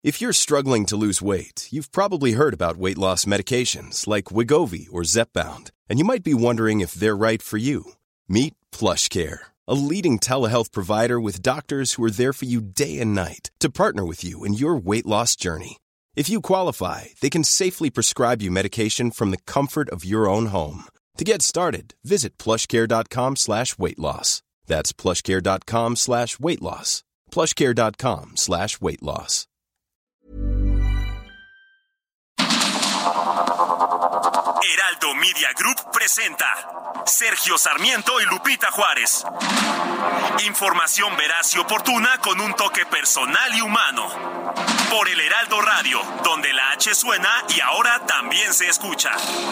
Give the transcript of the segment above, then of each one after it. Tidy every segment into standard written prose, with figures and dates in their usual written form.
If you're struggling to lose weight, you've probably heard about weight loss medications like Wegovy or Zepbound, and you might be wondering if they're right for you. Meet PlushCare, a leading telehealth provider with doctors who are there for you day and night to partner with you in your weight loss journey. If you qualify, they can safely prescribe you medication from the comfort of your own home. To get started, visit plushcare.com/weightloss. That's plushcare.com/weightloss. plushcare.com/weightloss. Heraldo Media Group presenta Sergio Sarmiento y Lupita Juárez. Información veraz y oportuna con un toque personal y humano. Por el Heraldo Radio, donde la H suena y ahora también se escucha.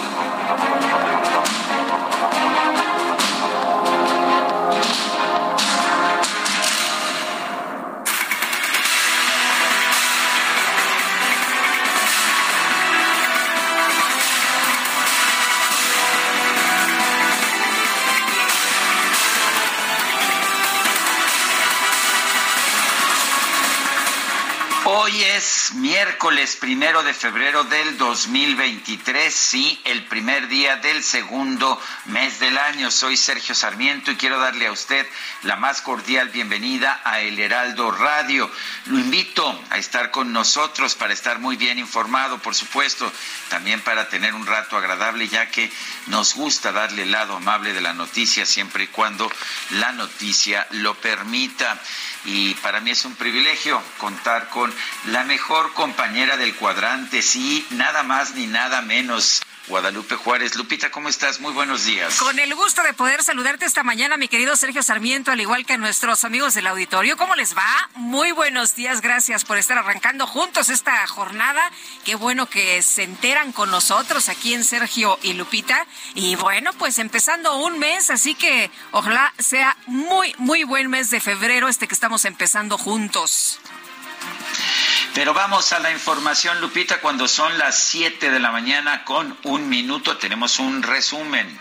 Hoy es miércoles 1 de febrero del 2023, sí, el primer día del segundo mes del año. Soy Sergio Sarmiento y quiero darle a usted la más cordial bienvenida a El Heraldo Radio. Lo invito a estar con nosotros para estar muy bien informado, por supuesto, también para tener un rato agradable, ya que nos gusta darle el lado amable de la noticia siempre y cuando la noticia lo permita. Y para mí es un privilegio contar con la mejor compañera del cuadrante, sí, nada más ni nada menos, Guadalupe Juárez. Lupita, ¿cómo estás? Muy buenos días. Con el gusto de poder saludarte esta mañana, mi querido Sergio Sarmiento, al igual que a nuestros amigos del auditorio. ¿Cómo les va? Muy buenos días, gracias por estar arrancando juntos esta jornada. Qué bueno que se enteran con nosotros aquí en Sergio y Lupita. Y bueno, pues empezando un mes, así que ojalá sea muy, muy buen mes de febrero este que estamos empezando juntos. Pero vamos a la información, Lupita, cuando son las 7 de la mañana con 1 minuto, tenemos un resumen.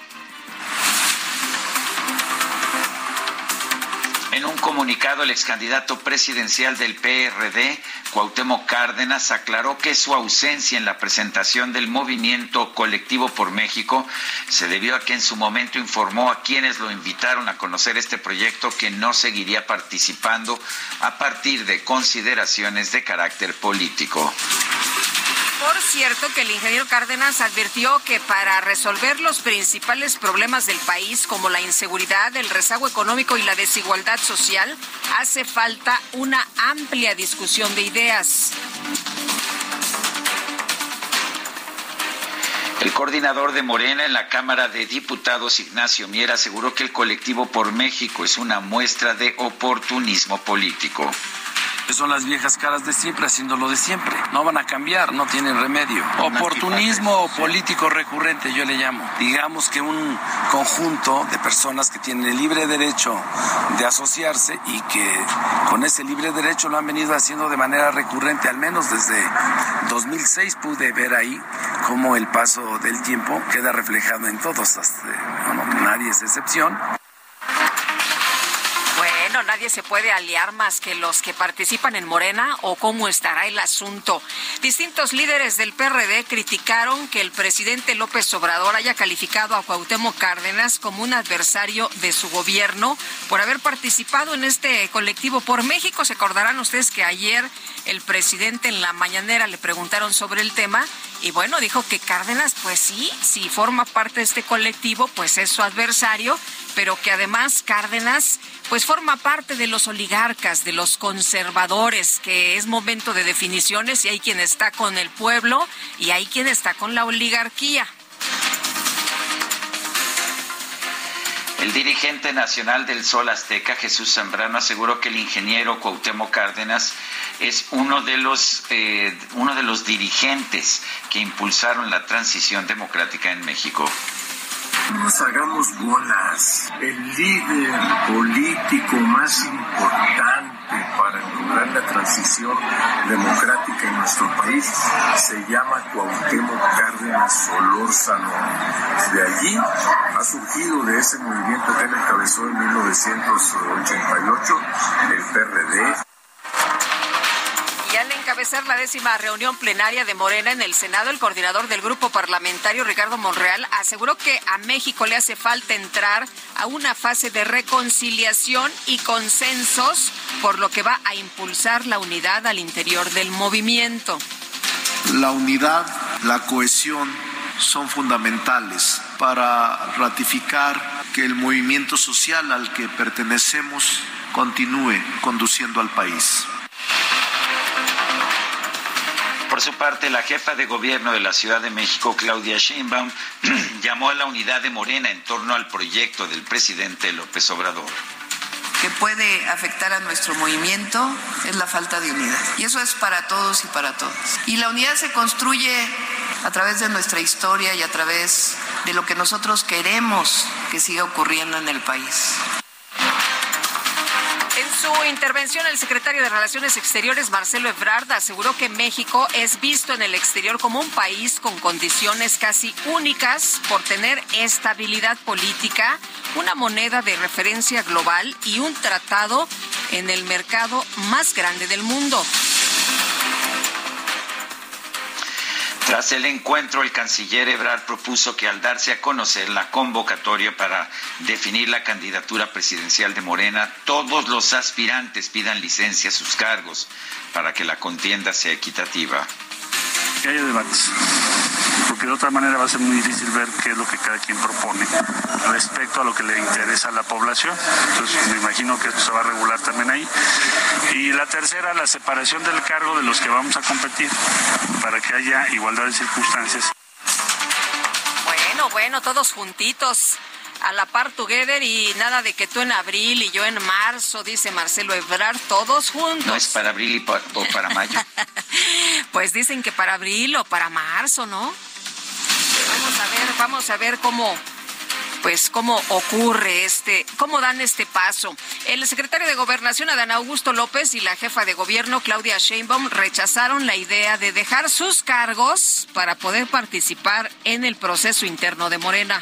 En un comunicado, el excandidato presidencial del PRD, Cuauhtémoc Cárdenas, aclaró que su ausencia en la presentación del Movimiento Colectivo por México se debió a que en su momento informó a quienes lo invitaron a conocer este proyecto que no seguiría participando a partir de consideraciones de carácter político. Por cierto, que el ingeniero Cárdenas advirtió que para resolver los principales problemas del país, como la inseguridad, el rezago económico y la desigualdad social, hace falta una amplia discusión de ideas. El coordinador de Morena en la Cámara de Diputados, Ignacio Mier, aseguró que el Colectivo por México es una muestra de oportunismo político. Son las viejas caras de siempre haciendo lo de siempre. No van a cambiar, no tienen remedio. Oportunismo político recurrente, yo le llamo. Digamos que un conjunto de personas que tienen el libre derecho de asociarse y que con ese libre derecho lo han venido haciendo de manera recurrente, al menos desde 2006 pude ver ahí cómo el paso del tiempo queda reflejado en todos. Nadie es excepción. Bueno, nadie se puede aliar más que los que participan en Morena, o cómo estará el asunto. Distintos líderes del PRD criticaron que el presidente López Obrador haya calificado a Cuauhtémoc Cárdenas como un adversario de su gobierno por haber participado en este colectivo por México. Se acordarán ustedes que ayer el presidente en la mañanera le preguntaron sobre el tema y bueno, dijo que Cárdenas, pues sí, si forma parte de este colectivo, pues es su adversario, pero que además Cárdenas pues forma parte de los oligarcas, de los conservadores, que es momento de definiciones y hay quien está con el pueblo y hay quien está con la oligarquía. El dirigente nacional del Sol Azteca, Jesús Zambrano, aseguró que el ingeniero Cuauhtémoc Cárdenas es uno de los dirigentes que impulsaron la transición democrática en México. No nos hagamos bolas. El líder político más importante para lograr la transición democrática en nuestro país se llama Cuauhtémoc Cárdenas Solórzano. De allí ha surgido, de ese movimiento que él encabezó en 1988, el PRD. Y al encabezar la 10ª reunión plenaria de Morena en el Senado, el coordinador del grupo parlamentario, Ricardo Monreal, aseguró que a México le hace falta entrar a una fase de reconciliación y consensos, por lo que va a impulsar la unidad al interior del movimiento. La unidad, la cohesión son fundamentales para ratificar que el movimiento social al que pertenecemos continúe conduciendo al país. Por su parte, la jefa de gobierno de la Ciudad de México, Claudia Sheinbaum, llamó a la unidad de Morena en torno al proyecto del presidente López Obrador. Que puede afectar a nuestro movimiento es la falta de unidad. Y eso es para todos y para todas. Y la unidad se construye a través de nuestra historia y a través de lo que nosotros queremos que siga ocurriendo en el país. En su intervención, el secretario de Relaciones Exteriores, Marcelo Ebrard, aseguró que México es visto en el exterior como un país con condiciones casi únicas por tener estabilidad política, una moneda de referencia global y un tratado en el mercado más grande del mundo. Tras el encuentro, el canciller Ebrard propuso que al darse a conocer la convocatoria para definir la candidatura presidencial de Morena, todos los aspirantes pidan licencia a sus cargos para que la contienda sea equitativa. Que haya debates, porque de otra manera va a ser muy difícil ver qué es lo que cada quien propone respecto a lo que le interesa a la población. Entonces me imagino que esto se va a regular también ahí. Y la tercera, la separación del cargo de los que vamos a competir, para que haya igualdad de circunstancias. Bueno, todos juntitos, a la par together, y nada de que tú en abril y yo en marzo, dice Marcelo Ebrard, todos juntos. ¿No es para abril o para mayo? Pues dicen que para abril o para marzo, ¿no? Vamos a ver cómo ocurre cómo dan este paso. El secretario de Gobernación, Adán Augusto López, y la jefa de gobierno, Claudia Sheinbaum, rechazaron la idea de dejar sus cargos para poder participar en el proceso interno de Morena.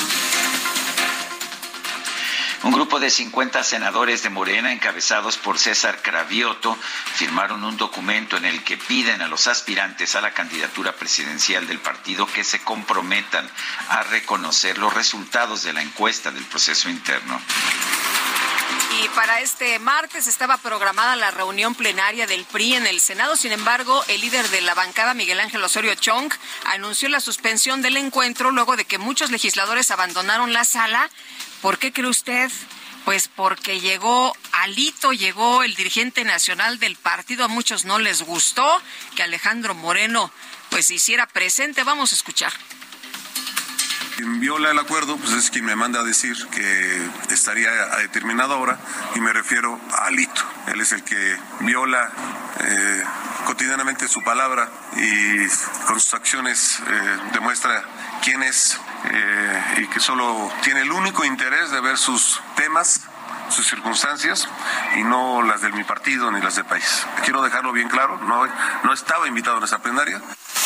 Un grupo de 50 senadores de Morena, encabezados por César Cravioto, firmaron un documento en el que piden a los aspirantes a la candidatura presidencial del partido que se comprometan a reconocer los resultados de la encuesta del proceso interno. Y para este martes estaba programada la reunión plenaria del PRI en el Senado. Sin embargo, el líder de la bancada, Miguel Ángel Osorio Chong, anunció la suspensión del encuentro luego de que muchos legisladores abandonaron la sala. ¿Por qué cree usted? Pues porque llegó el dirigente nacional del partido. A muchos no les gustó que Alejandro Moreno pues se hiciera presente. Vamos a escuchar. Quien viola el acuerdo, pues es quien me manda a decir que estaría a determinada hora, y me refiero a Alito. Él es el que viola cotidianamente su palabra y con sus acciones demuestra quién es y que solo tiene el único interés de ver sus temas, sus circunstancias, y no las de mi partido ni las del país. Quiero dejarlo bien claro, no estaba invitado en esa plenaria.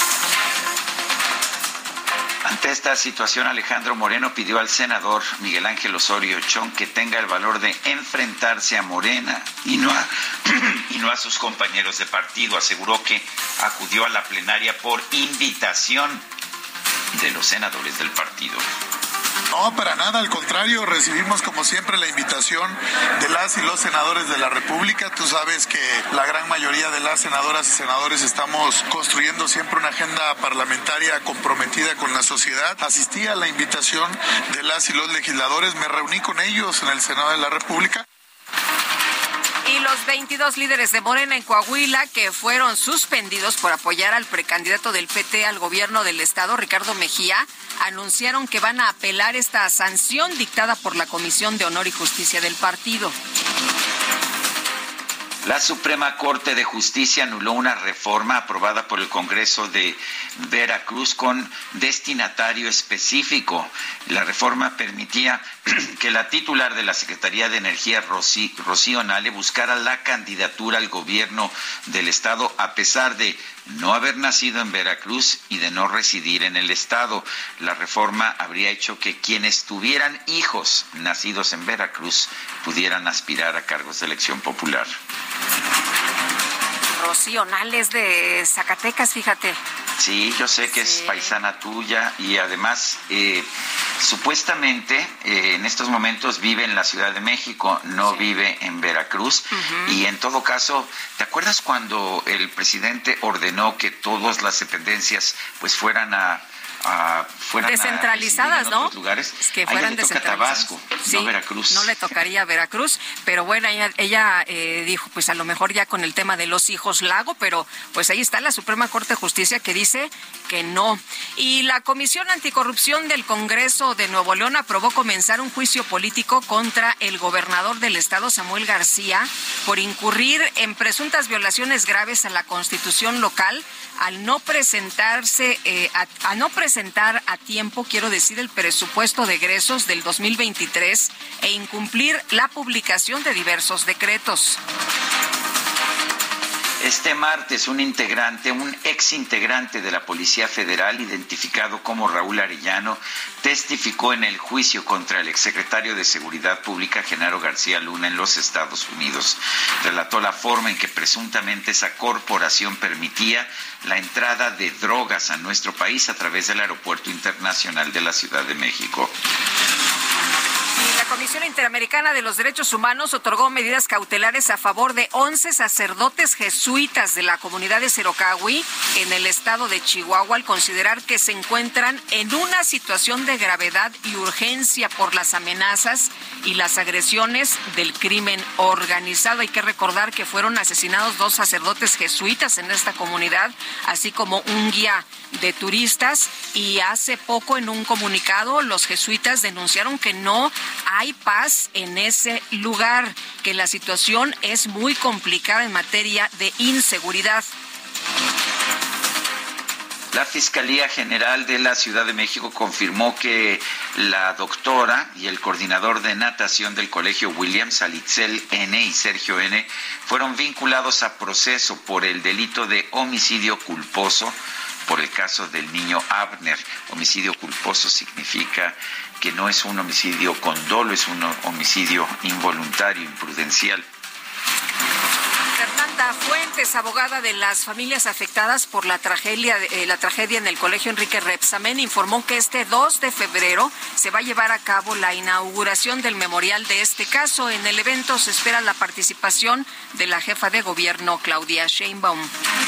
Ante esta situación, Alejandro Moreno pidió al senador Miguel Ángel Osorio Chong que tenga el valor de enfrentarse a Morena y no a sus compañeros de partido. Aseguró que acudió a la plenaria por invitación de los senadores del partido. No, para nada, al contrario, recibimos como siempre la invitación de las y los senadores de la República. Tú sabes que la gran mayoría de las senadoras y senadores estamos construyendo siempre una agenda parlamentaria comprometida con la sociedad. Asistí a la invitación de las y los legisladores, me reuní con ellos en el Senado de la República. Y los 22 líderes de Morena en Coahuila, que fueron suspendidos por apoyar al precandidato del PT al gobierno del estado, Ricardo Mejía, anunciaron que van a apelar esta sanción dictada por la Comisión de Honor y Justicia del partido. La Suprema Corte de Justicia anuló una reforma aprobada por el Congreso de Veracruz con destinatario específico. La reforma permitía que la titular de la Secretaría de Energía, Rocío Nale, buscara la candidatura al gobierno del estado a pesar de no haber nacido en Veracruz y de no residir en el estado. La reforma habría hecho que quienes tuvieran hijos nacidos en Veracruz pudieran aspirar a cargos de elección popular. Rocío Nales de Zacatecas, fíjate. Sí, yo sé que es paisana tuya y además supuestamente en estos momentos vive en la Ciudad de México, no vive en Veracruz. Y en todo caso, ¿te acuerdas cuando el presidente ordenó que todas las dependencias pues fueran descentralizadas, en ¿no? otros lugares? Es que fueran descentralizadas. Tabasco, sí, no Veracruz. No le tocaría a Veracruz, pero bueno, ella dijo, pues a lo mejor ya con el tema de los hijos Lago, pero pues ahí está la Suprema Corte de Justicia que dice que no. Y la Comisión Anticorrupción del Congreso de Nuevo León aprobó comenzar un juicio político contra el gobernador del estado, Samuel García, por incurrir en presuntas violaciones graves a la Constitución local al no presentar a tiempo, quiero decir, el presupuesto de egresos del 2023 e incumplir la publicación de diversos decretos. Este martes, un ex integrante de la Policía Federal, identificado como Raúl Arellano, testificó en el juicio contra el exsecretario de Seguridad Pública, Genaro García Luna, en los Estados Unidos. Relató la forma en que presuntamente esa corporación permitía la entrada de drogas a nuestro país a través del Aeropuerto Internacional de la Ciudad de México. La Comisión Interamericana de los Derechos Humanos otorgó medidas cautelares a favor de 11 sacerdotes jesuitas de la comunidad de Cerocahui en el estado de Chihuahua al considerar que se encuentran en una situación de gravedad y urgencia por las amenazas y las agresiones del crimen organizado. Hay que recordar que fueron asesinados 2 sacerdotes jesuitas en esta comunidad, así como un guía de turistas, y hace poco en un comunicado los jesuitas denunciaron que no hay paz en ese lugar, que la situación es muy complicada en materia de inseguridad. La Fiscalía General de la Ciudad de México confirmó que la doctora y el coordinador de natación del Colegio Williams, Alitzel N. y Sergio N., fueron vinculados a proceso por el delito de homicidio culposo por el caso del niño Abner. Homicidio culposo significa que no es un homicidio con dolo, es un homicidio involuntario, imprudencial. Fernanda Fuentes, abogada de las familias afectadas por la tragedia en el Colegio Enrique Rebsamen, informó que este 2 de febrero se va a llevar a cabo la inauguración del memorial de este caso. En el evento se espera la participación de la jefa de gobierno, Claudia Sheinbaum.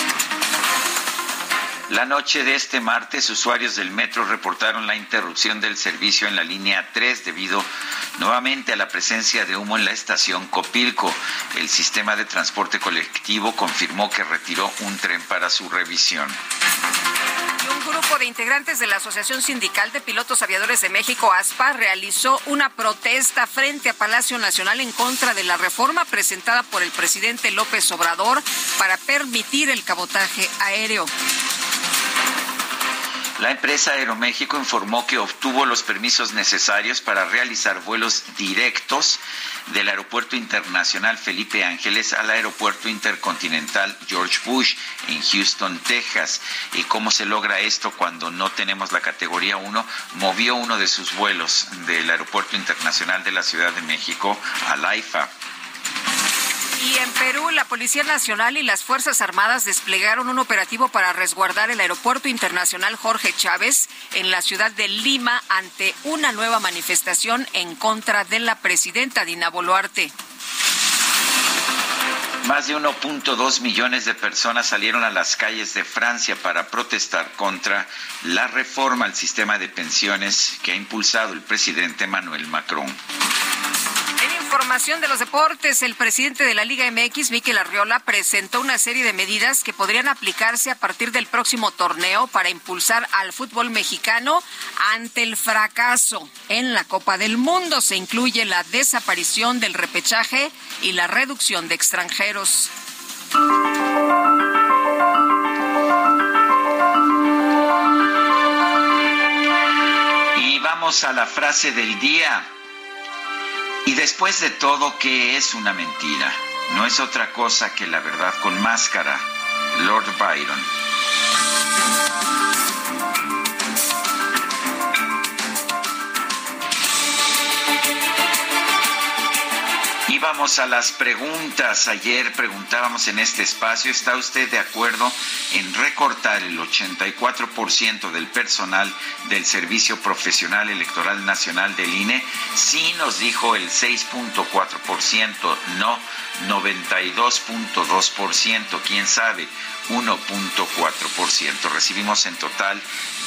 La noche de este martes, usuarios del metro reportaron la interrupción del servicio en la línea 3 debido nuevamente a la presencia de humo en la estación Copilco. El sistema de transporte colectivo confirmó que retiró un tren para su revisión. Y un grupo de integrantes de la Asociación Sindical de Pilotos Aviadores de México, ASPA, realizó una protesta frente a Palacio Nacional en contra de la reforma presentada por el presidente López Obrador para permitir el cabotaje aéreo. La empresa Aeroméxico informó que obtuvo los permisos necesarios para realizar vuelos directos del Aeropuerto Internacional Felipe Ángeles al Aeropuerto Intercontinental George Bush en Houston, Texas. ¿Y cómo se logra esto cuando no tenemos la categoría 1? Movió uno de sus vuelos del Aeropuerto Internacional de la Ciudad de México al AIFA. Y en Perú, la Policía Nacional y las Fuerzas Armadas desplegaron un operativo para resguardar el Aeropuerto Internacional Jorge Chávez en la ciudad de Lima ante una nueva manifestación en contra de la presidenta Dina Boluarte. Más de 1.2 millones de personas salieron a las calles de Francia para protestar contra la reforma al sistema de pensiones que ha impulsado el presidente Emmanuel Macron. Información de los deportes. El presidente de la Liga MX, Mikel Arriola, presentó una serie de medidas que podrían aplicarse a partir del próximo torneo para impulsar al fútbol mexicano ante el fracaso en la Copa del Mundo. Se incluye la desaparición del repechaje y la reducción de extranjeros. Y vamos a la frase del día. Y después de todo, ¿qué es una mentira? No es otra cosa que la verdad con máscara. Lord Byron. Y vamos a las preguntas. Ayer preguntábamos en este espacio, ¿está usted de acuerdo en recortar el 84% del personal del Servicio Profesional Electoral Nacional del INE? Sí, nos dijo el 6.4%, no 92.2%, quién sabe, 1.4%. Recibimos en total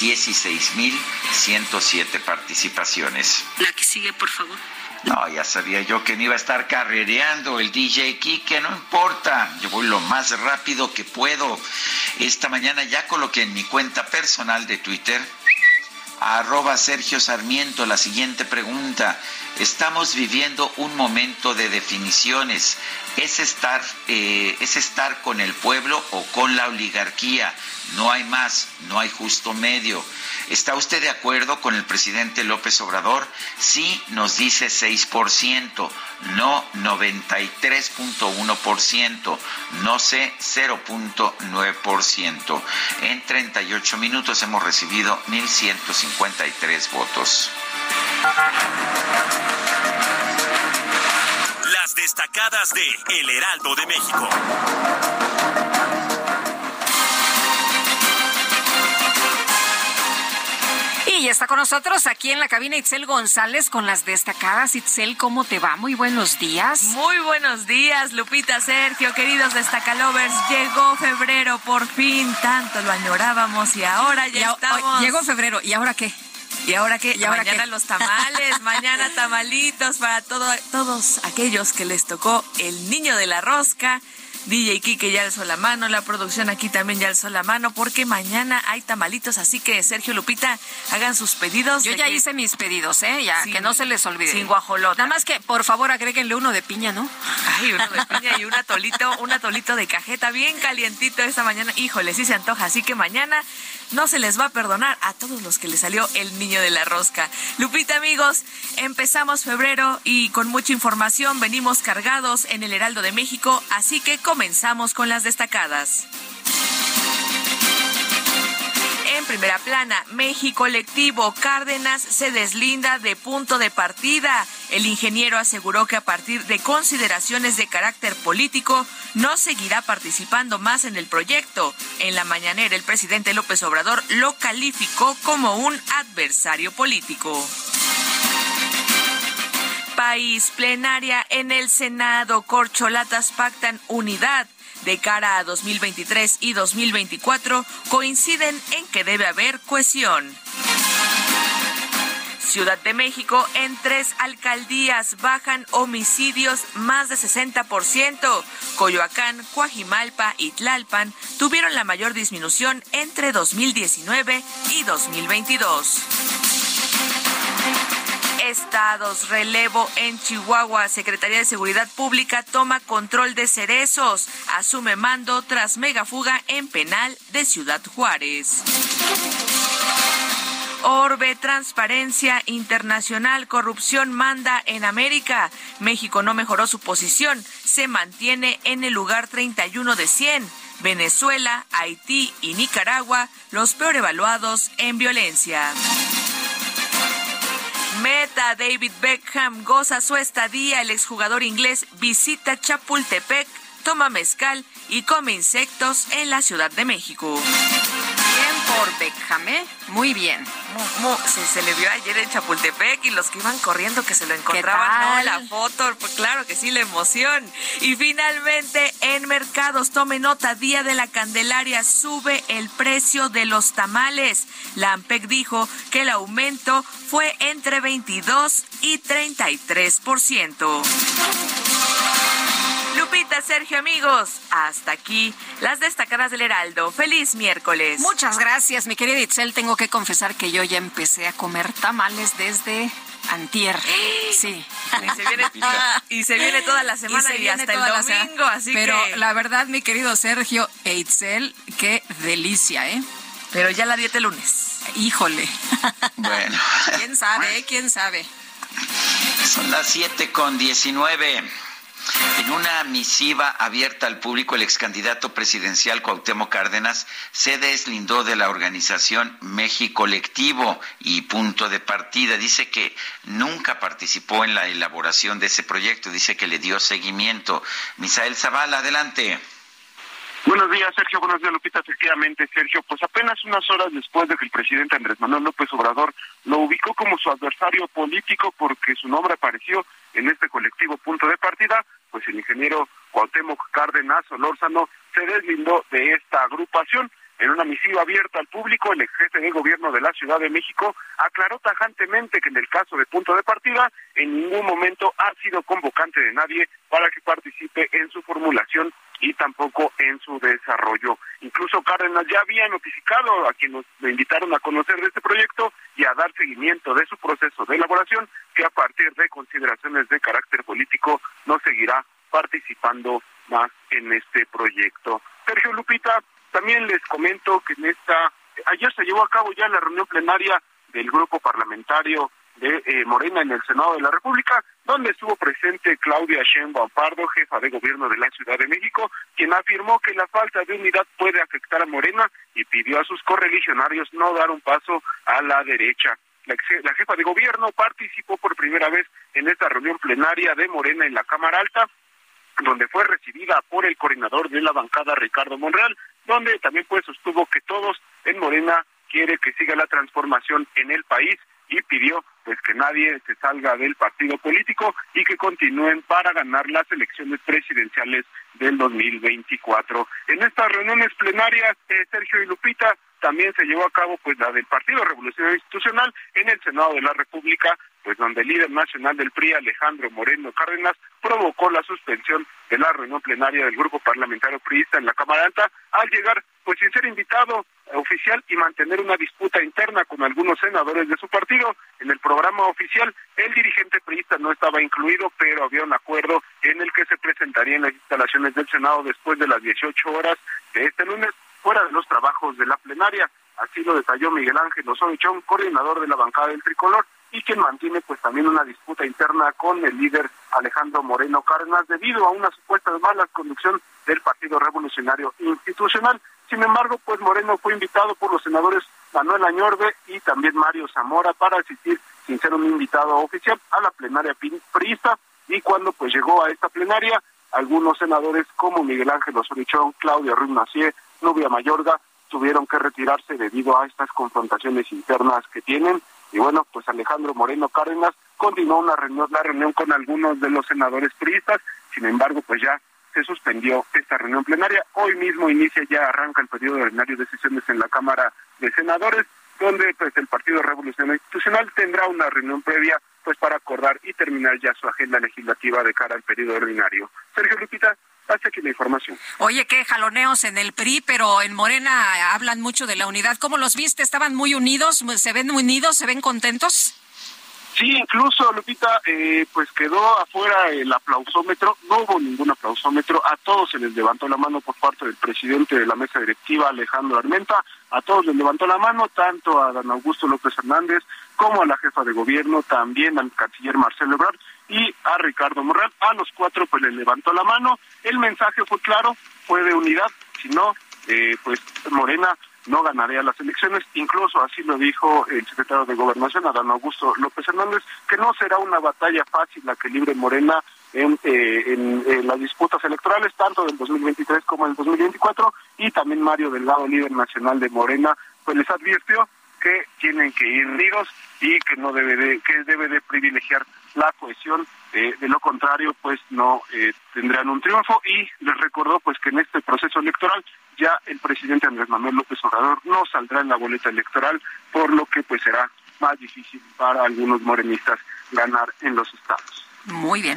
16,107 participaciones. La que sigue, por favor. No, ya sabía yo que me iba a estar carrereando el DJ Kike, no importa, yo voy lo más rápido que puedo. Esta mañana ya coloqué en mi cuenta personal de Twitter, @Sergio Sarmiento, la siguiente pregunta. Estamos viviendo un momento de definiciones. ¿Es estar con el pueblo o con la oligarquía? No hay más, no hay justo medio. ¿Está usted de acuerdo con el presidente López Obrador? Sí, nos dice 6%, no 93.1%, no sé 0.9%. En 38 minutos hemos recibido 1,153 votos. Las destacadas de El Heraldo de México. Y está con nosotros aquí en la cabina Itzel González con las destacadas. Itzel, ¿cómo te va? Muy buenos días. Muy buenos días, Lupita, Sergio, queridos destacalovers. Llegó febrero, por fin, tanto lo añorábamos y ahora ya estamos. Llegó febrero, ¿y ahora qué? ¿Y ahora qué? Mañana los tamales, mañana tamalitos para todos aquellos que les tocó el niño de la rosca. DJ Kike ya alzó la mano, la producción aquí también ya alzó la mano, porque mañana hay tamalitos, así que Sergio, Lupita, hagan sus pedidos. Yo ya hice mis pedidos, ya, que no se les olvide. Sin guajolota. Nada más que, por favor, agréguenle uno de piña, ¿no? Ay, uno de piña y un atolito de cajeta bien calientito esta mañana. Híjole, sí se antoja, así que mañana no se les va a perdonar a todos los que les salió el niño de la rosca. Lupita, amigos, empezamos febrero y con mucha información venimos cargados en el Heraldo de México, así que comenzamos con las destacadas. En primera plana, México Colectivo, Cárdenas se deslinda de punto de partida. El ingeniero aseguró que a partir de consideraciones de carácter político no seguirá participando más en el proyecto. En la mañanera, el presidente López Obrador lo calificó como un adversario político. País, plenaria en el Senado, corcholatas pactan unidad. De cara a 2023 y 2024, coinciden en que debe haber cohesión. Ciudad de México, en 3 alcaldías bajan homicidios más de 60%. Coyoacán, Coajimalpa y Tlalpan tuvieron la mayor disminución entre 2019 y 2022. Estados, relevo en Chihuahua. Secretaría de Seguridad Pública toma control de Cerezos. Asume mando tras megafuga en penal de Ciudad Juárez. Orbe, Transparencia Internacional, corrupción manda en América. México no mejoró su posición, se mantiene en el lugar 31 de 100. Venezuela, Haití y Nicaragua, los peor evaluados en violencia. Meta, David Beckham goza su estadía. El exjugador inglés visita Chapultepec, toma mezcal y come insectos en la Ciudad de México. Bien por Beckham, muy bien. Se le vio ayer en Chapultepec y los que iban corriendo que se lo encontraban, ¿no? La foto, pues claro que sí, la emoción. Y finalmente, en mercados, tome nota, Día de la Candelaria, sube el precio de los tamales. La AMPEC dijo que el aumento fue entre 22 y 33%. Lupita, Sergio, amigos, hasta aquí las destacadas del Heraldo. ¡Feliz miércoles! Muchas gracias, mi querida Itzel. Tengo que confesar que yo ya empecé a comer tamales desde antier. Sí. Y se viene toda la semana y hasta el domingo, así pero que... la verdad, mi querido Sergio e Itzel, qué delicia, ¿eh? Pero ya la dieta el lunes. Híjole. Bueno. ¿Quién sabe? ¿Quién sabe? Son las 7:19. En una misiva abierta al público, el ex candidato presidencial Cuauhtémoc Cárdenas se deslindó de la organización Mexicolectivo y Punto de Partida. Dice que nunca participó en la elaboración de ese proyecto, dice que le dio seguimiento. Misael Zavala, adelante. Buenos días, Sergio. Buenos días, Lupita. Efectivamente, Sergio, pues apenas unas horas después de que el presidente Andrés Manuel López Obrador lo ubicó como su adversario político porque su nombre apareció en este colectivo Punto de Partida, pues el ingeniero Cuauhtémoc Cárdenas Solórzano se deslindó de esta agrupación. En una misiva abierta al público, el ex jefe de gobierno de la Ciudad de México aclaró tajantemente que en el caso de Punto de Partida, en ningún momento ha sido convocante de nadie para que participe en su formulación y tampoco en su desarrollo. Incluso Cárdenas ya había notificado a quienes lo invitaron a conocer de este proyecto y a dar seguimiento de su proceso de elaboración, que a partir de consideraciones de carácter político no seguirá participando más en este proyecto. Sergio, Lupita, también les comento que ayer se llevó a cabo ya la reunión plenaria del grupo parlamentario de Morena en el Senado de la República, donde estuvo presente Claudia Sheinbaum Pardo, jefa de gobierno de la Ciudad de México, quien afirmó que la falta de unidad puede afectar a Morena y pidió a sus correligionarios no dar un paso a la derecha. La jefa de gobierno participó por primera vez en esta reunión plenaria de Morena en la Cámara Alta, donde fue recibida por el coordinador de la bancada, Ricardo Monreal, donde también pues sostuvo que todos en Morena quiere que siga la transformación en el país y pidió pues que nadie se salga del partido político y que continúen para ganar las elecciones presidenciales del 2024. En estas reuniones plenarias, Sergio y Lupita, también se llevó a cabo pues la del Partido Revolucionario Institucional en el Senado de la República, pues donde el líder nacional del PRI, Alejandro Moreno Cárdenas, provocó la suspensión de la reunión plenaria del grupo parlamentario priista en la Cámara Alta, al llegar pues sin ser invitado oficial y mantener una disputa interna con algunos senadores de su partido. En el programa oficial, el dirigente priista no estaba incluido, pero había un acuerdo en el que se presentaría en las instalaciones del Senado después de las 18 horas de este lunes, fuera de los trabajos de la plenaria. Así lo detalló Miguel Ángel Osorio Chong, coordinador de la bancada del Tricolor, y quien mantiene pues también una disputa interna con el líder Alejandro Moreno Cárdenas debido a una supuesta mala conducción del Partido Revolucionario Institucional. Sin embargo, pues Moreno fue invitado por los senadores Manuel Añorbe y también Mario Zamora para asistir sin ser un invitado oficial a la plenaria priista, y cuando pues llegó a esta plenaria, algunos senadores como Miguel Ángel Osorio Chong, Claudia Ruiz Massieu, Nubia Mayorga, tuvieron que retirarse debido a estas confrontaciones internas que tienen. Y bueno, pues Alejandro Moreno Cárdenas continuó la reunión con algunos de los senadores priistas. Sin embargo, pues ya se suspendió esta reunión plenaria. Hoy mismo arranca el periodo ordinario de sesiones en la Cámara de Senadores, donde pues el Partido Revolucionario Institucional tendrá una reunión previa pues para acordar y terminar ya su agenda legislativa de cara al periodo ordinario. Sergio, Lupita, hasta aquí la información. Oye, qué jaloneos en el PRI, pero en Morena hablan mucho de la unidad. ¿Cómo los viste? ¿Estaban muy unidos? ¿Se ven unidos? ¿Se ven contentos? Sí, incluso, Lupita, pues quedó afuera el aplausómetro. No hubo ningún aplausómetro. A todos se les levantó la mano por parte del presidente de la mesa directiva, Alejandro Armenta. A todos les levantó la mano, tanto a Dan Augusto López Hernández como a la jefa de gobierno, también al canciller Marcelo Ebrard y a Ricardo Monreal. A los cuatro pues les levantó la mano. El mensaje fue claro, fue de unidad. Si no, pues Morena no ganaría las elecciones. Incluso así lo dijo el secretario de Gobernación, Adán Augusto López Hernández, que no será una batalla fácil la que libre Morena en las disputas electorales, tanto del 2023 como del 2024, y también Mario Delgado, líder nacional de Morena, pues les advirtió que tienen que ir unidos y que debe de privilegiar la cohesión. De lo contrario, pues no tendrán un triunfo, y les recordó pues que en este proceso electoral ya el presidente Andrés Manuel López Obrador no saldrá en la boleta electoral, por lo que pues será más difícil para algunos morenistas ganar en los estados. Muy bien.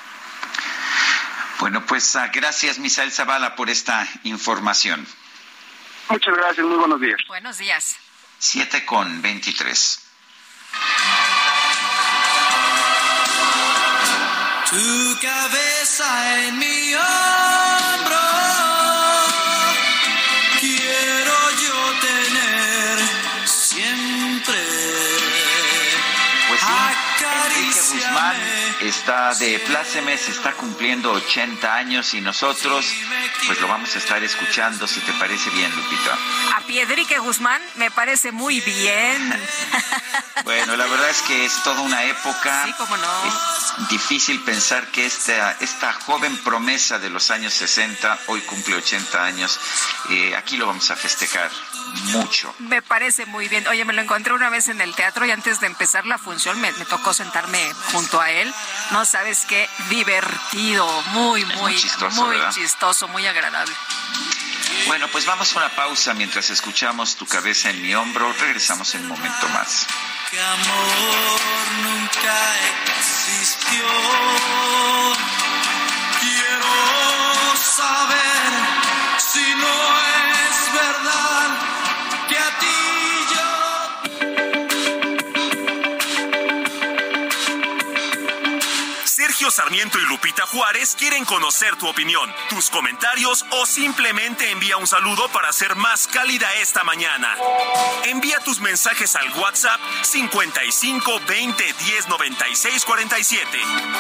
Bueno, pues gracias, Misael Zavala, por esta información. Muchas gracias, muy buenos días. Buenos días. 7:23. Tu cabeza en mi hombro, quiero yo tener siempre. Pues sí, Enrique Guzmán está de plácemes, está cumpliendo 80 años y nosotros pues lo vamos a estar escuchando, si te parece bien, Lupita. A Piedrique Guzmán me parece muy bien. Bueno, la verdad es que es toda una época. Sí, cómo no. Es difícil pensar que esta joven promesa de los años 60 hoy cumple 80 años. Aquí lo vamos a festejar mucho. Me parece muy bien. Oye, me lo encontré una vez en el teatro y antes de empezar la función me tocó sentarme junto a él. No sabes qué divertido, muy chistoso, muy agradable. Bueno, pues vamos a una pausa mientras escuchamos Tu cabeza en mi hombro. Regresamos en un momento más. Que amor nunca existió. Quiero saber si no es verdad que a ti Sergio Sarmiento y Lupita Juárez quieren conocer tu opinión, tus comentarios o simplemente envía un saludo para hacer más cálida esta mañana. Envía tus mensajes al WhatsApp 55 20 10 96 47.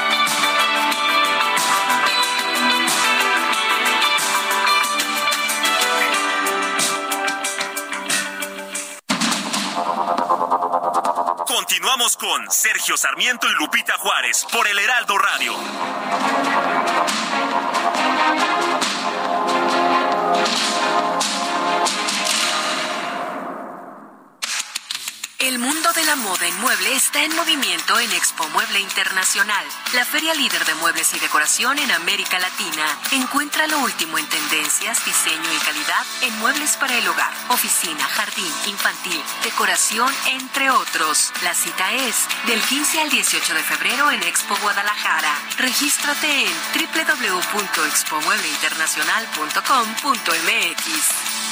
Continuamos con Sergio Sarmiento y Lupita Juárez por el Heraldo Radio. El mundo de la moda en mueble está en movimiento en Expo Mueble Internacional, la feria líder de muebles y decoración en América Latina. Encuentra lo último en tendencias, diseño y calidad en muebles para el hogar, oficina, jardín, infantil, decoración, entre otros. La cita es del 15 al 18 de febrero en Expo Guadalajara. Regístrate en www.expomuebleinternacional.com.mx.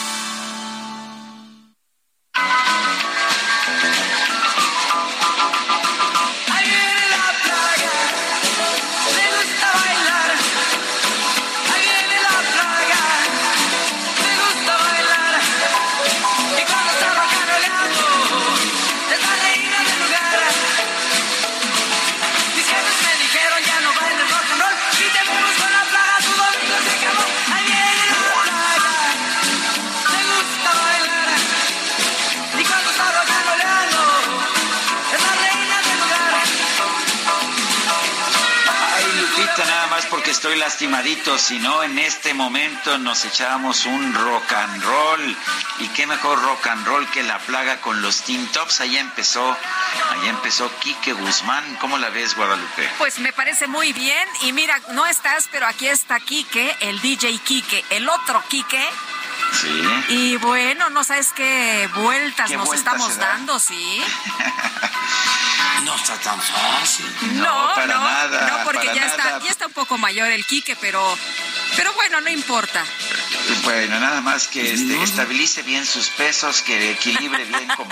Porque estoy lastimadito, si no en este momento nos echábamos un rock and roll, y qué mejor rock and roll que La Plaga con los Teen Tops. Allá empezó Quique Guzmán. ¿Cómo la ves, Guadalupe? Pues me parece muy bien, y mira, no estás, pero aquí está Quique, el DJ Quique, el otro Quique. Sí. Y bueno, no sabes qué vueltas nos estamos dando, ¿sí? No está tan fácil. No, para nada. No, porque para ya nada. está un poco mayor el Quique, pero bueno, no importa. Bueno, nada más que estabilice bien sus pesos, que equilibre bien como...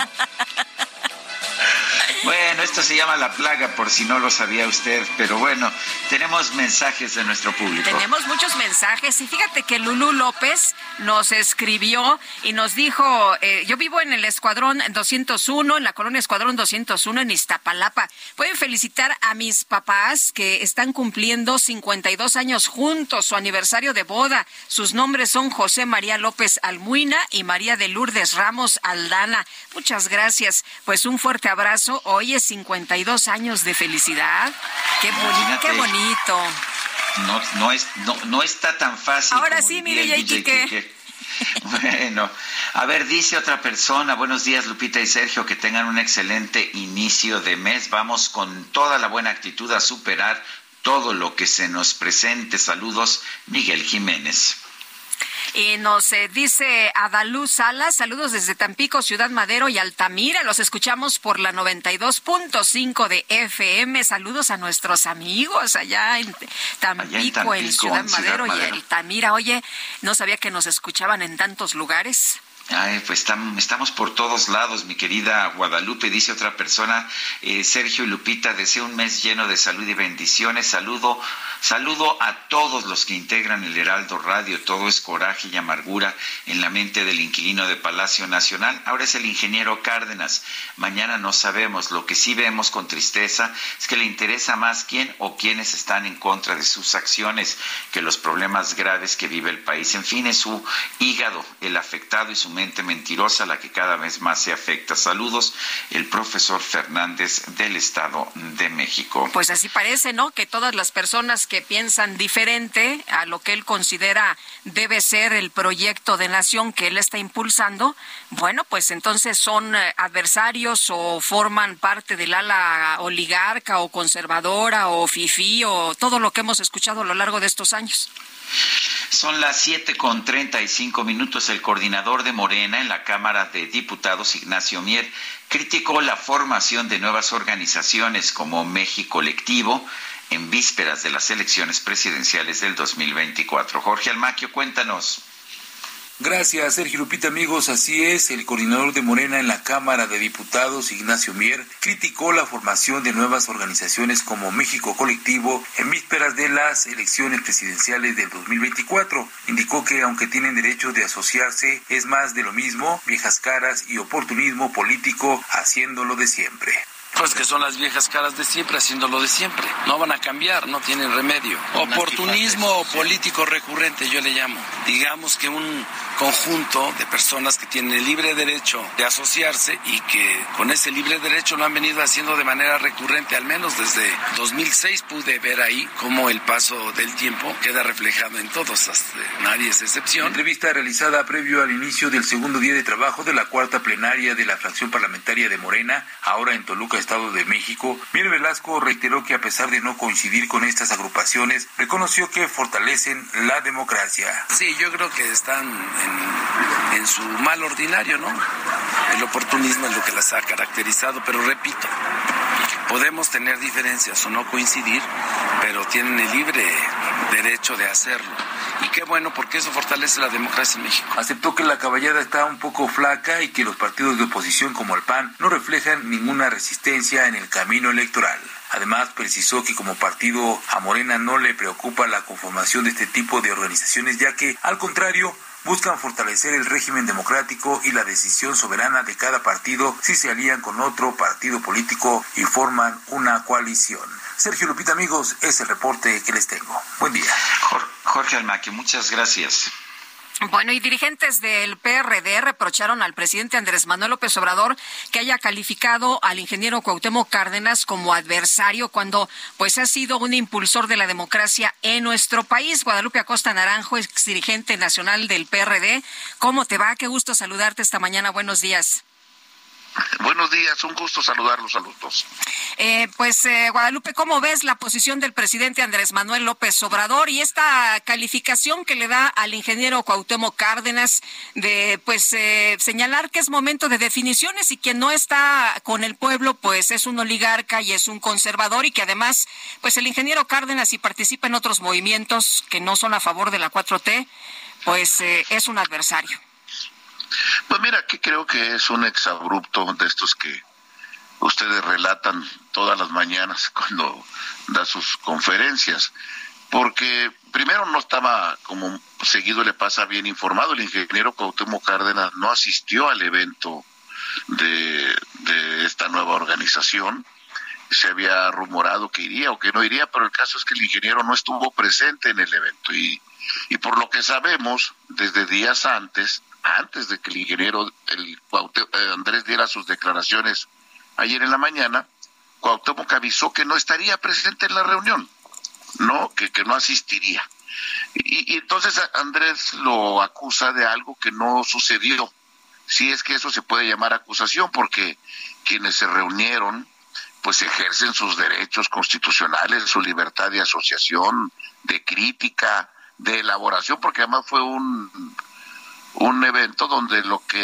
Bueno, esto se llama La Plaga, por si no lo sabía usted, pero bueno, tenemos mensajes de nuestro público. Tenemos muchos mensajes, y fíjate que Lulú López nos escribió y nos dijo, yo vivo en el Escuadrón 201, en la colonia Escuadrón 201 en Iztapalapa. Pueden felicitar a mis papás que están cumpliendo 52 años juntos, su aniversario de boda. Sus nombres son José María López Almuina y María de Lourdes Ramos Aldana. Muchas gracias, pues un fuerte abrazo. Hoy es 52 años de felicidad. Qué bonito. No está tan fácil. Ahora sí, mi DJ Quique. Bueno, a ver, dice otra persona: buenos días, Lupita y Sergio, que tengan un excelente inicio de mes. Vamos con toda la buena actitud a superar todo lo que se nos presente. Saludos, Miguel Jiménez. Y nos dice Adaluz Salas, saludos desde Tampico, Ciudad Madero y Altamira. Los escuchamos por la 92.5 de FM. Saludos a nuestros amigos allá en Tampico, en Ciudad Madero y Altamira. Oye, no sabía que nos escuchaban en tantos lugares. Ay, pues estamos por todos lados, mi querida Guadalupe. Dice otra persona, Sergio y Lupita, deseo un mes lleno de salud y bendiciones. Saludo a todos los que integran el Heraldo Radio. Todo es coraje y amargura en la mente del inquilino de Palacio Nacional. Ahora es el ingeniero Cárdenas. Mañana no sabemos. Lo que sí vemos con tristeza es que le interesa más quién o quiénes están en contra de sus acciones que los problemas graves que vive el país. En fin, es su hígado el afectado y su mente mentirosa la que cada vez más se afecta. Saludos, el profesor Fernández del Estado de México. Pues así parece, ¿no? Que todas las personas que piensan diferente a lo que él considera debe ser el proyecto de nación que él está impulsando, bueno, pues entonces son adversarios o forman parte del ala oligarca o conservadora o fifí o todo lo que hemos escuchado a lo largo de estos años. Son las 7:35. El coordinador de Morena en la Cámara de Diputados, Ignacio Mier, criticó la formación de nuevas organizaciones como México Colectivo en vísperas de las elecciones presidenciales del 2024. Jorge Almaquio, cuéntanos. Gracias, Sergio. Lupita, amigos, así es. El coordinador de Morena en la Cámara de Diputados, Ignacio Mier, criticó la formación de nuevas organizaciones como México Colectivo en vísperas de las elecciones presidenciales del 2024. Indicó que aunque tienen derecho de asociarse, es más de lo mismo, viejas caras y oportunismo político haciéndolo de siempre. Pues que son las viejas caras de siempre, haciendo lo de siempre. No van a cambiar, no tienen remedio. Oportunismo político recurrente, yo le llamo. Digamos que un conjunto de personas que tienen el libre derecho de asociarse y que con ese libre derecho lo han venido haciendo de manera recurrente. Al menos desde 2006 pude ver ahí cómo el paso del tiempo queda reflejado en todos, nadie es excepción. Entrevista realizada previo al inicio del segundo día de trabajo de la cuarta plenaria de la fracción parlamentaria de Morena, ahora en Toluca, Estado de México, Mier Velasco reiteró que a pesar de no coincidir con estas agrupaciones, reconoció que fortalecen la democracia. Sí, yo creo que están en su mal ordinario, ¿no? El oportunismo es lo que las ha caracterizado, pero repito, podemos tener diferencias o no coincidir, pero tienen el libre derecho de hacerlo. Y qué bueno, porque eso fortalece la democracia en México. Aceptó que la caballada está un poco flaca y que los partidos de oposición como el PAN no reflejan ninguna resistencia en el camino electoral. Además, precisó que como partido a Morena no le preocupa la conformación de este tipo de organizaciones, ya que, al contrario, buscan fortalecer el régimen democrático y la decisión soberana de cada partido si se alían con otro partido político y forman una coalición. Sergio, Lupita, amigos, es el reporte que les tengo. Buen día. Jorge Almaquio, muchas gracias. Bueno, y dirigentes del PRD reprocharon al presidente Andrés Manuel López Obrador que haya calificado al ingeniero Cuauhtémoc Cárdenas como adversario cuando pues ha sido un impulsor de la democracia en nuestro país. Guadalupe Acosta Naranjo, ex dirigente nacional del PRD. ¿Cómo te va? Qué gusto saludarte esta mañana. Buenos días. Buenos días, un gusto saludarlos a los dos. Guadalupe, ¿cómo ves la posición del presidente Andrés Manuel López Obrador y esta calificación que le da al ingeniero Cuauhtémoc Cárdenas de señalar que es momento de definiciones y que no está con el pueblo, pues es un oligarca y es un conservador y que además, pues el ingeniero Cárdenas, si participa en otros movimientos que no son a favor de la 4T, pues es un adversario? Pues mira, que creo que es un exabrupto de estos que ustedes relatan todas las mañanas cuando da sus conferencias, porque primero no estaba, como seguido le pasa, bien informado. El ingeniero Cuauhtémoc Cárdenas no asistió al evento de esta nueva organización. Se había rumorado que iría o que no iría, pero el caso es que el ingeniero no estuvo presente en el evento y por lo que sabemos, desde días antes de que el ingeniero Andrés diera sus declaraciones ayer en la mañana, Cuauhtémoc avisó que no estaría presente en la reunión, que no asistiría. Y entonces Andrés lo acusa de algo que no sucedió, si es que eso se puede llamar acusación, porque quienes se reunieron pues ejercen sus derechos constitucionales, su libertad de asociación, de crítica, de elaboración, porque además fue un evento donde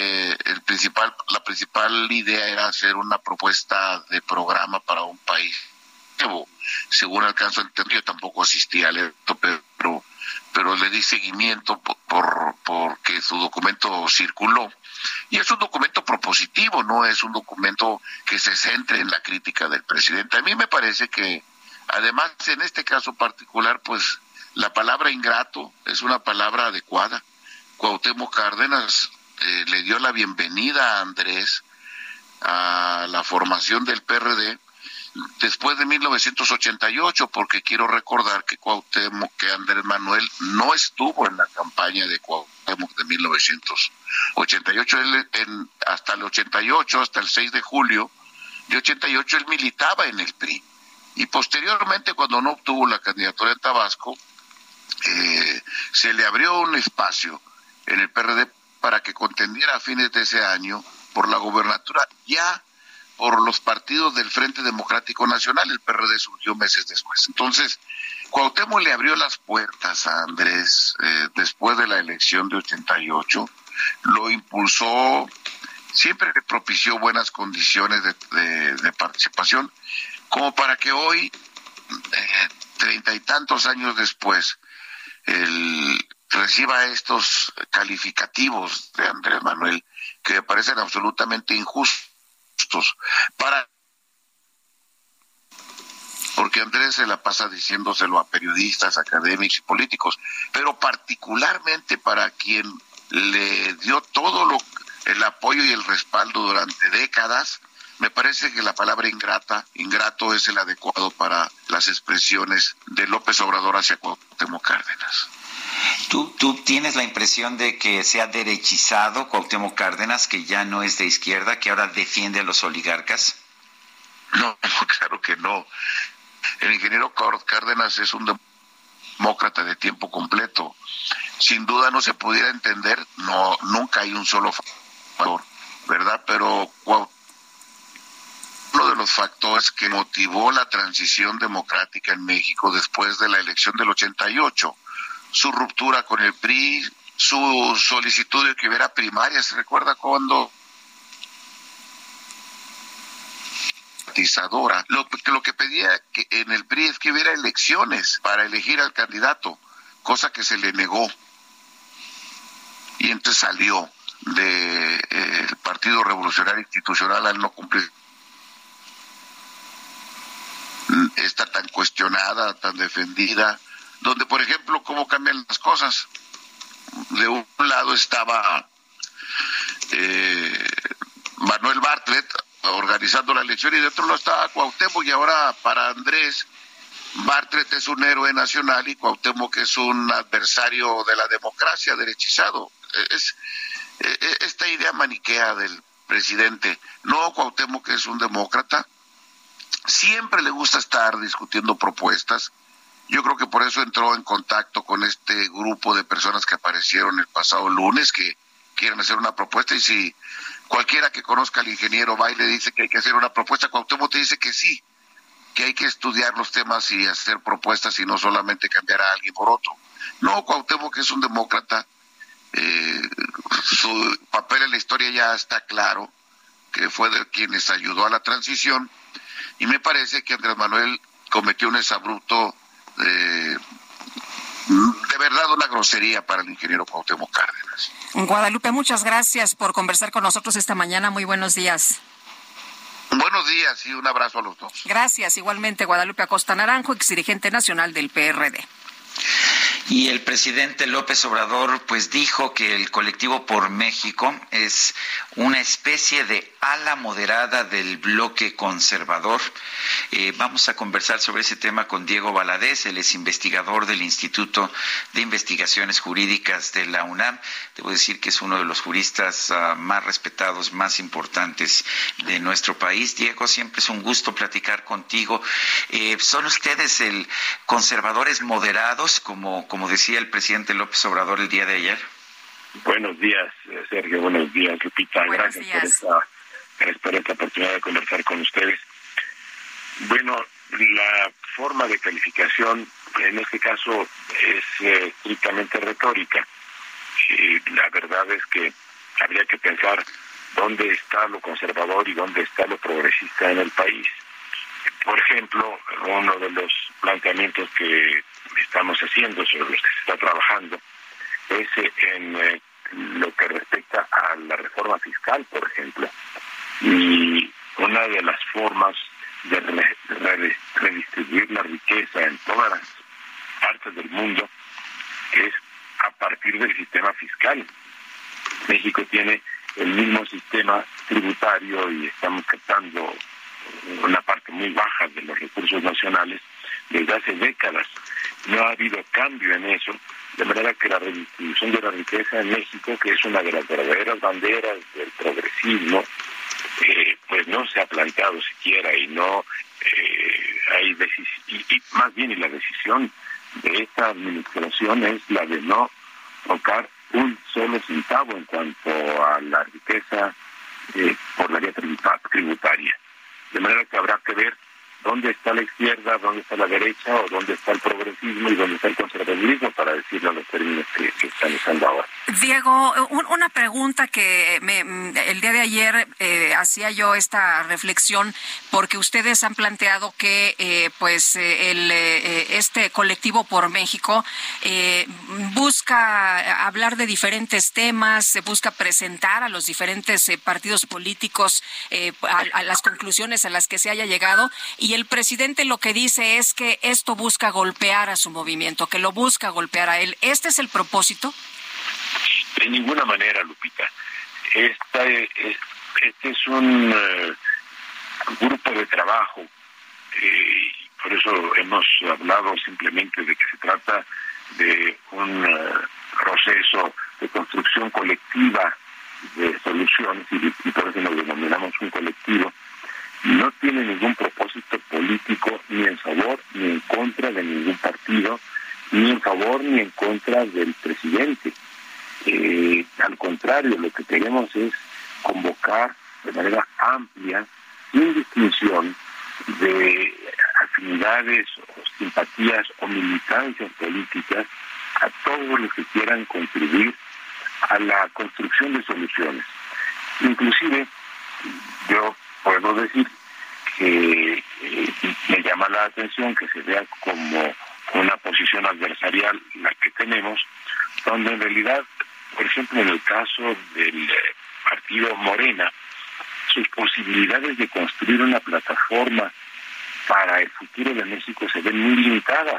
la principal idea era hacer una propuesta de programa para un país nuevo. Según alcanzo a entender, yo tampoco asistí al evento, pero le di seguimiento porque su documento circuló. Y es un documento propositivo, no es un documento que se centre en la crítica del presidente. A mí me parece que Además, en este caso particular, pues la palabra ingrato es una palabra adecuada. Cuauhtémoc Cárdenas le dio la bienvenida a Andrés a la formación del PRD después de 1988, porque quiero recordar que Andrés Manuel no estuvo en la campaña de Cuauhtémoc de 1988. Él hasta el 88, hasta el 6 de julio de 88, él militaba en el PRI. Y posteriormente, cuando no obtuvo la candidatura en Tabasco, se le abrió un espacio en el PRD para que contendiera a fines de ese año por la gobernatura, ya por los partidos del Frente Democrático Nacional. El PRD surgió meses después. Entonces, Cuauhtémoc le abrió las puertas a Andrés después de la elección de 88, lo impulsó, siempre le propició buenas condiciones de participación, como para que hoy, 30 y tantos años después, reciba estos calificativos de Andrés Manuel, que me parecen absolutamente injustos, porque Andrés se la pasa diciéndoselo a periodistas, académicos y políticos, pero particularmente para quien le dio todo el apoyo y el respaldo durante décadas. Me parece que la palabra ingrato es el adecuado para las expresiones de López Obrador hacia Cuauhtémoc Cárdenas. ¿Tú tienes la impresión de que se ha derechizado Cuauhtémoc Cárdenas, que ya no es de izquierda, que ahora defiende a los oligarcas? No, claro que no. El ingeniero Cárdenas es un demócrata de tiempo completo. Sin duda no se pudiera entender, nunca hay un solo factor, ¿verdad? Pero uno de los factores que motivó la transición democrática en México después de la elección del 88, su ruptura con el PRI, su solicitud de que hubiera primarias. ¿Se recuerda cuando lo que pedía en el PRI es que hubiera elecciones para elegir al candidato, cosa que se le negó? Y entonces salió del Partido Revolucionario Institucional al no cumplir esta tan cuestionada, tan defendida, donde, por ejemplo, cómo cambian las cosas. De un lado estaba Manuel Bartlett organizando la elección, y de otro lado estaba Cuauhtémoc, y ahora para Andrés, Bartlett es un héroe nacional y Cuauhtémoc es un adversario de la democracia, derechizado. Es esta idea maniquea del presidente. No, Cuauhtémoc es un demócrata, siempre le gusta estar discutiendo propuestas. Yo creo que por eso entró en contacto con este grupo de personas que aparecieron el pasado lunes, que quieren hacer una propuesta, y si cualquiera que conozca al ingeniero va y le dice que hay que hacer una propuesta, Cuauhtémoc te dice que sí, que hay que estudiar los temas y hacer propuestas y no solamente cambiar a alguien por otro. No, Cuauhtémoc es un demócrata, su papel en la historia ya está claro, que fue de quienes ayudó a la transición, y me parece que Andrés Manuel cometió un exabrupto de verdad, una grosería para el ingeniero Cuauhtémoc Cárdenas. Guadalupe, muchas gracias por conversar con nosotros esta mañana. Muy buenos días. Buenos días y un abrazo a los dos. Gracias, igualmente. Guadalupe Acosta Naranjo, exdirigente nacional del PRD. Y el presidente López Obrador pues dijo que el Colectivo por México es una especie de ala moderada del bloque conservador. Vamos a conversar sobre ese tema con Diego Valadez, él es investigador del Instituto de Investigaciones Jurídicas de la UNAM. Debo decir que es uno de los juristas más respetados, más importantes de nuestro país. Diego, siempre es un gusto platicar contigo. ¿Son ustedes conservadores moderados, como decía el presidente López Obrador el día de ayer? Buenos días, Sergio. Buenos días, Lupita. Gracias por esta oportunidad de conversar con ustedes. Bueno, la forma de calificación en este caso es estrictamente retórica. La verdad es que habría que pensar dónde está lo conservador y dónde está lo progresista en el país. Por ejemplo, uno de los planteamientos que estamos haciendo, sobre los que se está trabajando, es en lo que respecta a la reforma fiscal, por ejemplo. Y una de las formas de redistribuir la riqueza en todas las partes del mundo es a partir del sistema fiscal. México tiene el mismo sistema tributario y estamos captando una parte muy baja de los recursos nacionales desde hace décadas. No ha habido cambio en eso, de manera que la redistribución de la riqueza en México, que es una de las verdaderas banderas del progresismo, pues no se ha planteado siquiera y no hay y más bien y la decisión de esta administración es la de no tocar un solo centavo en cuanto a la riqueza por la vía tributaria. De manera que habrá que ver dónde está la izquierda, dónde está la derecha, o dónde está el progresismo y dónde está el conservadurismo, para decirlo en los términos que están usando ahora. Diego, una pregunta que el día de ayer hacía yo esta reflexión, porque ustedes han planteado que este colectivo por México busca hablar de diferentes temas, busca presentar a los diferentes partidos políticos a las conclusiones a las que se haya llegado, y el presidente lo que dice es que esto busca golpear a su movimiento, que lo busca golpear a él. ¿Este es el propósito? De ninguna manera, Lupita. Este es un grupo de trabajo, por eso hemos hablado simplemente de que se trata de un proceso de construcción colectiva de soluciones, y por eso nos denominamos un colectivo. No tiene ningún propósito político ni en favor ni en contra de ningún partido, ni en favor ni en contra del presidente. Al contrario, lo que queremos es convocar de manera amplia, sin distinción de afinidades o simpatías o militancias políticas, a todos los que quieran contribuir a la construcción de soluciones. Inclusive, yo puedo decir que me llama la atención que se vea como una posición adversarial la que tenemos, donde en realidad, por ejemplo, en el caso del partido Morena, sus posibilidades de construir una plataforma para el futuro de México se ven muy limitadas,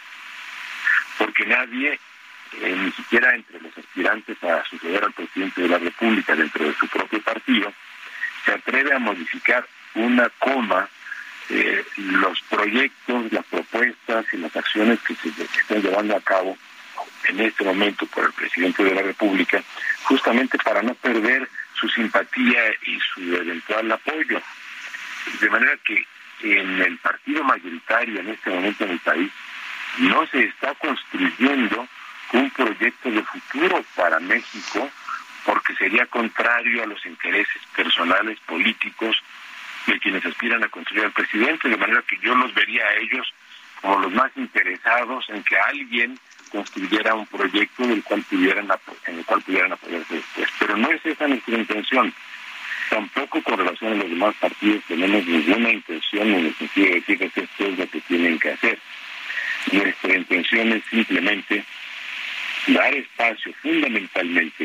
porque nadie, ni siquiera entre los aspirantes a suceder al presidente de la República dentro de su propio partido, se atreve a modificar una coma los proyectos, las propuestas y las acciones que se están llevando a cabo en este momento por el presidente de la República, justamente para no perder su simpatía y su eventual apoyo. De manera que en el partido mayoritario en este momento en el país no se está construyendo un proyecto de futuro para México, porque sería contrario a los intereses personales, políticos de quienes aspiran a construir al presidente, de manera que yo los vería a ellos como los más interesados en que alguien construyera un proyecto en el cual pudieran apoyarse después. Pero no es esa nuestra intención. Tampoco con relación a los demás partidos tenemos ninguna intención en el sentido de decir que esto es lo que tienen que hacer. Nuestra intención es simplemente dar espacio fundamentalmente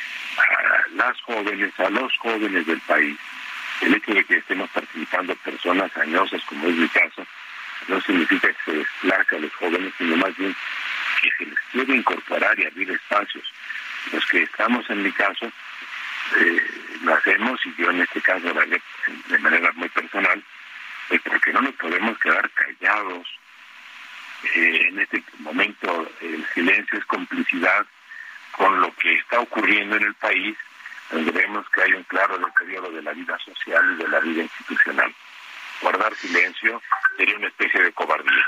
a las jóvenes, a los jóvenes del país. El hecho de que estemos participando personas añosas, como es mi caso, no significa que se desplace a los jóvenes, sino más bien que se les quiere incorporar y abrir espacios. Los que estamos en mi caso, lo hacemos, y yo en este caso lo haré de manera muy personal, porque no nos podemos quedar callados. En este momento el silencio es complicidad con lo que está ocurriendo en el país, donde vemos que hay un claro deterioro de la vida social y de la vida institucional. Guardar silencio sería una especie de cobardía.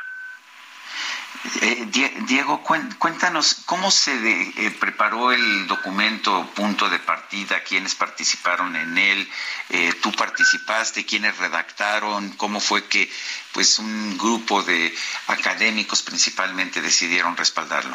Diego, cuéntanos cómo se preparó el documento punto de partida, quiénes participaron en él, tú participaste, quiénes redactaron, cómo fue que un grupo de académicos principalmente decidieron respaldarlo.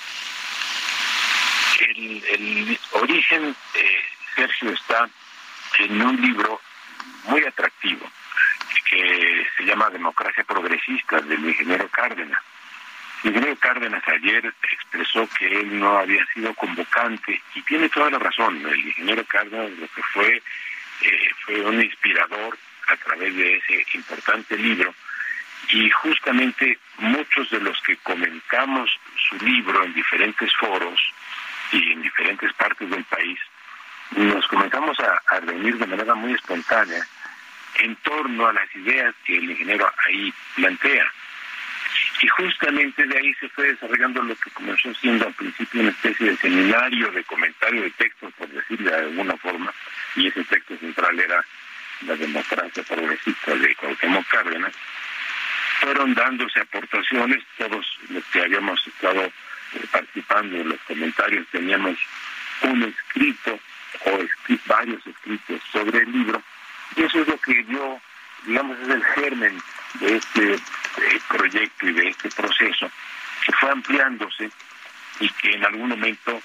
El origen, Sergio, está en un libro muy atractivo que se llama Democracia Progresista, del ingeniero Cárdenas. El ingeniero Cárdenas ayer expresó que él no había sido convocante, y tiene toda la razón. El ingeniero Cárdenas lo que fue un inspirador a través de ese importante libro, y justamente muchos de los que comentamos su libro en diferentes foros y en diferentes partes del país, nos comenzamos a reunir de manera muy espontánea en torno a las ideas que el ingeniero ahí plantea. Y justamente de ahí se fue desarrollando lo que comenzó siendo al principio una especie de seminario de comentario de textos, por decirlo de alguna forma, y ese texto central era La democracia progresista de Cuauhtémoc Cárdenas. Fueron dándose aportaciones, todos los que habíamos estado participando en los comentarios teníamos un escrito o varios escritos sobre el libro, y eso es lo que dio, digamos, es el germen de este proyecto y de este proceso, que fue ampliándose y que en algún momento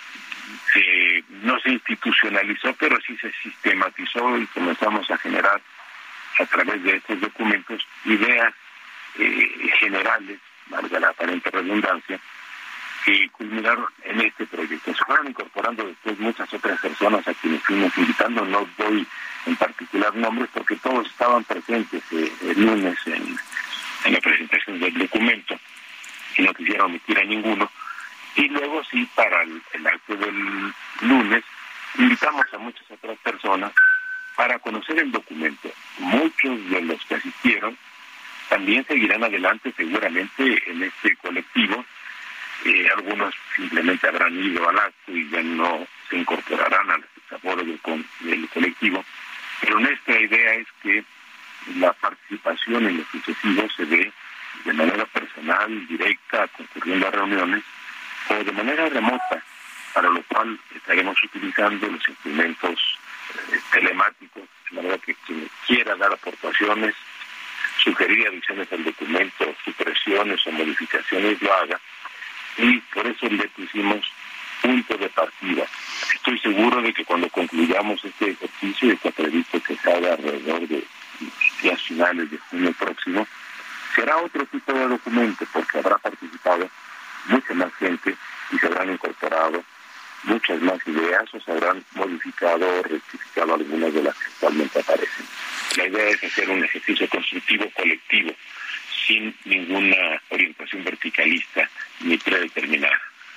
no se institucionalizó, pero sí se sistematizó, y comenzamos a generar a través de estos documentos ideas generales, valga la aparente redundancia, que culminaron en este proyecto. Se fueron incorporando después muchas otras personas a quienes fuimos invitando. No doy en particular nombres porque todos estaban presentes el lunes en la presentación del documento y no quisiera omitir a ninguno. Y luego sí, para el acto del lunes, invitamos a muchas otras personas para conocer el documento. Muchos de los que asistieron también seguirán adelante seguramente en este colectivo. Algunos simplemente habrán ido al acto y ya no se incorporarán a los labores del colectivo. Pero nuestra idea es que la participación en lo sucesivo se dé de manera personal, directa, concurriendo a reuniones, o de manera remota, para lo cual estaremos utilizando los instrumentos telemáticos, de manera que quien quiera dar aportaciones, sugerir adiciones al documento, supresiones o modificaciones, lo haga. Y por eso le pusimos punto de partida. Estoy seguro de que cuando concluyamos este ejercicio, que está previsto que se haga alrededor de días finales de junio próximo, será otro tipo de documento, porque habrá participado mucha más gente y se habrán incorporado muchas más ideas, o se habrán modificado o rectificado algunas de las que actualmente aparecen. La idea es hacer un ejercicio constructivo colectivo, sin ninguna orientación verticalista ni predeterminada.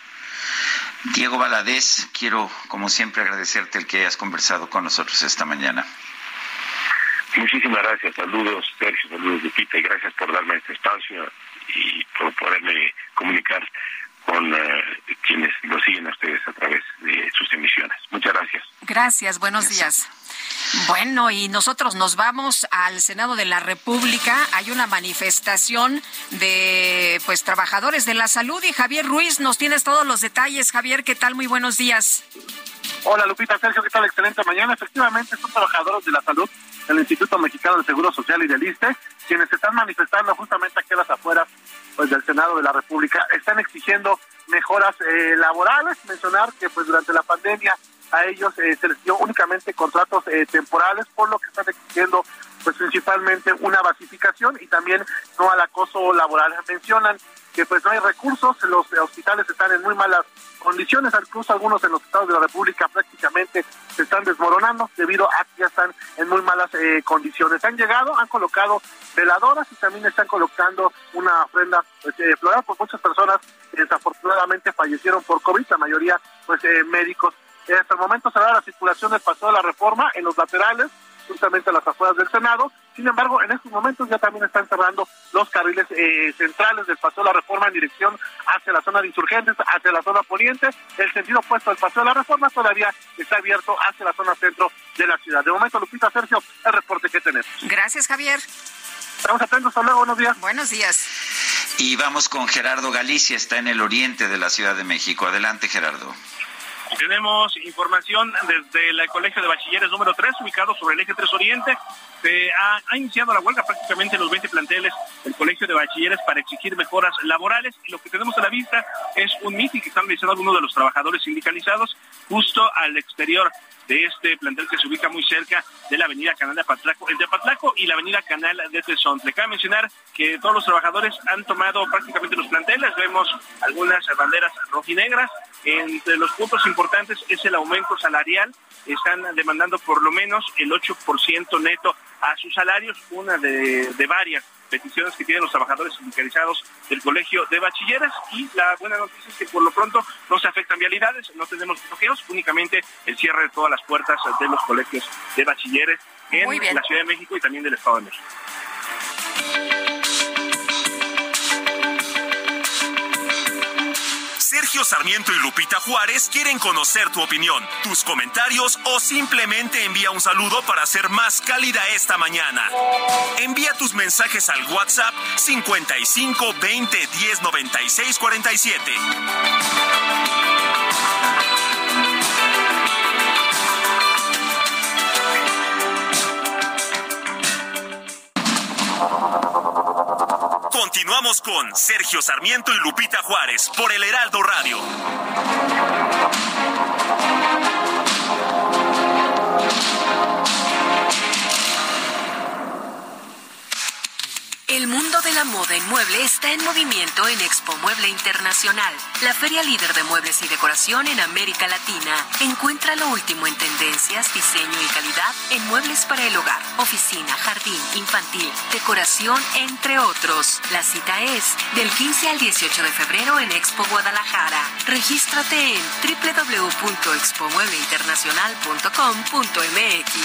Diego Valadez, quiero, como siempre, agradecerte el que hayas conversado con nosotros esta mañana. Muchísimas gracias. Saludos, Sergio, saludos, Lupita, y gracias por darme este espacio y por poderme comunicar con quienes lo siguen a ustedes a través de sus emisiones. Muchas gracias. Gracias, buenos días. Bueno, y nosotros nos vamos al Senado de la República. Hay una manifestación de trabajadores de la salud, y Javier Ruiz, nos tienes todos los detalles. Javier, ¿qué tal? Muy buenos días. Hola, Lupita, Sergio, ¿qué tal? Excelente mañana. Efectivamente, son trabajadores de la salud del Instituto Mexicano del Seguro Social y del ISSSTE quienes están manifestando justamente aquí a las afueras del Senado de la República. Están exigiendo mejoras laborales. Mencionar que durante la pandemia a ellos se les dio únicamente contratos temporales, por lo que están exigiendo principalmente una basificación y también no al acoso laboral. Mencionan que no hay recursos, los hospitales están en muy malas condiciones, incluso algunos en los estados de la República prácticamente se están desmoronando debido a que ya están en muy malas condiciones. Han colocado veladoras y también están colocando una ofrenda floral, pues muchas personas desafortunadamente fallecieron por COVID, la mayoría médicos. Hasta el momento se da la circulación del Paseo de la Reforma en los laterales, justamente a las afueras del Senado. Sin embargo, en estos momentos ya también están cerrando los carriles centrales del Paseo de la Reforma en dirección hacia la zona de Insurgentes, hacia la zona poniente. El sentido opuesto del Paseo de la Reforma todavía está abierto hacia la zona centro de la ciudad. De momento, Lupita, Sergio, el reporte que tenemos. Gracias, Javier. Estamos atentos. Hasta luego. Buenos días. Buenos días. Y vamos con Gerardo Galicia, está en el oriente de la Ciudad de México. Adelante, Gerardo. Tenemos información desde el Colegio de Bachilleres número 3, ubicado sobre el eje 3 Oriente. Se ha iniciado la huelga prácticamente en los 20 planteles del Colegio de Bachilleres para exigir mejoras laborales, y lo que tenemos a la vista es un mitin que están realizando algunos de los trabajadores sindicalizados justo al exterior de este plantel que se ubica muy cerca de la avenida Canal de Apatlaco, entre Apatlaco y la avenida Canal de Tezontle. Cabe mencionar que todos los trabajadores han tomado prácticamente los planteles, vemos algunas banderas rojinegras. Entre los puntos importantes es el aumento salarial, están demandando por lo menos el 8% neto a sus salarios, una de varias peticiones que tienen los trabajadores sindicalizados del Colegio de Bachilleres, y la buena noticia es que por lo pronto no se afectan vialidades, no tenemos bloqueos, únicamente el cierre de todas las puertas de los colegios de bachilleres en la Ciudad de México y también del Estado de México. Sergio Sarmiento y Lupita Juárez quieren conocer tu opinión, tus comentarios o simplemente envía un saludo para hacer más cálida esta mañana. Envía tus mensajes al WhatsApp 55 20 10 96 47. Continuamos con Sergio Sarmiento y Lupita Juárez por el Heraldo Radio. El mundo de la moda en mueble está en movimiento en Expo Mueble Internacional, la feria líder de muebles y decoración en América Latina. Encuentra lo último en tendencias, diseño y calidad en muebles para el hogar, oficina, jardín, infantil, decoración, entre otros. La cita es del 15 al 18 de febrero en Expo Guadalajara. Regístrate en www.expomuebleinternacional.com.mx.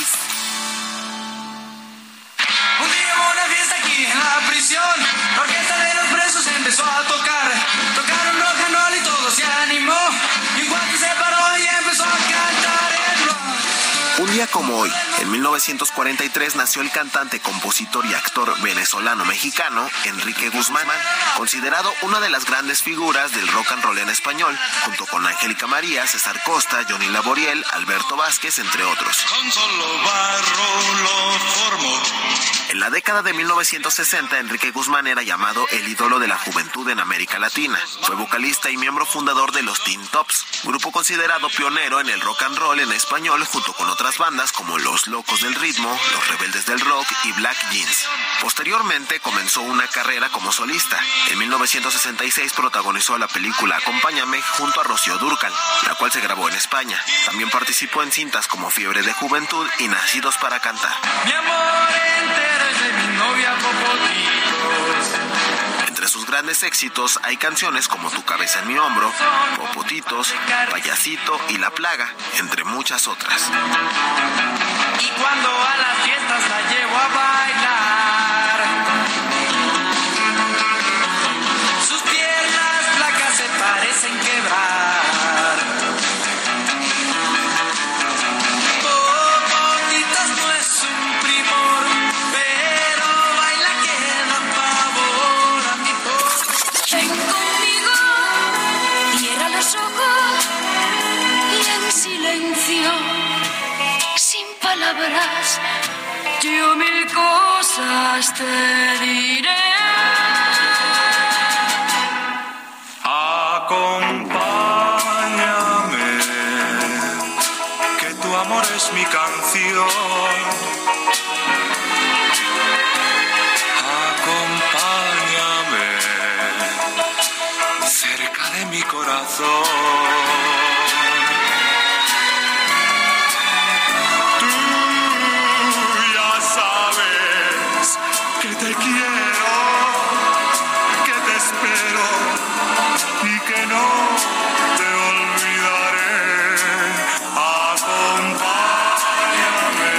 Un día hubo una fiesta aquí en la prisión, la orquesta de los presos empezó a tocar, tocaron rock and roll y todo se animó, y un cuate se paró y empezó a cantar el rock. Un día como hoy, en 1943, nació el cantante, compositor y actor venezolano-mexicano Enrique Guzmán, considerado una de las grandes figuras del rock and roll en español, junto con Angélica María, César Costa, Johnny Laboriel, Alberto Vázquez, entre otros. Con solo barro lo formó. En la década de 1960, Enrique Guzmán era llamado el ídolo de la juventud en América Latina. Fue vocalista y miembro fundador de los Teen Tops, grupo considerado pionero en el rock and roll en español, junto con otras bandas como Los Locos del Ritmo, Los Rebeldes del Rock y Black Jeans. Posteriormente comenzó una carrera como solista. En 1966 protagonizó la película Acompáñame junto a Rocío Dúrcal, la cual se grabó en España. También participó en cintas como Fiebre de Juventud y Nacidos para Cantar. Mi amor entero es de mi novia Popotitos. Entre sus grandes éxitos hay canciones como Tu cabeza en mi hombro, Popotitos, Payasito y La plaga, entre muchas otras. Y cuando a las fiestas la llevo a bailar, sus piernas flacas se parecen quebrar. Popotitos no es un primor, pero baila que da pavor a mi voz. Ven conmigo, cierra los ojos y en silencio, sin palabras, yo mil cosas te diré. Acompáñame, que tu amor es mi canción. Acompáñame, cerca de mi corazón. Que te quiero, que te espero y que no te olvidaré. Acompáñame.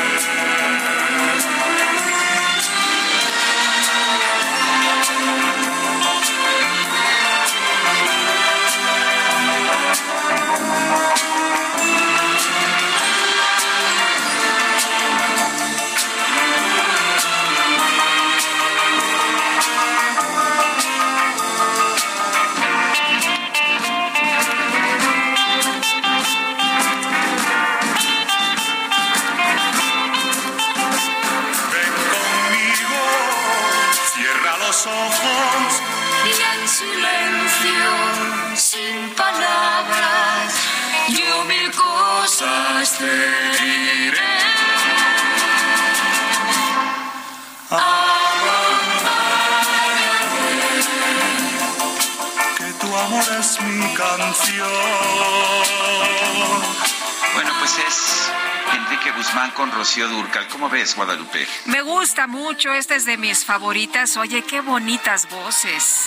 Ojos y en silencio, sin palabras, yo mil cosas te canción. Bueno, pues es Enrique Guzmán con Rocío Dúrcal. ¿Cómo ves, Guadalupe? Me gusta mucho, esta es de mis favoritas. Oye, qué bonitas voces.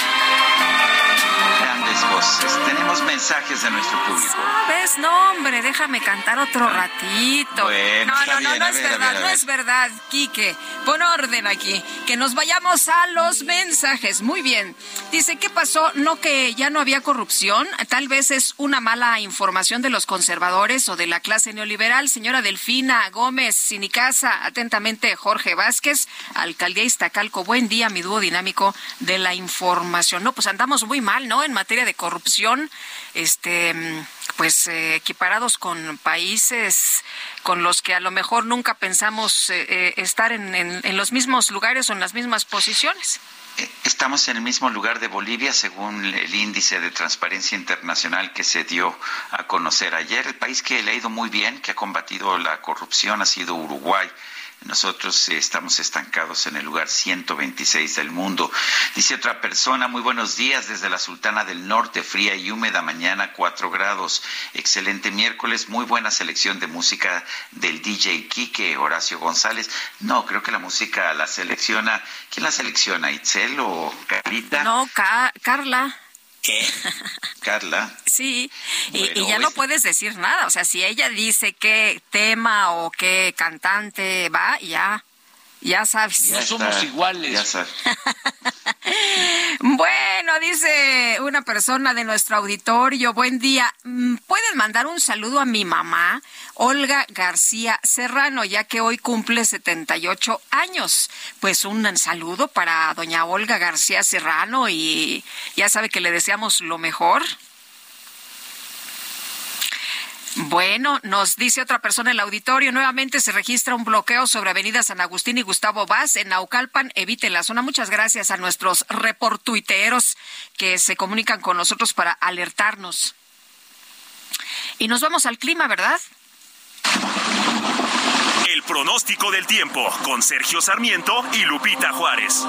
Grandes voces. Tenemos mensajes de nuestro público. ¿Sabes? No, hombre, déjame cantar otro ratito. Bueno, no es verdad, Quique. Pon orden aquí. Que nos vayamos a los mensajes. Muy bien. Dice, ¿qué pasó? No, que ya no había corrupción. Tal vez es una mala información de los conservadores o de la clase neoliberal. Señora Delfina Gómez Sinicasa, atentamente Jorge Vázquez, Alcaldía Iztacalco. Buen día, mi dúo dinámico de la información. No, pues andamos muy mal, ¿no? En materia de corrupción, equiparados con países con los que a lo mejor nunca pensamos estar en los mismos lugares o en las mismas posiciones. Estamos en el mismo lugar de Bolivia, según el índice de transparencia internacional que se dio a conocer ayer. El país que le ha ido muy bien, que ha combatido la corrupción, ha sido Uruguay. Nosotros estamos estancados en el lugar 126 del mundo. Dice otra persona, muy buenos días desde la Sultana del Norte, fría y húmeda, mañana 4 grados. Excelente miércoles, muy buena selección de música del DJ Quique, Horacio González. No, creo que la música la selecciona. ¿Quién la selecciona? ¿Itzel o Carlita? No, Carla. ¿Qué? Carla. Sí, bueno, y ya no puedes decir nada. O sea, si ella dice qué tema o qué cantante va, ya sabes. No somos iguales. Ya sabes. Bueno, dice una persona de nuestro auditorio, buen día. ¿Pueden mandar un saludo a mi mamá, Olga García Serrano, ya que hoy cumple 78 años? Pues un saludo para doña Olga García Serrano y ya sabe que le deseamos lo mejor. Bueno, nos dice otra persona en el auditorio, nuevamente se registra un bloqueo sobre Avenida San Agustín y Gustavo Vaz en Naucalpan, evite la zona. Muchas gracias a nuestros reportuiteros que se comunican con nosotros para alertarnos. Y nos vamos al clima, ¿verdad? El pronóstico del tiempo con Sergio Sarmiento y Lupita Juárez.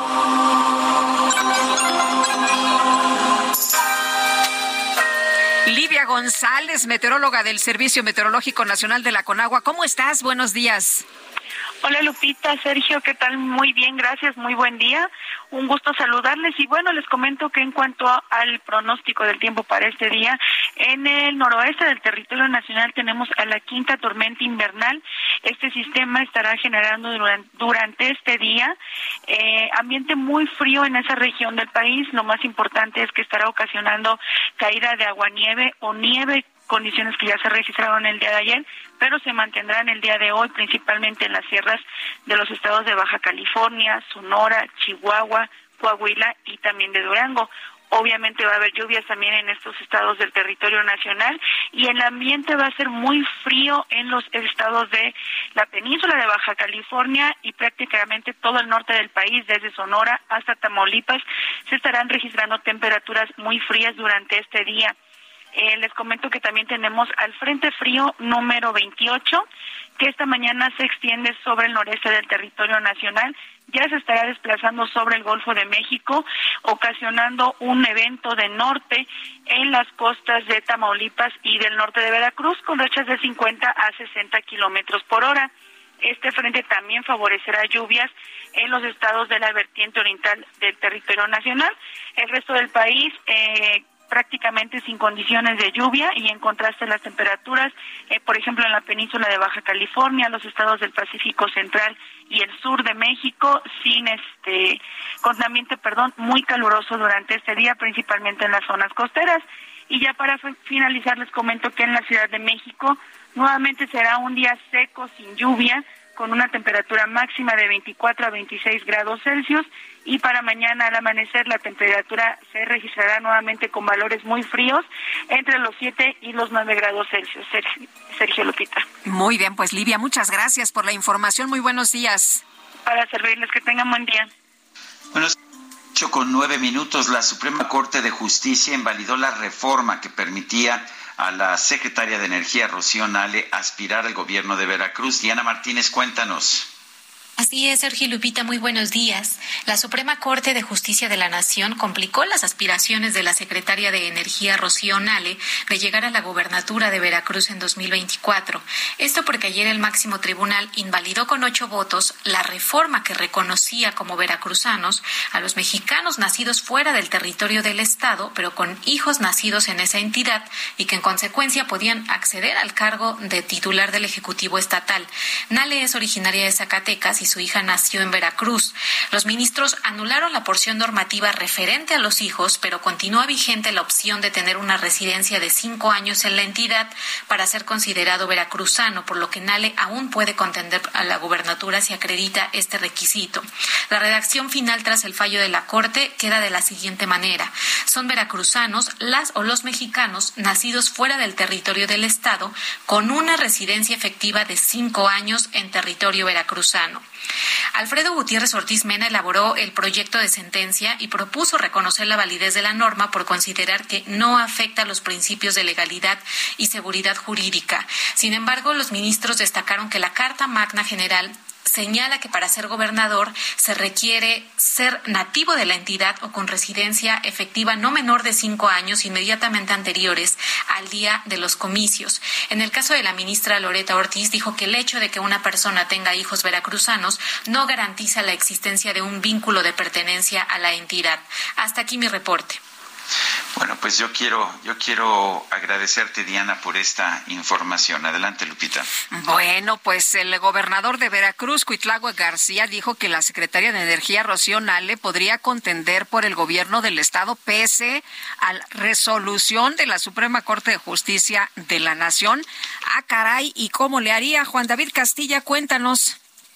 Livia González, meteoróloga del Servicio Meteorológico Nacional de la Conagua. ¿Cómo estás? Buenos días. Hola Lupita, Sergio, ¿qué tal? Muy bien, gracias, muy buen día. Un gusto saludarles y bueno, les comento que en cuanto al pronóstico del tiempo para este día, en el noroeste del territorio nacional tenemos a la quinta tormenta invernal. Este sistema estará generando durante este día ambiente muy frío en esa región del país. Lo más importante es que estará ocasionando caída de aguanieve o nieve, condiciones que ya se registraron el día de ayer, pero se mantendrán el día de hoy, principalmente en las sierras de los estados de Baja California, Sonora, Chihuahua, Coahuila y también de Durango. Obviamente va a haber lluvias también en estos estados del territorio nacional y el ambiente va a ser muy frío en los estados de la península de Baja California y prácticamente todo el norte del país, desde Sonora hasta Tamaulipas, se estarán registrando temperaturas muy frías durante este día. Les comento que también tenemos al Frente Frío número 28, que esta mañana se extiende sobre el noreste del territorio nacional. Ya se estará desplazando sobre el Golfo de México, ocasionando un evento de norte en las costas de Tamaulipas y del norte de Veracruz, con rachas de 50 a 60 kilómetros por hora. Este frente también favorecerá lluvias en los estados de la vertiente oriental del territorio nacional. El resto del país prácticamente sin condiciones de lluvia y en contraste las temperaturas, por ejemplo en la península de Baja California, los estados del Pacífico Central y el sur de México, con ambiente muy caluroso durante este día, principalmente en las zonas costeras. Y ya para finalizar les comento que en la Ciudad de México nuevamente será un día seco, sin lluvia, con una temperatura máxima de 24 a 26 grados Celsius, y para mañana al amanecer la temperatura se registrará nuevamente con valores muy fríos, entre los 7 y los 9 grados Celsius. Sergio, Lupita. Muy bien, pues Livia, muchas gracias por la información. Muy buenos días. Para servirles, que tengan buen día. Buenos 8:09, la Suprema Corte de Justicia invalidó la reforma que permitía a la secretaria de Energía, Rocío Nale, aspirar al gobierno de Veracruz. Diana Martínez, cuéntanos. Así es, Sergio y Lupita, muy buenos días. La Suprema Corte de Justicia de la Nación complicó las aspiraciones de la secretaria de Energía, Rocío Nale, de llegar a la gobernatura de Veracruz en 2024. Esto porque ayer el máximo tribunal invalidó con 8 votos la reforma que reconocía como veracruzanos a los mexicanos nacidos fuera del territorio del Estado, pero con hijos nacidos en esa entidad y que en consecuencia podían acceder al cargo de titular del Ejecutivo Estatal. Nale es originaria de Zacatecas y su hija nació en Veracruz. Los ministros anularon la porción normativa referente a los hijos, pero continúa vigente la opción de tener una residencia de 5 años en la entidad para ser considerado veracruzano, por lo que Nale aún puede contender a la gubernatura si acredita este requisito. La redacción final tras el fallo de la Corte queda de la siguiente manera: son veracruzanos las o los mexicanos nacidos fuera del territorio del Estado con una residencia efectiva de 5 años en territorio veracruzano. Alfredo Gutiérrez Ortiz Mena elaboró el proyecto de sentencia y propuso reconocer la validez de la norma por considerar que no afecta a los principios de legalidad y seguridad jurídica. Sin embargo, los ministros destacaron que la Carta Magna General señala que para ser gobernador se requiere ser nativo de la entidad o con residencia efectiva no menor de 5 años inmediatamente anteriores al día de los comicios. En el caso de la ministra Loreta Ortiz, dijo que el hecho de que una persona tenga hijos veracruzanos no garantiza la existencia de un vínculo de pertenencia a la entidad. Hasta aquí mi reporte. Bueno, pues yo quiero agradecerte, Diana, por esta información. Adelante, Lupita. Bueno, pues el gobernador de Veracruz, Cuitlahua García, dijo que la secretaria de Energía, Rocío Nale, podría contender por el gobierno del estado pese a la resolución de la Suprema Corte de Justicia de la Nación. Ah, caray, ¿y cómo le haría? Juan David Castilla, cuéntanos.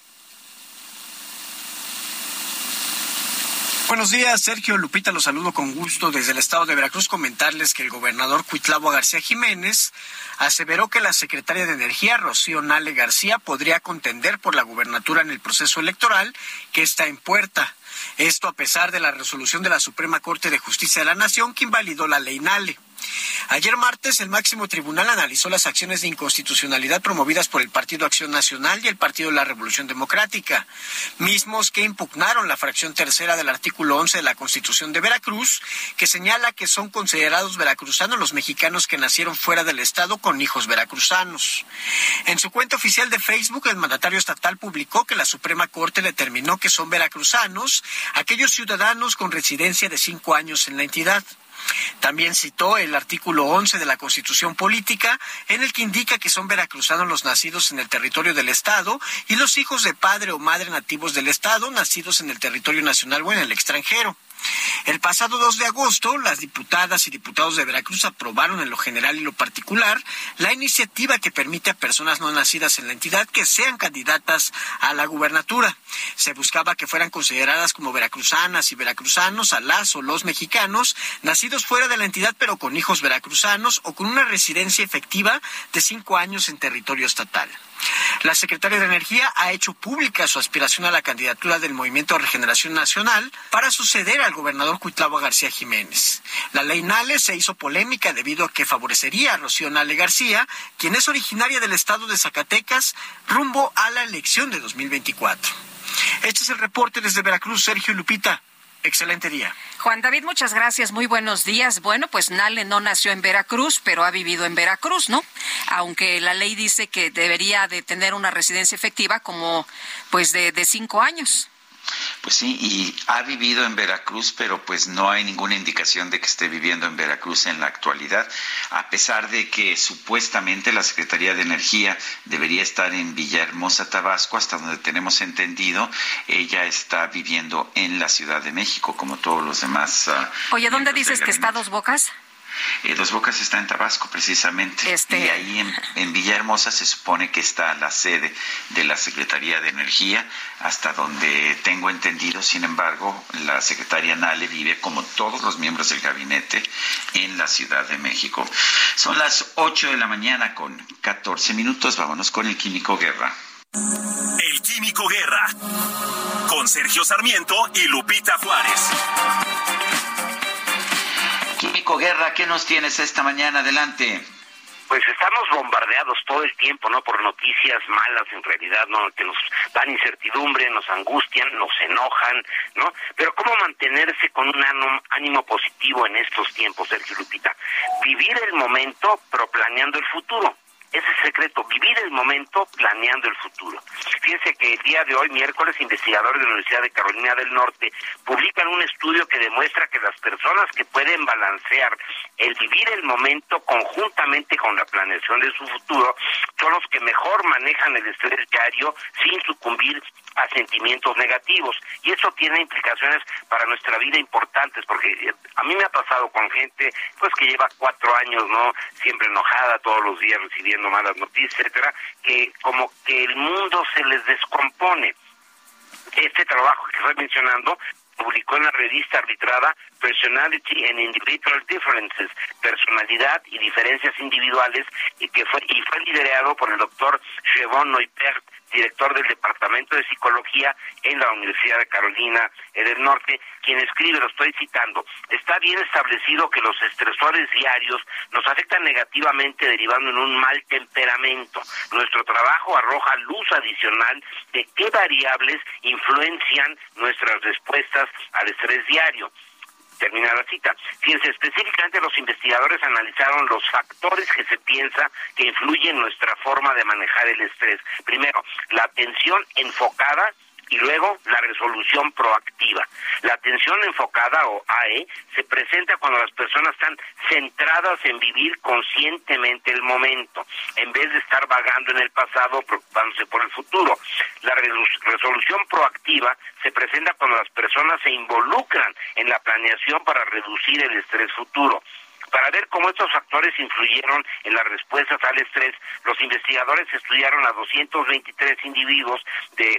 Buenos días, Sergio, Lupita, los saludo con gusto desde el estado de Veracruz. Comentarles que el gobernador Cuitlahua García Jiménez aseveró que la secretaria de Energía, Rocío Nale García, podría contender por la gubernatura en el proceso electoral que está en puerta. Esto a pesar de la resolución de la Suprema Corte de Justicia de la Nación que invalidó la ley Nale. Ayer martes, el máximo tribunal analizó las acciones de inconstitucionalidad promovidas por el Partido Acción Nacional y el Partido de la Revolución Democrática, mismos que impugnaron la fracción tercera del artículo 11 de la Constitución de Veracruz, que señala que son considerados veracruzanos los mexicanos que nacieron fuera del Estado con hijos veracruzanos. En su cuenta oficial de Facebook, el mandatario estatal publicó que la Suprema Corte determinó que son veracruzanos aquellos ciudadanos con residencia de 5 años en la entidad. También citó el artículo 11 de la Constitución Política, en el que indica que son veracruzanos los nacidos en el territorio del Estado y los hijos de padre o madre nativos del Estado, nacidos en el territorio nacional o en el extranjero. El pasado 2 de agosto, las diputadas y diputados de Veracruz aprobaron en lo general y lo particular la iniciativa que permite a personas no nacidas en la entidad que sean candidatas a la gubernatura. Se buscaba que fueran consideradas como veracruzanas y veracruzanos a las o los mexicanos nacidos fuera de la entidad pero con hijos veracruzanos o con una residencia efectiva de 5 años en territorio estatal. La secretaria de Energía ha hecho pública su aspiración a la candidatura del Movimiento de Regeneración Nacional para suceder al gobernador Cuitlahua García Jiménez. La ley Nale se hizo polémica debido a que favorecería a Rocío Nale García, quien es originaria del estado de Zacatecas, rumbo a la elección de 2024. Este es el reporte desde Veracruz, Sergio y Lupita. Excelente día. Juan David, muchas gracias. Muy buenos días. Bueno, pues Nale no nació en Veracruz, pero ha vivido en Veracruz, ¿no? Aunque la ley dice que debería de tener una residencia efectiva como, pues, de 5 años. Pues sí, y ha vivido en Veracruz, pero pues no hay ninguna indicación de que esté viviendo en Veracruz en la actualidad, a pesar de que supuestamente la Secretaría de Energía debería estar en Villahermosa, Tabasco, hasta donde tenemos entendido, ella está viviendo en la Ciudad de México, como todos los demás. Oye, ¿dónde dices que está Dos Bocas? Dos Bocas está en Tabasco, precisamente, y ahí en Villahermosa se supone que está la sede de la Secretaría de Energía, hasta donde tengo entendido. Sin embargo, la secretaria Nale vive, como todos los miembros del gabinete, en la Ciudad de México. Son las 8 de la mañana con 14 minutos. Vámonos con el Químico Guerra. El Químico Guerra, con Sergio Sarmiento y Lupita Juárez. Químico Guerra, ¿qué nos tienes esta mañana? Adelante. pues estamos bombardeados todo el tiempo, ¿no? Por noticias malas, en realidad, ¿no? Que nos dan incertidumbre, nos angustian, nos enojan, ¿no? Pero ¿cómo mantenerse con un ánimo positivo en estos tiempos, Sergio, Lupita? Vivir el momento, pero planeando el futuro. Ese es el secreto, vivir el momento planeando el futuro. Fíjense que el día de hoy, miércoles, investigadores de la Universidad de Carolina del Norte publican un estudio que demuestra que las personas que pueden balancear el vivir el momento conjuntamente con la planeación de su futuro son los que mejor manejan el estrés diario sin sucumbir a sentimientos negativos. Y eso tiene implicaciones para nuestra vida importantes, porque a mí me ha pasado con gente pues que lleva 4 años, ¿no? Siempre enojada, todos los días recibiendo malas noticias, etcétera, que como que el mundo se les descompone. Este trabajo que estoy mencionando publicó en la revista arbitrada Personality and Individual Differences, personalidad y diferencias individuales, y fue liderado por el doctor Chevon Neupert, director del Departamento de Psicología en la Universidad de Carolina del Norte, quien escribe, lo estoy citando: está bien establecido que los estresores diarios nos afectan negativamente, derivando en un mal temperamento. Nuestro trabajo arroja luz adicional de qué variables influencian nuestras respuestas al estrés diario. Termina la cita. Fíjense, específicamente los investigadores analizaron los factores que se piensa que influyen en nuestra forma de manejar el estrés. Primero, la atención enfocada y luego la resolución proactiva. La atención enfocada, o AE, se presenta cuando las personas están centradas en vivir conscientemente el momento, en vez de estar vagando en el pasado preocupándose por el futuro. La resolución proactiva se presenta cuando las personas se involucran en la planeación para reducir el estrés futuro. Para ver cómo estos factores influyeron en las respuestas al estrés, los investigadores estudiaron a 223 individuos de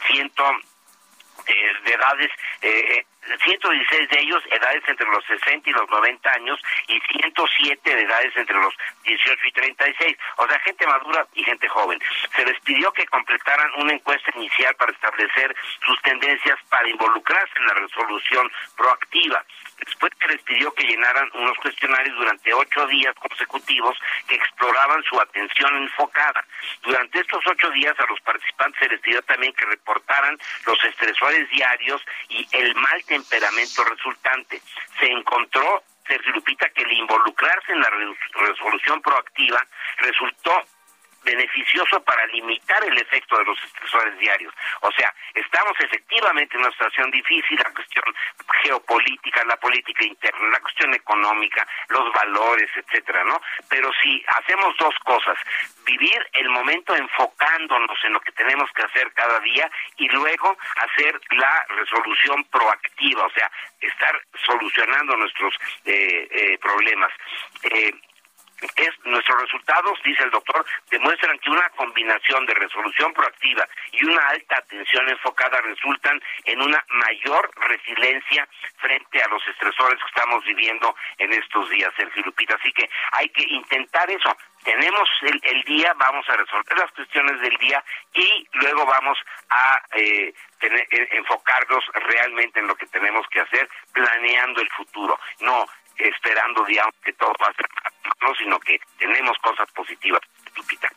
edades, 116 de ellos edades entre los 60 y los 90 años y 107 de edades entre los 18 y 36, o sea, gente madura y gente joven. Se les pidió que completaran una encuesta inicial para establecer sus tendencias para involucrarse en la resolución proactiva. Después se les pidió que llenaran unos cuestionarios durante 8 días consecutivos que exploraban su atención enfocada. Durante estos 8 días a los participantes se les pidió también que reportaran los estresores diarios y el mal temperamento resultante. Se encontró, Sergio, Lupita, que el involucrarse en la resolución proactiva resultó beneficioso para limitar el efecto de los estresores diarios. O sea, estamos efectivamente en una situación difícil, la cuestión geopolítica, la política interna, la cuestión económica, los valores, etcétera, ¿no? Pero si hacemos dos cosas: vivir el momento enfocándonos en lo que tenemos que hacer cada día y luego hacer la resolución proactiva, o sea, estar solucionando nuestros problemas. Nuestros resultados, dice el doctor, demuestran que una combinación de resolución proactiva y una alta atención enfocada resultan en una mayor resiliencia frente a los estresores que estamos viviendo en estos días, Sergio, Lupita. Así que hay que intentar eso. Tenemos el día, vamos a resolver las cuestiones del día y luego vamos a enfocarnos realmente en lo que tenemos que hacer, planeando el futuro, no esperando, digamos, que todo va a ser malo, sino que tenemos cosas positivas, Lupita.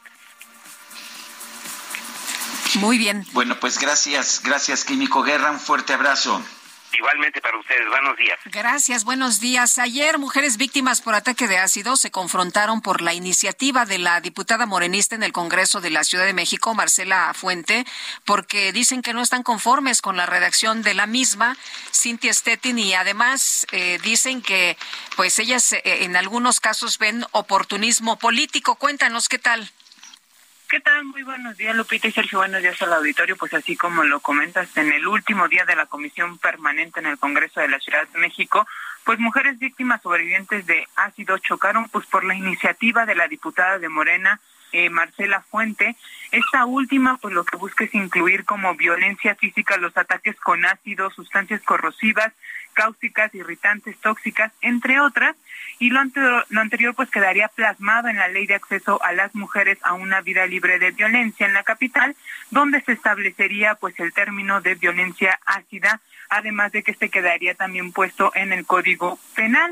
Muy bien. Bueno, pues gracias, Químico Guerra, un fuerte abrazo. Igualmente para ustedes, buenos días. Gracias, buenos días. Ayer, mujeres víctimas por ataque de ácido se confrontaron por la iniciativa de la diputada morenista en el Congreso de la Ciudad de México, Marcela Fuente, porque dicen que no están conformes con la redacción de la misma, Cintia Stettin, y además dicen que pues ellas en algunos casos ven oportunismo político. Cuéntanos, ¿qué tal? ¿Qué tal? Muy buenos días, Lupita y Sergio. Buenos días al auditorio. Pues así como lo comentas, en el último día de la Comisión Permanente en el Congreso de la Ciudad de México, pues mujeres víctimas sobrevivientes de ácido chocaron pues por la iniciativa de la diputada de Morena, Marcela Fuente. Esta última pues lo que busca es incluir como violencia física los ataques con ácido, sustancias corrosivas, cáusticas, irritantes, tóxicas, entre otras, y lo anterior pues quedaría plasmado en la Ley de Acceso a las Mujeres a una Vida Libre de Violencia en la capital, donde se establecería pues el término de violencia ácida, además de que este quedaría también puesto en el Código Penal.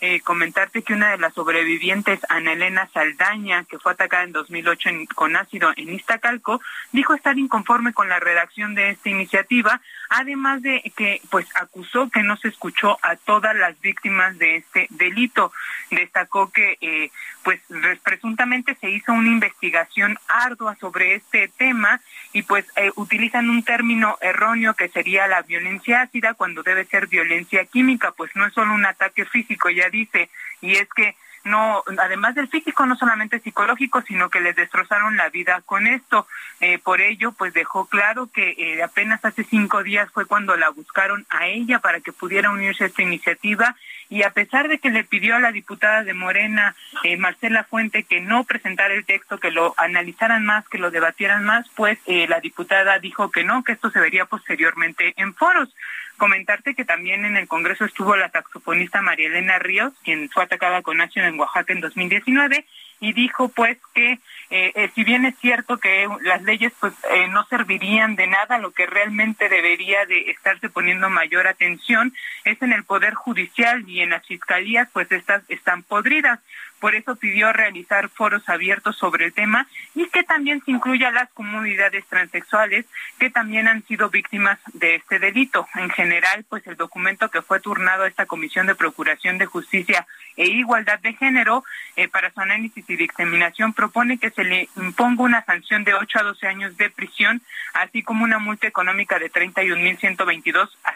comentarte que una de las sobrevivientes, Ana Elena Saldaña, que fue atacada en 2008 con ácido en Iztacalco, dijo estar inconforme con la redacción de esta iniciativa, además de que pues acusó que no se escuchó a todas las víctimas de este delito. Destacó que pues presuntamente se hizo una investigación ardua sobre este tema y pues utilizan un término erróneo que sería la violencia ácida cuando debe ser violencia química, pues no es solo un ataque físico, ya dice, y es que no, además del físico, no solamente psicológico, sino que les destrozaron la vida con esto. Por ello, pues dejó claro que apenas hace 5 días fue cuando la buscaron a ella para que pudiera unirse a esta iniciativa, y a pesar de que le pidió a la diputada de Morena, Marcela Fuente, que no presentara el texto, que lo analizaran más, que lo debatieran más, pues la diputada dijo que no, que esto se vería posteriormente en foros. Comentarte que también en el Congreso estuvo la saxofonista María Elena Ríos, quien fue atacada con ácido en Oaxaca en 2019, y dijo pues que si bien es cierto que las leyes pues no servirían de nada, lo que realmente debería de estarse poniendo mayor atención es en el Poder Judicial y en las fiscalías, pues estas están podridas. Por eso pidió realizar foros abiertos sobre el tema y que también se incluya a las comunidades transexuales que también han sido víctimas de este delito. En general, pues el documento que fue turnado a esta Comisión de Procuración de Justicia e Igualdad de Género para su análisis y dictaminación propone que se le imponga una sanción de 8 a 12 años de prisión, así como una multa económica de 31.122 a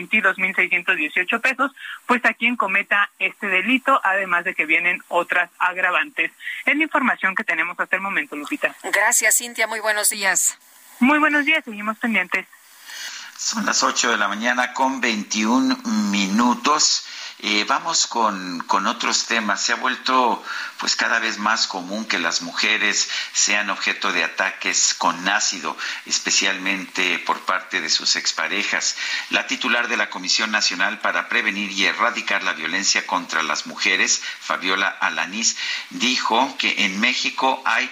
122.618 pesos, pues a quien cometa este delito, además de que vienen otras agravantes. Es la información que tenemos hasta el momento, Lupita. Gracias, Cintia. Muy buenos días. Muy buenos días. Seguimos pendientes. Son las 8 de la mañana con 21 minutos. Vamos con otros temas. Se ha vuelto pues cada vez más común que las mujeres sean objeto de ataques con ácido, especialmente por parte de sus exparejas. La titular de la Comisión Nacional para Prevenir y Erradicar la Violencia contra las Mujeres, Fabiola Alanís, dijo que en México hay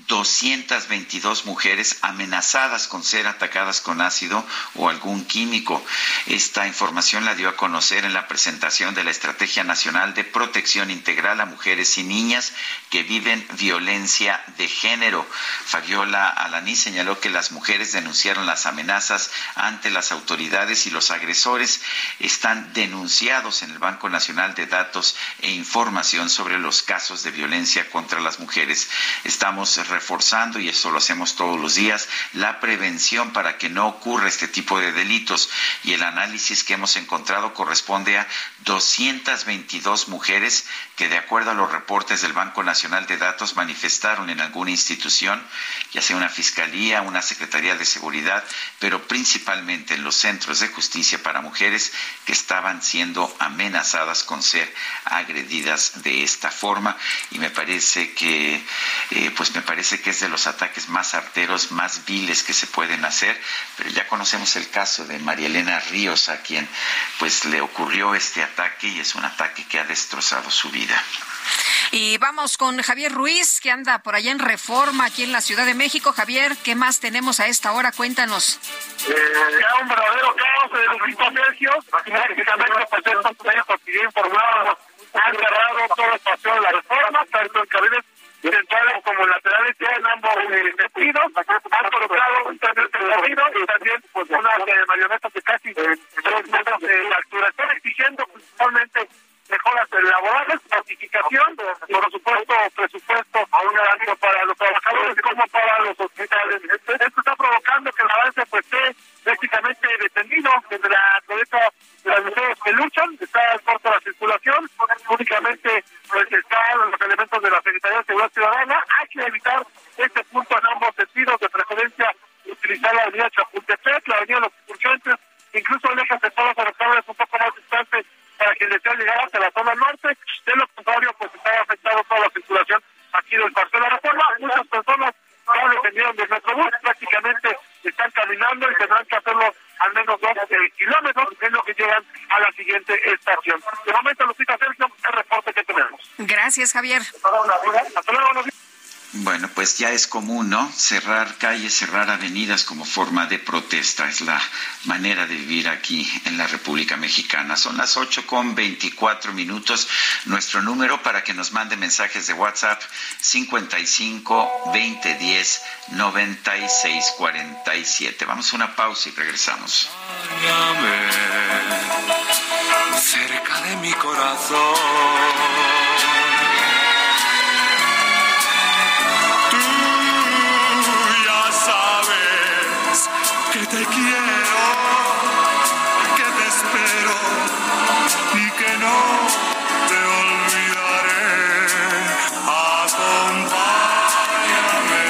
222 mujeres amenazadas con ser atacadas con ácido o algún químico. Esta información la dio a conocer en la presentación de la Estrategia Nacional de Protección Integral a Mujeres y Niñas que viven violencia de género. Fabiola Alanís señaló que las mujeres denunciaron las amenazas ante las autoridades y los agresores están denunciados en el Banco Nacional de Datos e Información sobre los casos de violencia contra las mujeres. Estamos reforzando, y eso lo hacemos todos los días, la prevención para que no ocurra este tipo de delitos, y el análisis que hemos encontrado corresponde a 222 mujeres que, de acuerdo a los reportes del Banco Nacional de Datos, manifestaron en alguna institución, ya sea una fiscalía, una secretaría de seguridad, pero principalmente en los centros de justicia para mujeres, que estaban siendo amenazadas con ser agredidas de esta forma. Y me parece que es de los ataques más arteros, más viles que se pueden hacer, pero ya conocemos el caso de María Elena Ríos, a quien pues le ocurrió este ataque, y es un ataque que ha destrozado su vida. Y vamos con Javier Ruiz, que anda por allá en Reforma, aquí en la Ciudad de México. Javier, ¿qué más tenemos a esta hora? Cuéntanos. Un verdadero caos de Lupita, Sergio. Prácticamente, pues estos medios cotidianos informados han cerrado todo el paseo de la Reforma, tanto en carriles centrales como laterales, ya en ambos sentidos. Han colocado un tren recorrido y también pues unas marionetas de casi 3 metros de altura. Están exigiendo principalmente mejoras laborales, notificación, por supuesto presupuesto tanto para los trabajadores como para los hospitales. Esto está provocando que el avance pues esté prácticamente detenido desde la coleta de las mujeres que luchan. Está corta la circulación, únicamente pues están los elementos de la Secretaría de Seguridad Ciudadana. Hay que evitar este punto en ambos sentidos, de preferencia utilizar la avenida Chapultepec, la avenida Los Insurgentes, incluso el eje central de los Rectores un poco más distante para quien desea llegar hacia la zona norte. De lo contrario, pues está afectado toda la circulación aquí del Paseo de la Reforma. Muchas personas no dependieron del Metrobús, prácticamente están caminando y tendrán que hacerlo al menos 2 kilómetros, en lo que llegan a la siguiente estación. De momento, Lupita, Sergio, el reporte que tenemos. Gracias, Javier. Hasta luego, buenos días. Bueno, pues ya es común, ¿no? Cerrar calles, cerrar avenidas como forma de protesta. Es la manera de vivir aquí en la República Mexicana. Son las 8:24. Nuestro número para que nos mande mensajes de WhatsApp, 55-2010-9647. Vamos a una pausa y regresamos. Cerca de mi corazón. Que te quiero, que te espero y que no te olvidaré. Acompáñame.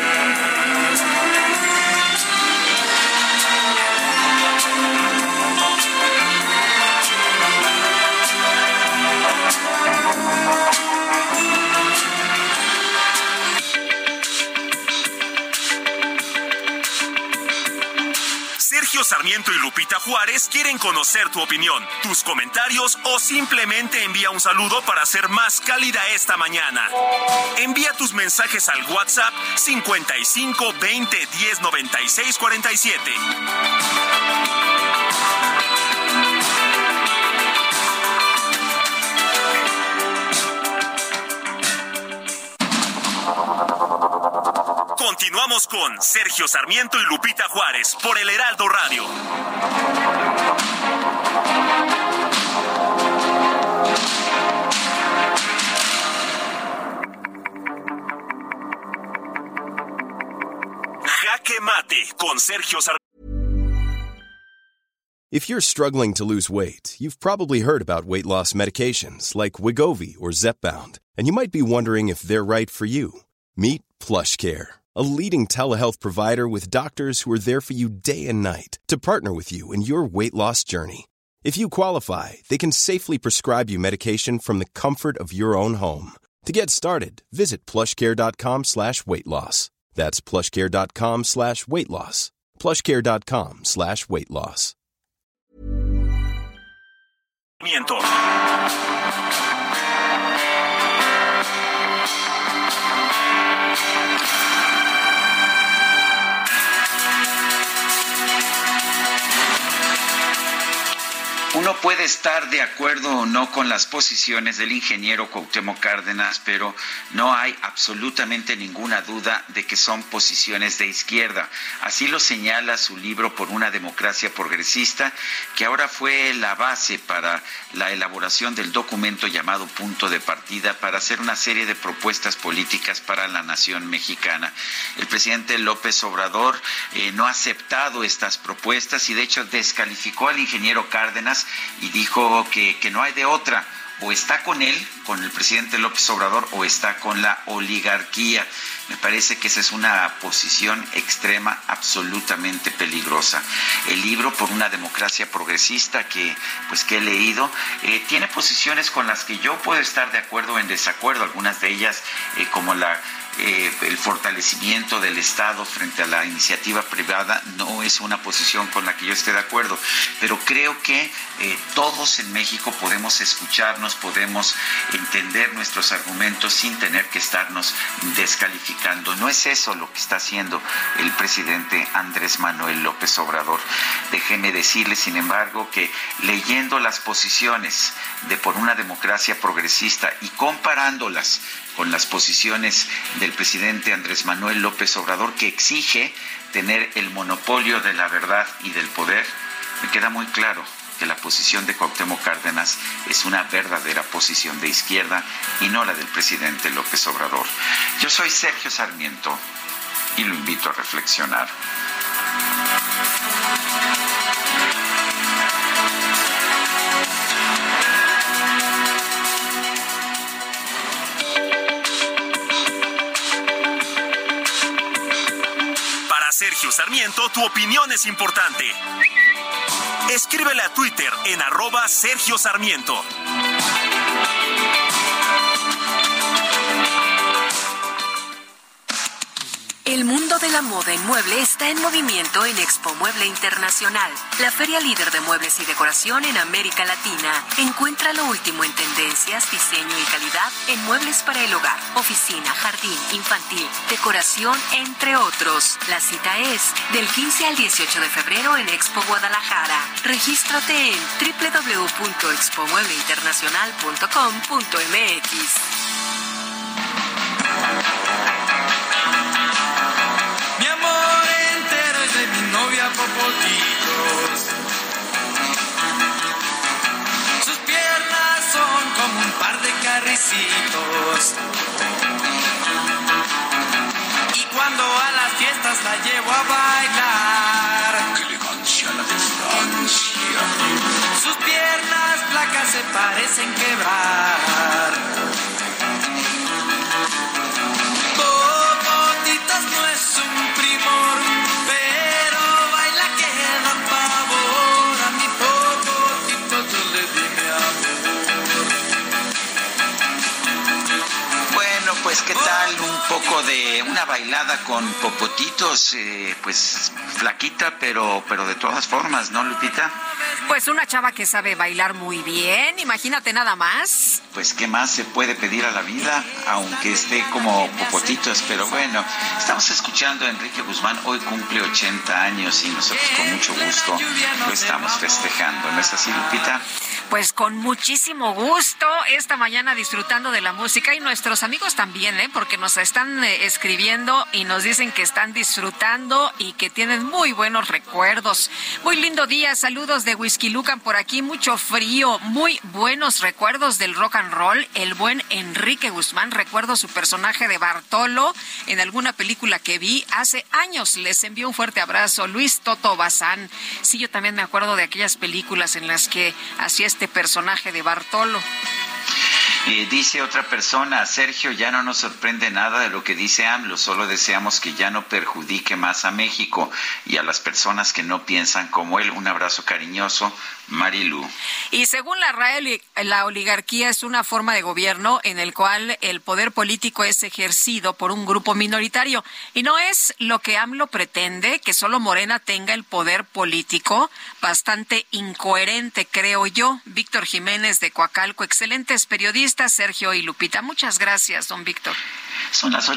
Sergio Sarmiento y Lupita Juárez quieren conocer tu opinión, tus comentarios o simplemente envía un saludo para ser más cálida esta mañana. Envía tus mensajes al WhatsApp 55 20 10 96 47. Continuamos con Sergio Sarmiento y Lupita Juárez por el Heraldo Radio. Jaque Mate con Sergio Sarmiento. If you're struggling to lose weight, you've probably heard about weight loss medications like Wegovy or Zepbound, and you might be wondering if they're right for you. Meet PlushCare, a leading telehealth provider with doctors who are there for you day and night to partner with you in your weight loss journey. If you qualify, they can safely prescribe you medication from the comfort of your own home. To get started, visit plushcare.com/weightloss. That's plushcare.com/weightloss. plushcare.com/weightloss. Uno puede estar de acuerdo o no con las posiciones del ingeniero Cuauhtémoc Cárdenas, pero no hay absolutamente ninguna duda de que son posiciones de izquierda. Así lo señala su libro Por una democracia progresista, que ahora fue la base para la elaboración del documento llamado Punto de Partida para hacer una serie de propuestas políticas para la nación mexicana. El presidente López Obrador no ha aceptado estas propuestas y de hecho descalificó al ingeniero Cárdenas y dijo que no hay de otra, o está con él, con el presidente López Obrador, o está con la oligarquía. Me parece que esa es una posición extrema, absolutamente peligrosa. El libro Por una democracia progresista que he leído, tiene posiciones con las que yo puedo estar de acuerdo o en desacuerdo, algunas de ellas como el fortalecimiento del Estado frente a la iniciativa privada no es una posición con la que yo esté de acuerdo, pero creo que todos en México podemos escucharnos, podemos entender nuestros argumentos sin tener que estarnos descalificando. No es eso lo que está haciendo el presidente Andrés Manuel López Obrador. Déjeme decirle, sin embargo, que leyendo las posiciones de Por una democracia progresista y comparándolas con las posiciones del presidente Andrés Manuel López Obrador, que exige tener el monopolio de la verdad y del poder, me queda muy claro que la posición de Cuauhtémoc Cárdenas es una verdadera posición de izquierda y no la del presidente López Obrador. Yo soy Sergio Sarmiento y lo invito a reflexionar. Sergio Sarmiento, tu opinión es importante. Escríbele a Twitter en @Sergio Sarmiento. El mundo de la moda en mueble está en movimiento en Expo Mueble Internacional, la feria líder de muebles y decoración en América Latina. Encuentra lo último en tendencias, diseño y calidad en muebles para el hogar, oficina, jardín, infantil, decoración, entre otros. La cita es del 15 al 18 de febrero en Expo Guadalajara. Regístrate en www.expomuebleinternacional.com.mx. Mi amor entero es de mi novia Popotitos. Sus piernas son como un par de carricitos. Y cuando a las fiestas la llevo a bailar, ¡qué elegancia la distancia! Sus piernas flacas se parecen quebrar. Popotitos no es un primor, pero baila que da pavor. A mi Popotitos yo le di mi amor. Bueno, pues qué tal un poco de una bailada con Popotitos, pues flaquita, pero de todas formas, ¿no, Lupita? Pues una chava que sabe bailar muy bien, imagínate nada más. Pues qué más se puede pedir a la vida, aunque esté como Popotitos, pero bueno, estamos escuchando a Enrique Guzmán, hoy cumple 80 años y nosotros con mucho gusto lo estamos festejando, ¿no es así, Lupita? Pues con muchísimo gusto, esta mañana disfrutando de la música y nuestros amigos también, porque nos están escribiendo y nos dicen que están disfrutando y que tienen muy buenos recuerdos. Muy lindo día, saludos de Whisky Lucan por aquí, mucho frío, muy buenos recuerdos del rock and roll. El buen Enrique Guzmán, recuerdo su personaje de Bartolo en alguna película que vi hace años. Les envío un fuerte abrazo, Luis Toto Bazán. Sí, yo también me acuerdo de aquellas películas en las que hacía este personaje de Bartolo. Dice otra persona, Sergio, ya no nos sorprende nada de lo que dice AMLO, solo deseamos que ya no perjudique más a México y a las personas que no piensan como él. Un abrazo cariñoso, Marilu. Y según la RAE, la oligarquía es una forma de gobierno en el cual el poder político es ejercido por un grupo minoritario. Y no es lo que AMLO pretende, que solo Morena tenga el poder político. Bastante incoherente, creo yo. Víctor Jiménez de Coacalco, excelentes periodistas, Sergio y Lupita. Muchas gracias, don Víctor. Son las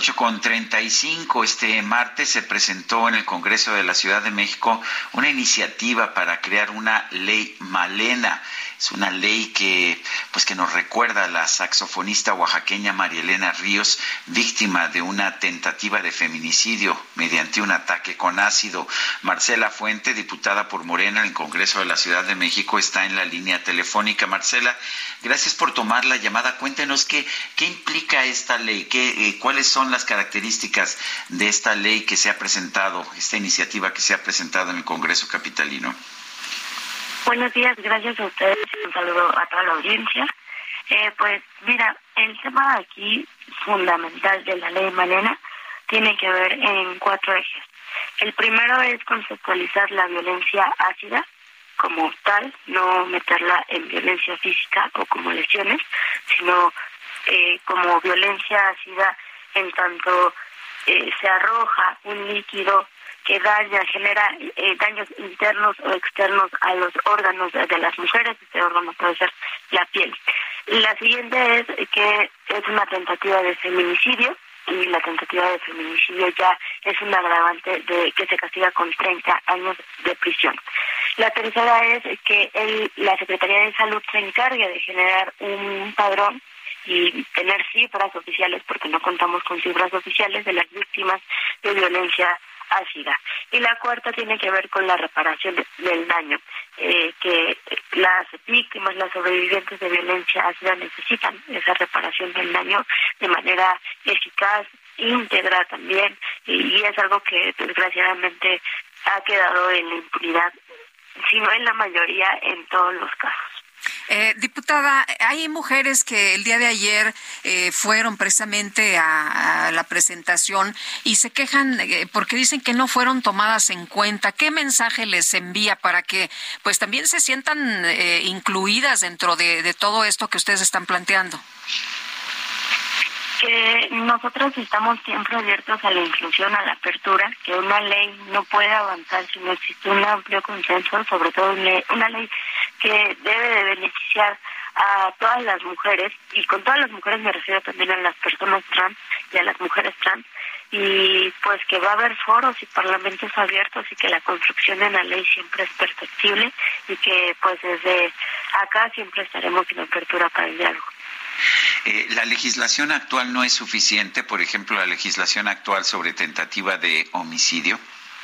8:35. Este martes se presentó en el Congreso de la Ciudad de México una iniciativa para crear una ley Malena. Es una ley que nos recuerda a la saxofonista oaxaqueña María Elena Ríos, víctima de una tentativa de feminicidio mediante un ataque con ácido. Marcela Fuente, diputada por Morena en el Congreso de la Ciudad de México, está en la línea telefónica. Marcela, gracias por tomar la llamada. Cuéntenos qué implica esta ley, cuáles son las características de esta ley que se ha presentado, esta iniciativa que se ha presentado en el Congreso capitalino. Buenos días, gracias a ustedes, un saludo a toda la audiencia. Pues mira, el tema aquí fundamental de la ley Malena tiene que ver en 4 ejes. El primero es conceptualizar la violencia ácida como tal, no meterla en violencia física o como lesiones, sino como violencia ácida en tanto se arroja un líquido que genera daños internos o externos a los órganos de las mujeres. Este órgano puede ser la piel. La siguiente es que es una tentativa de feminicidio, y la tentativa de feminicidio ya es un agravante que se castiga con 30 años de prisión. La tercera es que la Secretaría de Salud se encargue de generar un padrón y tener cifras oficiales, porque no contamos con cifras oficiales de las víctimas de violencia ácida. Y la cuarta tiene que ver con la reparación del daño, que las víctimas, las sobrevivientes de violencia ácida necesitan esa reparación del daño de manera eficaz, íntegra también, y es algo que desgraciadamente ha quedado en la impunidad, sino en la mayoría en todos los casos. Diputada, hay mujeres que el día de ayer fueron precisamente a la presentación y se quejan porque dicen que no fueron tomadas en cuenta. ¿Qué mensaje les envía para que pues también se sientan incluidas dentro de todo esto que ustedes están planteando? que nosotros estamos siempre abiertos a la inclusión, a la apertura, que una ley no puede avanzar si no existe un amplio consenso, sobre todo una ley que debe de beneficiar a todas las mujeres, y con todas las mujeres me refiero también a las personas trans y a las mujeres trans, y pues que va a haber foros y parlamentos abiertos y que la construcción de una ley siempre es perfectible y que pues desde acá siempre estaremos en apertura para el diálogo. ¿La legislación actual no es suficiente? Por ejemplo, la legislación actual sobre tentativa de homicidio.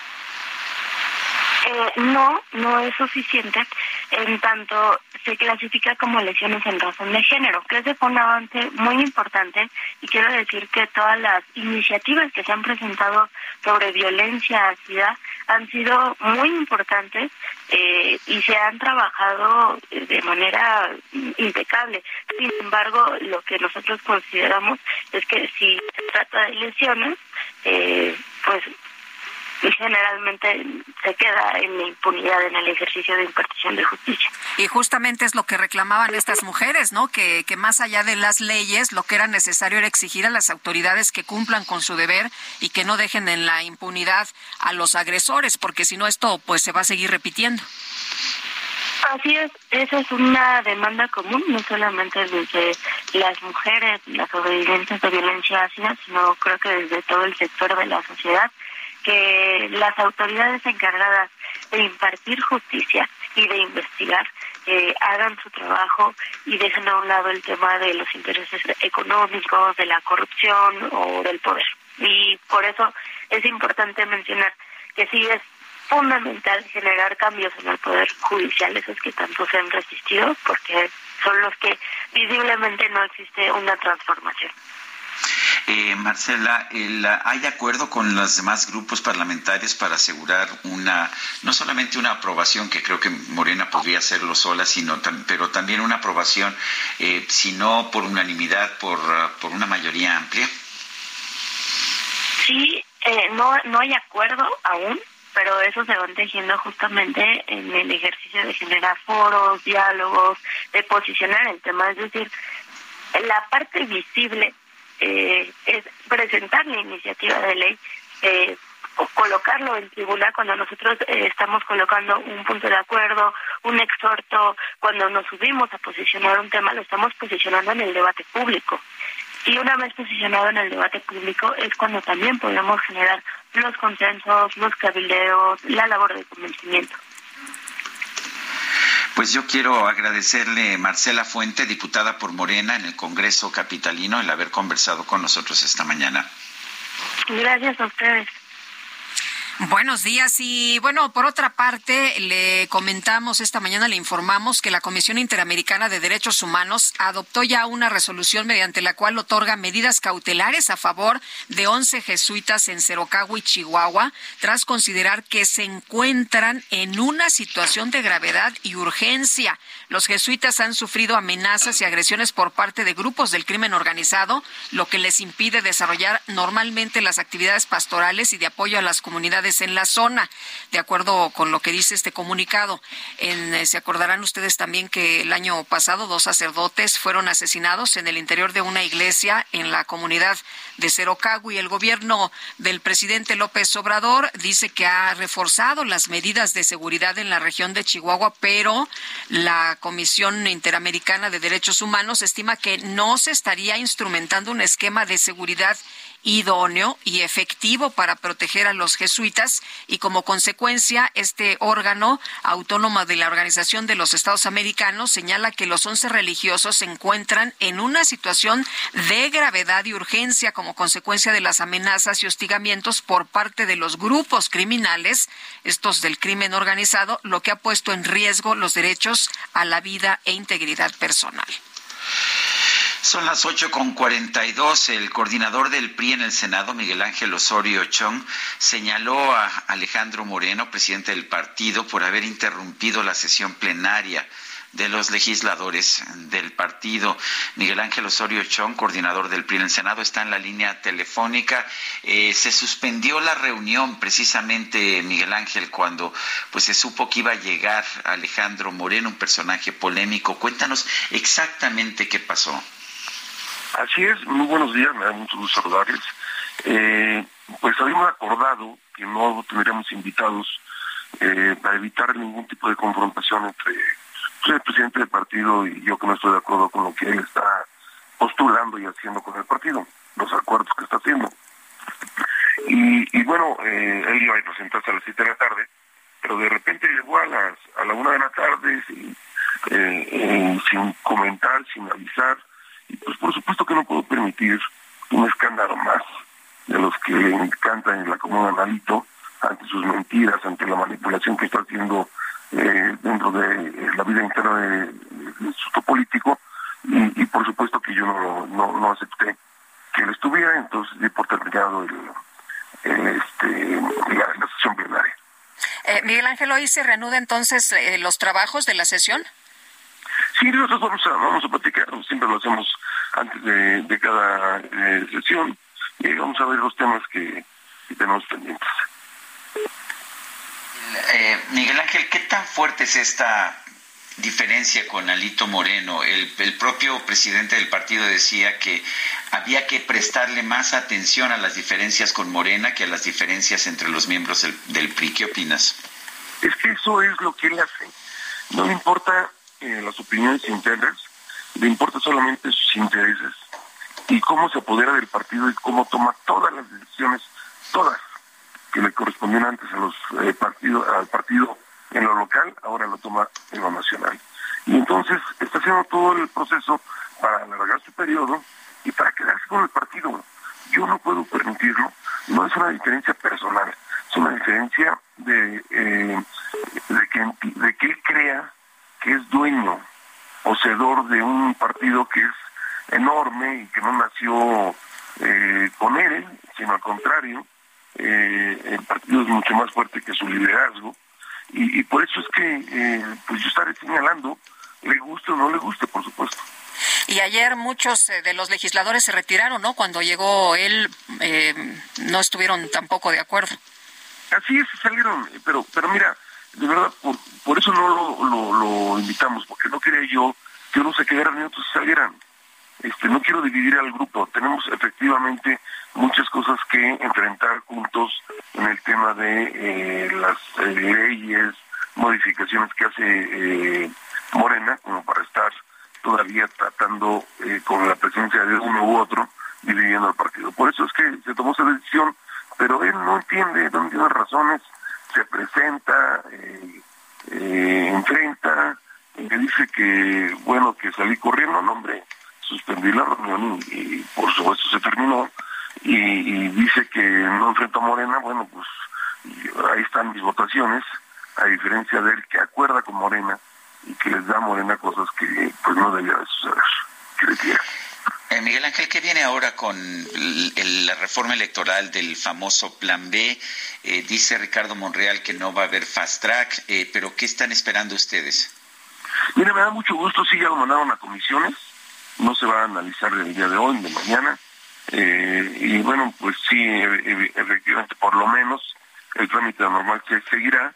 No es suficiente, en tanto se clasifica como lesiones en razón de género, que ese fue un avance muy importante, y quiero decir que todas las iniciativas que se han presentado sobre violencia ácida han sido muy importantes y se han trabajado de manera impecable. Sin embargo, lo que nosotros consideramos es que si se trata de lesiones, pues generalmente se queda en la impunidad en el ejercicio de impartición de justicia. Y justamente es lo que reclamaban estas mujeres, ¿no? Que más allá de las leyes, lo que era necesario era exigir a las autoridades que cumplan con su deber y que no dejen en la impunidad a los agresores, porque si no esto pues se va a seguir repitiendo. Así es, esa es una demanda común, no solamente desde las mujeres, las sobrevivientes de violencia ácida, sino creo que desde todo el sector de la sociedad, que las autoridades encargadas de impartir justicia y de investigar hagan su trabajo y dejen a un lado el tema de los intereses económicos, de la corrupción o del poder. Y por eso es importante mencionar que sí es fundamental generar cambios en el poder judicial, esos que tanto se han resistido, porque son los que visiblemente no existe una transformación. Marcela, ¿hay acuerdo con los demás grupos parlamentarios para asegurar no solamente una aprobación, que creo que Morena podría hacerlo sola, pero también una aprobación, si no por unanimidad, por una mayoría amplia? Sí, no hay acuerdo aún, pero eso se va tejiendo justamente en el ejercicio de generar foros, diálogos, de posicionar el tema, es decir, la parte visible es presentar la iniciativa de ley, o colocarlo en tribuna cuando nosotros estamos colocando un punto de acuerdo, un exhorto, cuando nos subimos a posicionar un tema, lo estamos posicionando en el debate público. Y una vez posicionado en el debate público es cuando también podemos generar los consensos, los cabildeos, la labor de convencimiento. Pues yo quiero agradecerle, Marcela Fuente, diputada por Morena en el Congreso Capitalino, el haber conversado con nosotros esta mañana. Gracias a ustedes. Buenos días. Y bueno, por otra parte, le comentamos esta mañana, le informamos que la Comisión Interamericana de Derechos Humanos adoptó ya una resolución mediante la cual otorga medidas cautelares a favor de 11 jesuitas en Cerocagua y Chihuahua, tras considerar que se encuentran en una situación de gravedad y urgencia. Los jesuitas han sufrido amenazas y agresiones por parte de grupos del crimen organizado, lo que les impide desarrollar normalmente las actividades pastorales y de apoyo a las comunidades en la zona, de acuerdo con lo que dice este comunicado. Se acordarán ustedes también que el año pasado 2 sacerdotes fueron asesinados en el interior de una iglesia en la comunidad de Cerocagua, y el gobierno del presidente López Obrador dice que ha reforzado las medidas de seguridad en la región de Chihuahua, pero la Comisión Interamericana de Derechos Humanos estima que no se estaría instrumentando un esquema de seguridad idóneo y efectivo para proteger a los jesuitas, y como consecuencia este órgano autónomo de la Organización de los Estados Americanos señala que los 11 religiosos se encuentran en una situación de gravedad y urgencia como consecuencia de las amenazas y hostigamientos por parte de los grupos criminales, estos del crimen organizado, lo que ha puesto en riesgo los derechos a la vida e integridad personal. Son las 8:42. El coordinador del PRI en el Senado, Miguel Ángel Osorio Chong, señaló a Alejandro Moreno, presidente del partido, por haber interrumpido la sesión plenaria de los legisladores del partido. Miguel Ángel Osorio Chong, coordinador del PRI en el Senado, está en la línea telefónica. Se suspendió la reunión precisamente, Miguel Ángel, cuando pues se supo que iba a llegar Alejandro Moreno, un personaje polémico. Cuéntanos exactamente qué pasó. Así es, muy buenos días, me da mucho gusto saludarles. Pues habíamos acordado que no tendríamos invitados para evitar ningún tipo de confrontación entre el presidente del partido y yo, que no estoy de acuerdo con lo que él está postulando y haciendo con el partido, los acuerdos que está haciendo. Y bueno, él iba a presentarse a las 7 de la tarde, pero de repente llegó a la 1 de la tarde sin comentar, sin avisar, y pues por supuesto que no puedo permitir un escándalo más de los que le encantan y le acomodan alito ante sus mentiras, ante la manipulación que está haciendo dentro de la vida interna del instituto político, y por supuesto que yo no acepté que él estuviera, entonces di por terminado la sesión plenaria. Miguel Ángel, ¿hoy se reanuda entonces los trabajos de la sesión? Sí, nosotros vamos a platicar, siempre lo hacemos antes de cada sesión, y vamos a ver los temas que tenemos pendientes. Miguel Ángel, ¿qué tan fuerte es esta diferencia con Alito Moreno? El propio presidente del partido decía que había que prestarle más atención a las diferencias con Morena que a las diferencias entre los miembros del PRI. ¿Qué opinas? Es que eso es lo que él hace. No le importa las opiniones internas, le importa solamente sus intereses y cómo se apodera del partido y cómo toma todas las decisiones, todas, que le correspondían antes a los al partido en lo local, ahora lo toma en lo nacional. Y entonces está haciendo todo el proceso para alargar su periodo y para quedarse con el partido. Yo no puedo permitirlo, no es una diferencia personal, es una diferencia de que él crea que es dueño, poseedor de un partido que es enorme y que no nació con él, sino al contrario, el partido es mucho más fuerte que su liderazgo, y por eso es que pues yo estaré señalando, le guste o no le guste, por supuesto. Y ayer muchos de los legisladores se retiraron, ¿no? Cuando llegó él, no estuvieron tampoco de acuerdo. Así es, salieron, pero mira, de verdad, por eso no lo invitamos, porque no quería yo que uno se quedara ni otros salieran. No quiero dividir al grupo, tenemos efectivamente muchas cosas que enfrentar juntos en el tema de las leyes, modificaciones que hace Morena, como para estar todavía tratando con la presencia de uno u otro, dividiendo el partido. Por eso es que se tomó esa decisión, pero él no entiende las razones, se presenta, enfrenta, y me dice que, bueno, que salí corriendo, no, hombre, suspendí la reunión y por supuesto se terminó, y dice que no enfrenta a Morena. Bueno, pues ahí están mis votaciones, a diferencia de él, que acuerda con Morena y que les da a Morena cosas que pues no debía de suceder. ¿Qué le quiera? Miguel Ángel, ¿qué viene ahora con la reforma electoral del famoso Plan B? Dice Ricardo Monreal que no va a haber fast track, pero ¿qué están esperando ustedes? Mira, me da mucho gusto, sí, ya lo mandaron a comisiones, no se va a analizar el día de hoy, de mañana, y bueno, pues sí, efectivamente, por lo menos el trámite normal se seguirá,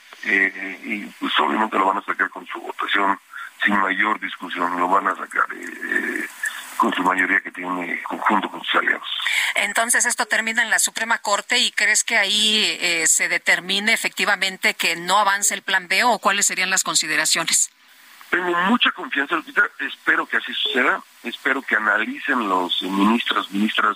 y pues obviamente lo van a sacar con su votación sin mayor discusión, lo van a sacar con su mayoría que tiene conjunto con sus aliados. Entonces esto termina en la Suprema Corte, ¿y crees que ahí se determine efectivamente que no avance el Plan B, o cuáles serían las consideraciones? Tengo mucha confianza, Lupita, espero que así suceda, espero que analicen los ministras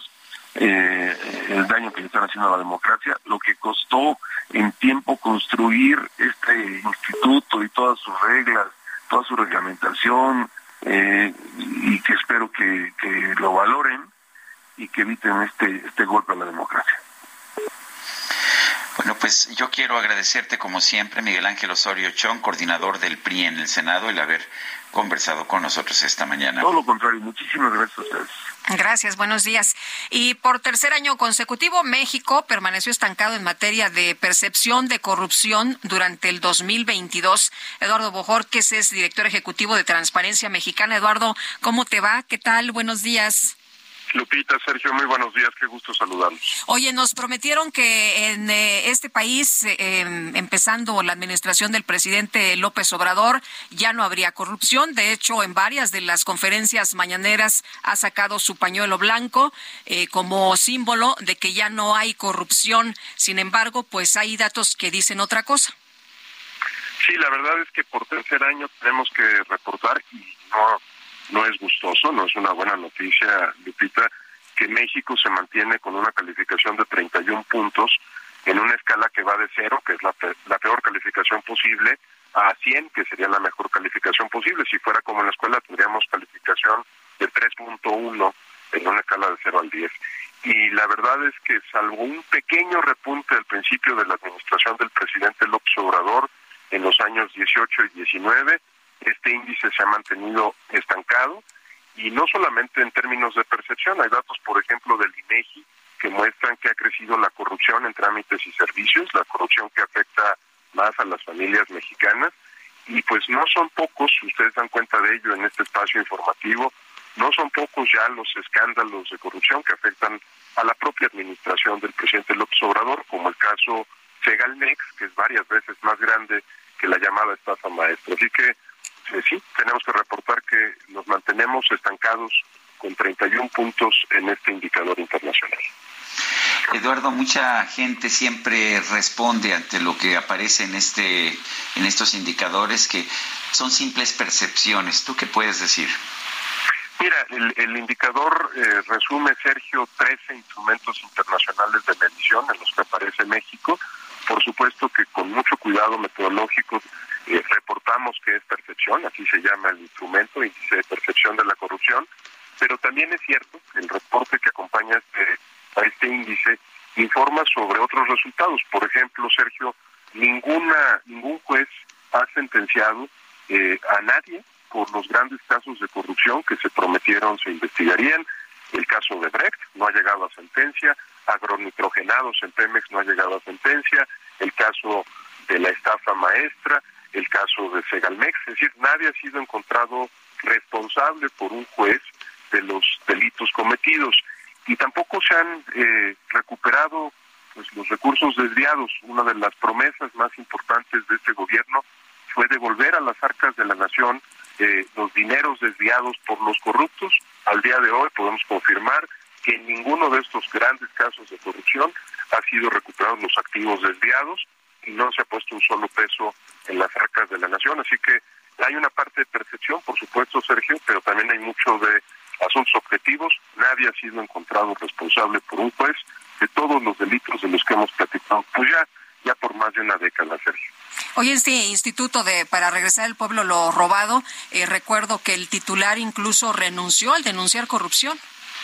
el daño que le están haciendo a la democracia, lo que costó en tiempo construir este instituto y todas sus reglas, toda su reglamentación, y que espero que lo valoren y que eviten este golpe a la democracia. Bueno, pues yo quiero agradecerte como siempre, Miguel Ángel Osorio Chong, coordinador del PRI en el Senado, el haber conversado con nosotros esta mañana. Todo lo contrario, muchísimas gracias a ustedes. Gracias, buenos días. Y por tercer año consecutivo, México permaneció estancado en materia de percepción de corrupción durante el 2022. Eduardo Bojorquez es director ejecutivo de Transparencia Mexicana. Eduardo, ¿cómo te va? ¿Qué tal? Buenos días. Lupita, Sergio, muy buenos días, qué gusto saludarlos. Oye, nos prometieron que en este país, empezando la administración del presidente López Obrador, ya no habría corrupción. De hecho, en varias de las conferencias mañaneras ha sacado su pañuelo blanco como símbolo de que ya no hay corrupción. Sin embargo, pues hay datos que dicen otra cosa. Sí, la verdad es que por tercer año tenemos que reportar, y no es gustoso, no es una buena noticia, Lupita, que México se mantiene con una calificación de 31 puntos en una escala que va de 0, que es la peor calificación posible, a 100, que sería la mejor calificación posible. Si fuera como en la escuela, tendríamos calificación de 3.1 en una escala de 0 al 10. Y la verdad es que, salvo un pequeño repunte al principio de la administración del presidente López Obrador en los años 18 y 19, este índice se ha mantenido estancado, y no solamente en términos de percepción. Hay datos, por ejemplo, del INEGI, que muestran que ha crecido la corrupción en trámites y servicios, la corrupción que afecta más a las familias mexicanas, y pues no son pocos, ustedes dan cuenta de ello en este espacio informativo, no son pocos ya los escándalos de corrupción que afectan a la propia administración del presidente López Obrador, como el caso Segalmex, que es varias veces más grande que la llamada estafa maestra. Así que sí, tenemos que reportar que nos mantenemos estancados con 31 puntos en este indicador internacional. Eduardo, mucha gente siempre responde ante lo que aparece en estos indicadores, que son simples percepciones. ¿Tú qué puedes decir? Mira, el indicador resume, Sergio, 13 instrumentos internacionales de medición en los que aparece México. Por supuesto que con mucho cuidado metodológico reportamos que es percepción, así se llama el instrumento, índice de percepción de la corrupción, pero también es cierto que el reporte que acompaña a este índice informa sobre otros resultados. Por ejemplo, Sergio, ningún juez ha sentenciado a nadie por los grandes casos de corrupción que se prometieron se investigarían. El caso de Brecht no ha llegado a sentencia, agronitrogenados en Pemex no ha llegado a sentencia, el caso de la estafa maestra, el caso de Segalmex, es decir, nadie ha sido encontrado responsable por un juez de los delitos cometidos, y tampoco se han recuperado pues los recursos desviados. Una de las promesas más importantes de este gobierno fue devolver a las arcas de la nación los dineros desviados por los corruptos. Al día de hoy podemos confirmar que en ninguno de estos grandes casos de corrupción ha sido recuperados los activos desviados, y no se ha puesto un solo peso en las arcas de la nación. Así que hay una parte de percepción, por supuesto, Sergio, pero también hay mucho de asuntos objetivos. Nadie ha sido encontrado responsable por un juez de todos los delitos de los que hemos platicado, pues ya por más de una década, Sergio. Hoy este instituto para regresar al pueblo lo robado, recuerdo que el titular incluso renunció al denunciar corrupción.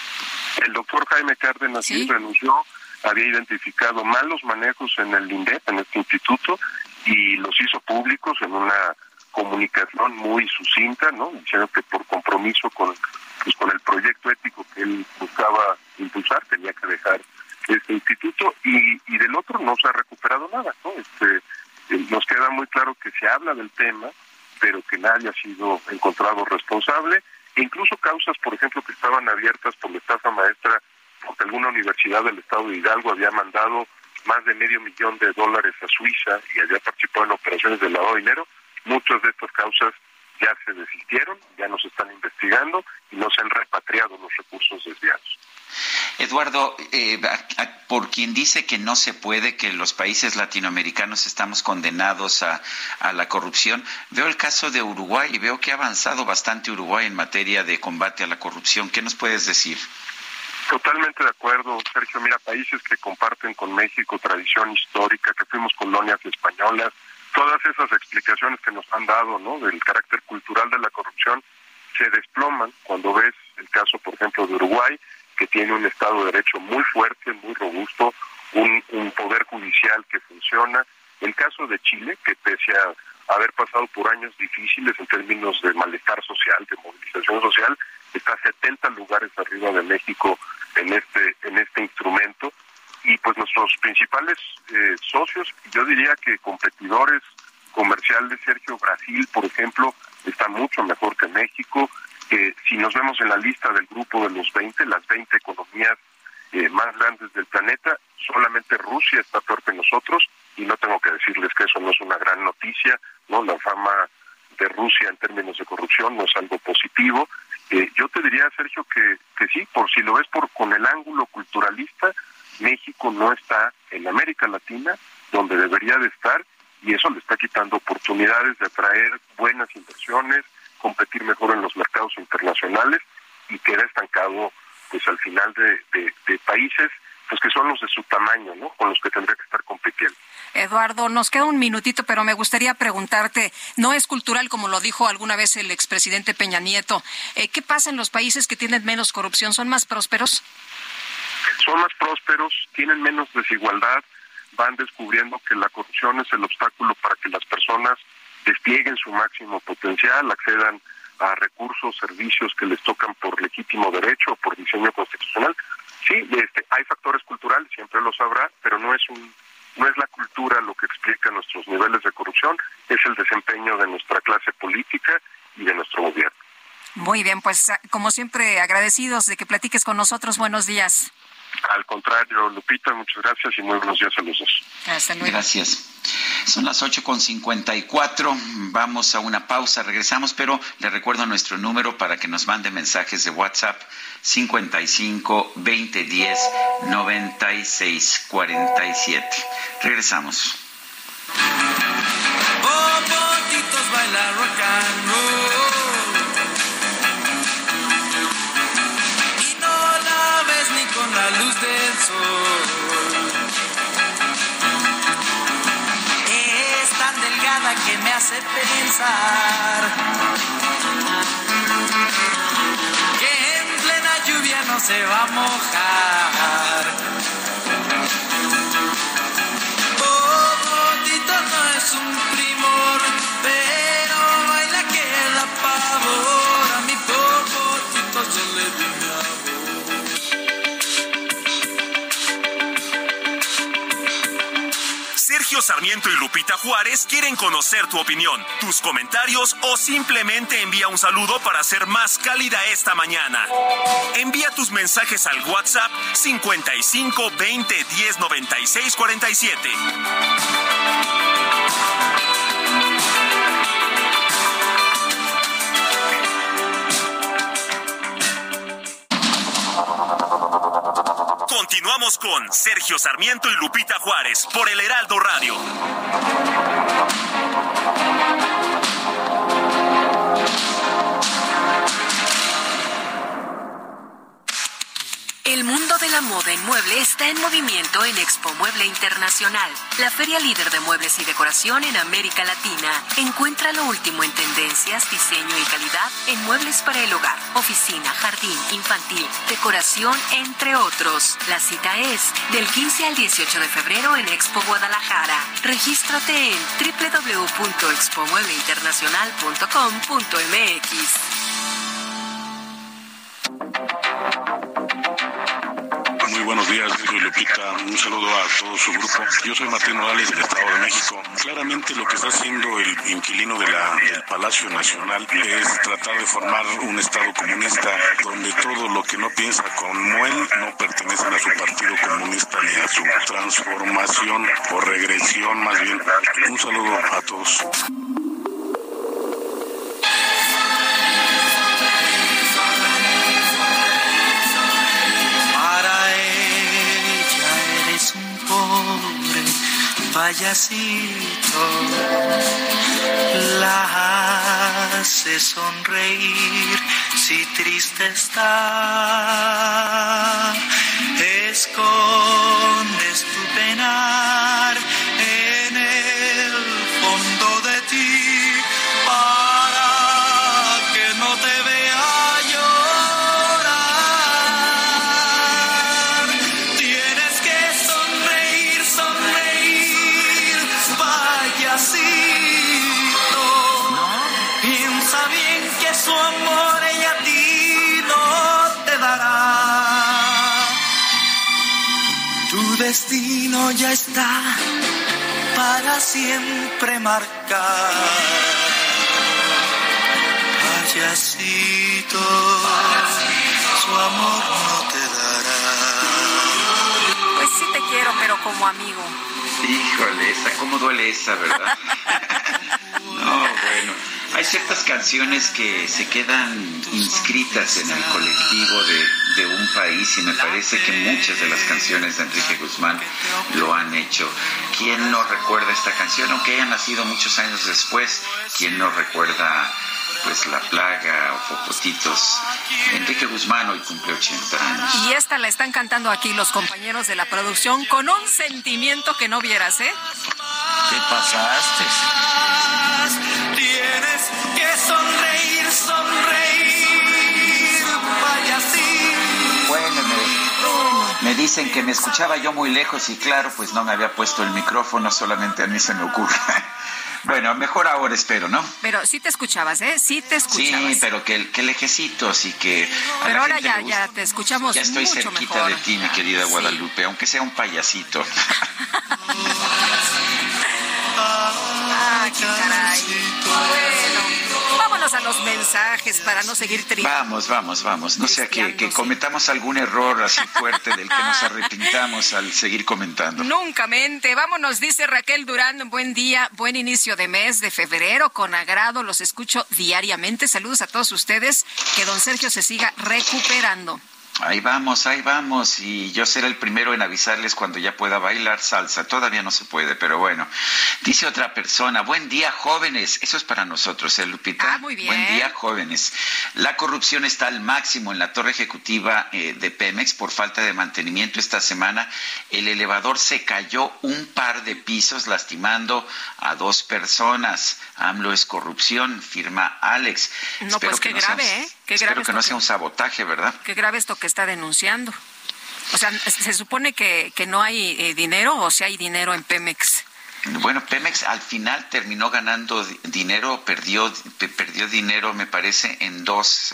El doctor Jaime Cárdenas sí renunció, había identificado malos manejos en el INDEP, en este instituto, y los hizo públicos en una comunicación muy sucinta, ¿no? Diciendo que por compromiso con el proyecto ético que él buscaba impulsar, tenía que dejar este instituto, y del otro no se ha recuperado nada, ¿no? Nos queda muy claro que se habla del tema, pero que nadie ha sido encontrado responsable, e incluso causas, por ejemplo, que estaban abiertas por la estafa maestra, porque alguna universidad del estado de Hidalgo había mandado más de $500,000 a Suiza y había participado en operaciones de lavado de dinero. Muchas de estas causas ya se desistieron, ya no se están investigando y no se han repatriado los recursos desviados. Eduardo, por quien dice que no se puede, que los países latinoamericanos estamos condenados a la corrupción, veo el caso de Uruguay y veo que ha avanzado bastante Uruguay en materia de combate a la corrupción. ¿Qué nos puedes decir? Totalmente de acuerdo, Sergio. Mira, países que comparten con México tradición histórica, que fuimos colonias españolas, todas esas explicaciones que nos han dado, ¿no?, del carácter cultural de la corrupción, se desploman cuando ves el caso, por ejemplo, de Uruguay, que tiene un Estado de Derecho muy fuerte, muy robusto, un poder judicial que funciona. El caso de Chile, que pese a haber pasado por años difíciles en términos de malestar social, de movilización social, está 70 lugares arriba de México en este instrumento. Y pues nuestros principales socios, yo diría que competidores comerciales, Sergio, Brasil, por ejemplo, está mucho mejor que México. Si nos vemos en la lista del grupo de los 20, las 20 economías más grandes del planeta, solamente Rusia está peor que nosotros, y no tengo que decirles que eso no es una gran noticia, ¿no? La fama de Rusia en términos de corrupción no es algo positivo. Yo te diría, Sergio, que sí, por si lo ves con el ángulo culturalista, México no está en América Latina donde debería de estar, y eso le está quitando oportunidades de atraer buenas inversiones, competir mejor en los mercados internacionales, y queda estancado pues al final de países pues que son los de su tamaño, ¿no? Con los que tendría que estar compitiendo. Eduardo, nos queda un minutito, pero me gustaría preguntarte, ¿no es cultural, como lo dijo alguna vez el expresidente Peña Nieto? ¿Qué pasa en los países que tienen menos corrupción? ¿Son más prósperos? Son más prósperos, tienen menos desigualdad, van descubriendo que la corrupción es el obstáculo para que las personas desplieguen su máximo potencial, accedan a recursos, servicios que les tocan por legítimo derecho o por diseño constitucional. Sí, hay factores culturales, siempre los habrá, pero no es la cultura lo que explica nuestros niveles de corrupción, es el desempeño de nuestra clase política y de nuestro gobierno. Muy bien, pues como siempre agradecidos de que platiques con nosotros. Buenos días. Al contrario, Lupita, muchas gracias y muy buenos días a los dos. Hasta luego. Gracias. Son las 8:54. Vamos a una pausa, regresamos, pero le recuerdo nuestro número para que nos mande mensajes de WhatsApp: 55 20 10 96 47. Regresamos. Bobotitos baila rock and roll. Con la luz del sol es tan delgada que me hace pensar que en plena lluvia no se va a mojar. Bobotito no es un primor, pero baila que da pavor. A mi Bobotito yo le di mi amor. Sergio Sarmiento y Lupita Juárez quieren conocer tu opinión, tus comentarios o simplemente envía un saludo para hacer más cálida esta mañana. Envía tus mensajes al WhatsApp 55 20 10 96 47. Continuamos con Sergio Sarmiento y Lupita Juárez por el Heraldo Radio. El mundo de la moda en mueble está en movimiento en Expo Mueble Internacional, la feria líder de muebles y decoración en América Latina. Encuentra lo último en tendencias, diseño y calidad en muebles para el hogar, oficina, jardín, infantil, decoración, entre otros. La cita es del 15 al 18 de febrero en Expo Guadalajara. Regístrate en www.expomuebleinternacional.com.mx. Muy buenos días, Sergio y Lupita. Un saludo a todo su grupo. Yo soy Martín Morales del Estado de México. Claramente lo que está haciendo el inquilino del Palacio Nacional es tratar de formar un Estado comunista donde todo lo que no piensa como él no pertenecen a su partido comunista ni a su transformación o regresión más bien. Un saludo a todos. Payasito, la hace sonreír si triste está. Escondes tu penar en el fondo de ti para que no te vea llorar. Tienes que sonreír, sonreír, payasito. Piensa bien que su amor ella a ti no te dará. Tu destino ya está para siempre marcado. payasito, su amor no te dará. Pues sí te quiero, pero como amigo. Híjole, cómo duele esa, ¿verdad? No, bueno. Hay ciertas canciones que se quedan inscritas en el colectivo de un país y me parece que muchas de las canciones de Enrique Guzmán lo han hecho. ¿Quién no recuerda esta canción? Aunque haya nacido muchos años después, ¿quién no recuerda pues La Plaga o Popotitos? Enrique Guzmán hoy cumple 80 años. Y esta la están cantando aquí los compañeros de la producción con un sentimiento que no vieras, ¿eh? ¿Qué pasaste? Tienes que sonreír, payasito. Bueno, me dicen que me escuchaba yo muy lejos y claro, pues no me había puesto el micrófono, solamente a mí se me ocurre. Bueno, mejor ahora espero, ¿no? Pero sí te escuchabas, ¿eh? Sí te escuchabas. Sí, pero que lejecitos y que... Pero ahora ya te escuchamos mucho mejor. Ya estoy cerquita de ti, mi querida Guadalupe, aunque sea un payasito. Ah, qué caray. Bueno, vámonos a los mensajes para no seguir triste. Vamos. No sea que cometamos algún error así fuerte del que nos arrepintamos al seguir comentando. Nunca mente. Vámonos, dice Raquel Durán. Buen día, buen inicio de mes de febrero. Con agrado los escucho diariamente. Saludos a todos ustedes. Que don Sergio se siga recuperando. Ahí vamos, y yo seré el primero en avisarles cuando ya pueda bailar salsa. Todavía no se puede, pero bueno. Dice otra persona, buen día, jóvenes. Eso es para nosotros, Lupita? Muy bien. Buen día, jóvenes. La corrupción está al máximo en la torre ejecutiva de Pemex por falta de mantenimiento esta semana. El elevador se cayó un par de pisos, lastimando a 2 personas. AMLO es corrupción, firma Alex. No, pues qué grave, ¿eh? Espero que no sea un sabotaje, ¿verdad? Qué grave esto que está denunciando. O sea, se supone que no hay dinero, o si hay dinero en Pemex. Bueno, Pemex al final terminó ganando dinero, perdió dinero, me parece, en dos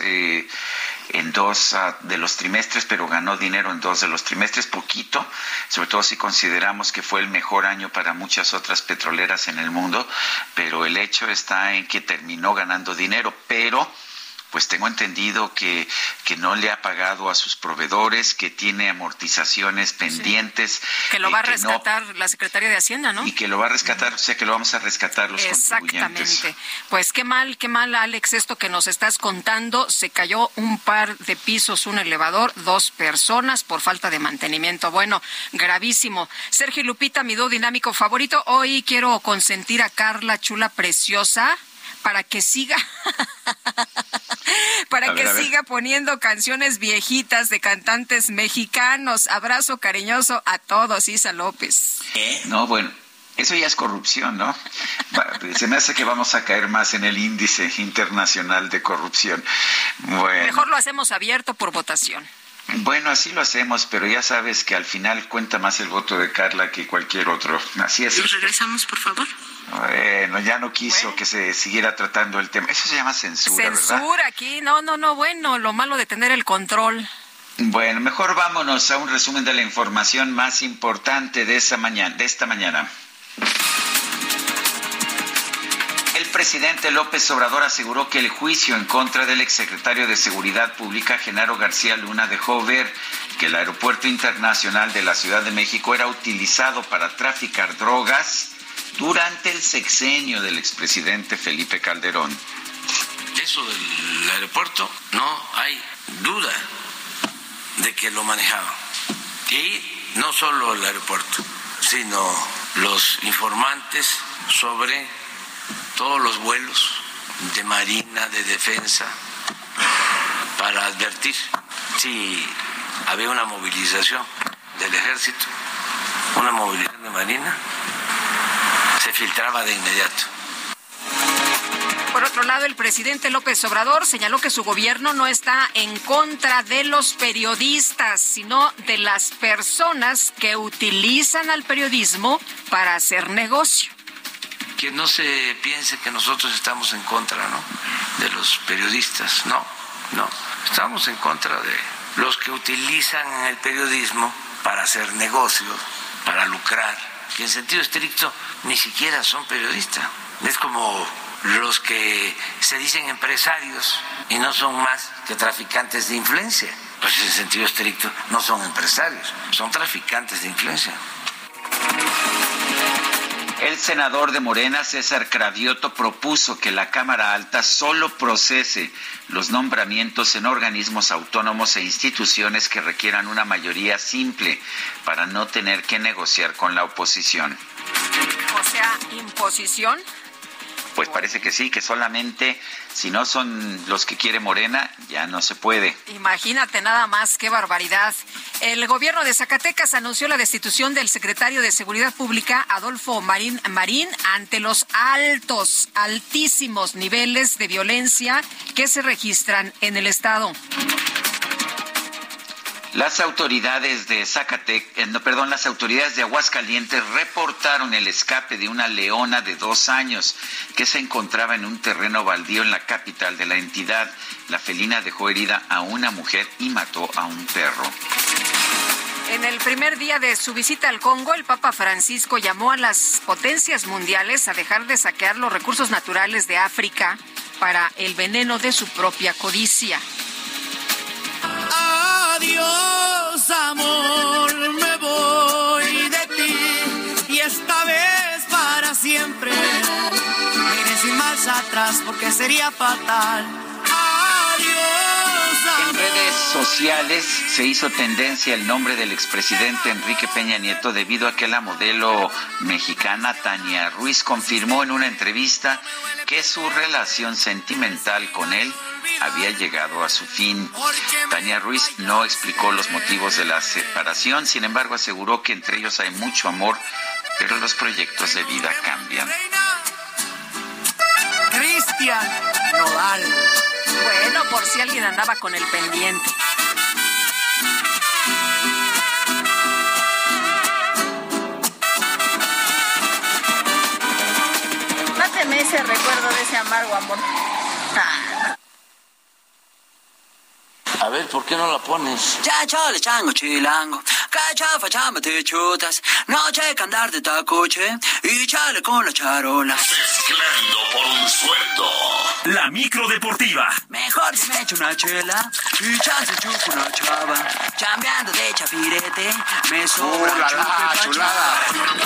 de los trimestres, pero ganó dinero en 2 de los trimestres, poquito, sobre todo si consideramos que fue el mejor año para muchas otras petroleras en el mundo, pero el hecho está en que terminó ganando dinero, pero pues tengo entendido que no le ha pagado a sus proveedores, que tiene amortizaciones pendientes. Sí. Que lo va a rescatar la Secretaría de Hacienda, ¿no? Y que lo va a rescatar, o sea, que lo vamos a rescatar los contribuyentes. Exactamente. Pues qué mal, Alex, esto que nos estás contando. Se cayó un par de pisos, un elevador, 2 personas por falta de mantenimiento. Bueno, gravísimo. Sergio y Lupita, mi dúo dinámico favorito. Hoy quiero consentir a Carla, chula, preciosa, para que siga siga poniendo canciones viejitas de cantantes mexicanos. Abrazo cariñoso a todos, Isa López. No, bueno, eso ya es corrupción, ¿no? Se me hace que vamos a caer más en el índice internacional de corrupción. Bueno. Mejor lo hacemos abierto por votación. Bueno, así lo hacemos, pero ya sabes que al final cuenta más el voto de Carla que cualquier otro. Así es. ¿Nos regresamos, por favor? Bueno, ya no quiso que se siguiera tratando el tema. Eso se llama censura, ¿verdad? Censura aquí, no, bueno, lo malo de tener el control. Bueno, mejor vámonos a un resumen de la información más importante de esta mañana. El presidente López Obrador aseguró que el juicio en contra del exsecretario de Seguridad Pública, Genaro García Luna, dejó ver que el Aeropuerto Internacional de la Ciudad de México era utilizado para traficar drogas durante el sexenio del expresidente Felipe Calderón. Eso del aeropuerto, no hay duda de que lo manejaban. Y no solo el aeropuerto, sino los informantes sobre todos los vuelos de Marina, de Defensa, para advertir si había una movilización del Ejército, una movilización de Marina, se filtraba de inmediato. Por otro lado, el presidente López Obrador señaló que su gobierno no está en contra de los periodistas, sino de las personas que utilizan al periodismo para hacer negocio. Que no se piense que nosotros estamos en contra, ¿no?, de los periodistas. No. Estamos en contra de los que utilizan el periodismo para hacer negocio, para lucrar, que en sentido estricto ni siquiera son periodistas. Es como los que se dicen empresarios y no son más que traficantes de influencia. Pues en sentido estricto no son empresarios, son traficantes de influencia. El senador de Morena, César Cravioto, propuso que la Cámara Alta solo procese los nombramientos en organismos autónomos e instituciones que requieran una mayoría simple para no tener que negociar con la oposición. O sea, imposición. Pues parece que sí, que solamente si no son los que quiere Morena, ya no se puede. Imagínate nada más, qué barbaridad. El gobierno de Zacatecas anunció la destitución del secretario de Seguridad Pública, Adolfo Marín, ante los altísimos niveles de violencia que se registran en el estado. Las autoridades de las autoridades de Aguascalientes reportaron el escape de una leona de 2 años que se encontraba en un terreno baldío en la capital de la entidad. La felina dejó herida a una mujer y mató a un perro. En el primer día de su visita al Congo, el Papa Francisco llamó a las potencias mundiales a dejar de saquear los recursos naturales de África para el veneno de su propia codicia. Adiós, amor, me voy de ti y esta vez para siempre. Me iré sin marcha atrás porque sería fatal. Adiós, amor. En redes sociales se hizo tendencia el nombre del expresidente Enrique Peña Nieto debido a que la modelo mexicana Tania Ruiz confirmó en una entrevista que su relación sentimental con él había llegado a su fin. Tania Ruiz no explicó los motivos de la separación, sin embargo aseguró que entre ellos hay mucho amor, pero los proyectos de vida cambian. Cristian Nodal. Bueno, por si alguien andaba con el pendiente. Máteme ese recuerdo de ese amargo amor. A ver, ¿por qué no la pones? Ya chole chango chilango, cachafa chámate chutas, noche que andar de tacoche y chale con la charola. Mezclando por un sueldo. La micro deportiva. Mejor si me echo una chela y chance chupo una chava. Chambeando de chapirete, me sobra chupe chulada.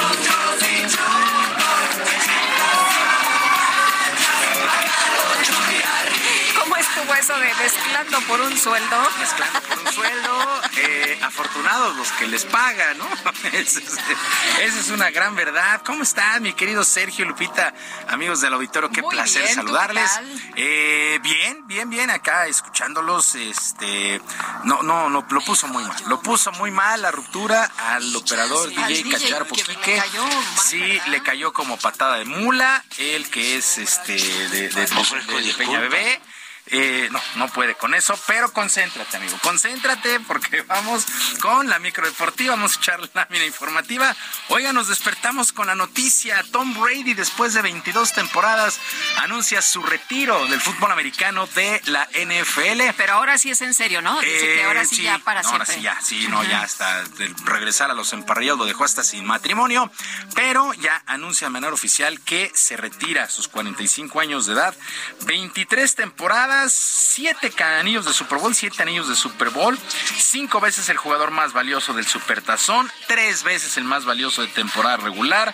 ¿Cómo estuvo eso de mezclando por un sueldo? Mezclando por un sueldo, afortunados los que les pagan, ¿no? Esa es una gran verdad. ¿Cómo están, mi querido Sergio, Lupita, amigos del auditorio? Qué muy placer bien, saludarles. Bien, acá escuchándolos. No, lo puso muy mal. Lo puso muy mal la ruptura al operador DJ Cachar Poquique. Sí, le cayó como patada de mula. Él que es de Peña Bebé. No puede con eso, pero concéntrate, amigo, concéntrate porque vamos con la microdeportiva, vamos a echar la lámina informativa. Oiga, nos despertamos con la noticia. Tom Brady, después de 22 temporadas, anuncia su retiro del fútbol americano de la NFL. Pero ahora sí es en serio, ¿no? Dice que ahora sí ya para siempre. Ahora sí ya, ya hasta regresar a los emparrillados lo dejó hasta sin matrimonio, pero ya anuncia de manera oficial que se retira a sus 45 años de edad, 23 temporadas, 7 anillos de Super Bowl, 7 anillos de Super Bowl, 5 veces el jugador más valioso del Supertazón, 3 veces el más valioso de temporada regular,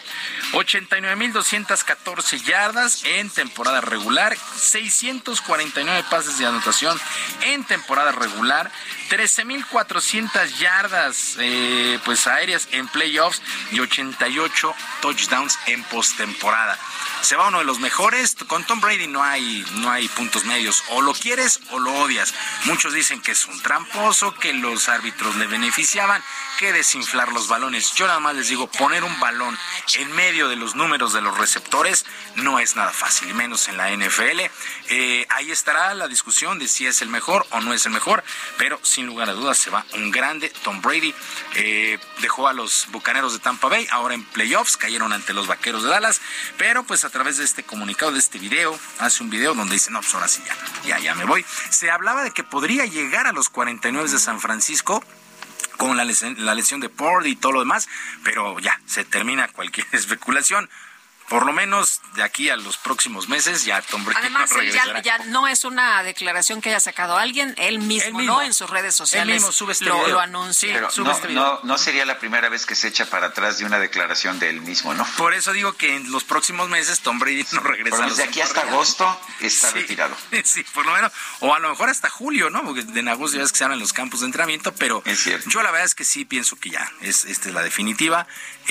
89,214 yardas en temporada regular, 649 pases de anotación en temporada regular, 13,400 yardas aéreas en playoffs y 88 touchdowns en postemporada. Se va uno de los mejores. Con Tom Brady no hay puntos medios. O lo quieres o lo odias. Muchos dicen que es un tramposo, que los árbitros le beneficiaban, que desinflar los balones. Yo nada más les digo, poner un balón en medio de los números de los receptores no es nada fácil, y menos en la NFL. Ahí estará la discusión de si es el mejor o no es el mejor, pero sin lugar a dudas se va un grande. Tom Brady dejó a los Bucaneros de Tampa Bay, ahora en playoffs, cayeron ante los Vaqueros de Dallas, pero pues a través de este comunicado, de este video, hace un video donde dice, no, pues ahora sí ya me voy. Se hablaba de que podría llegar a los 49 de San Francisco con la lesión de Purdy y todo lo demás, pero ya, se termina cualquier especulación. por lo menos de aquí a los próximos meses ya Tom Brady además, no regresará. ya no es una declaración que haya sacado alguien, él mismo, ¿no? En sus redes sociales él mismo sube este lo anuncia. Pero no sería la primera vez que se echa para atrás de una declaración de él mismo, ¿no? Por eso digo que en los próximos meses Tom Brady no regresa. Pero desde aquí hasta agosto está retirado. Sí, por lo menos, o a lo mejor hasta julio, ¿no? Porque en agosto ya es que se abren los campos de entrenamiento, pero yo la verdad es que sí pienso que ya esta es la definitiva.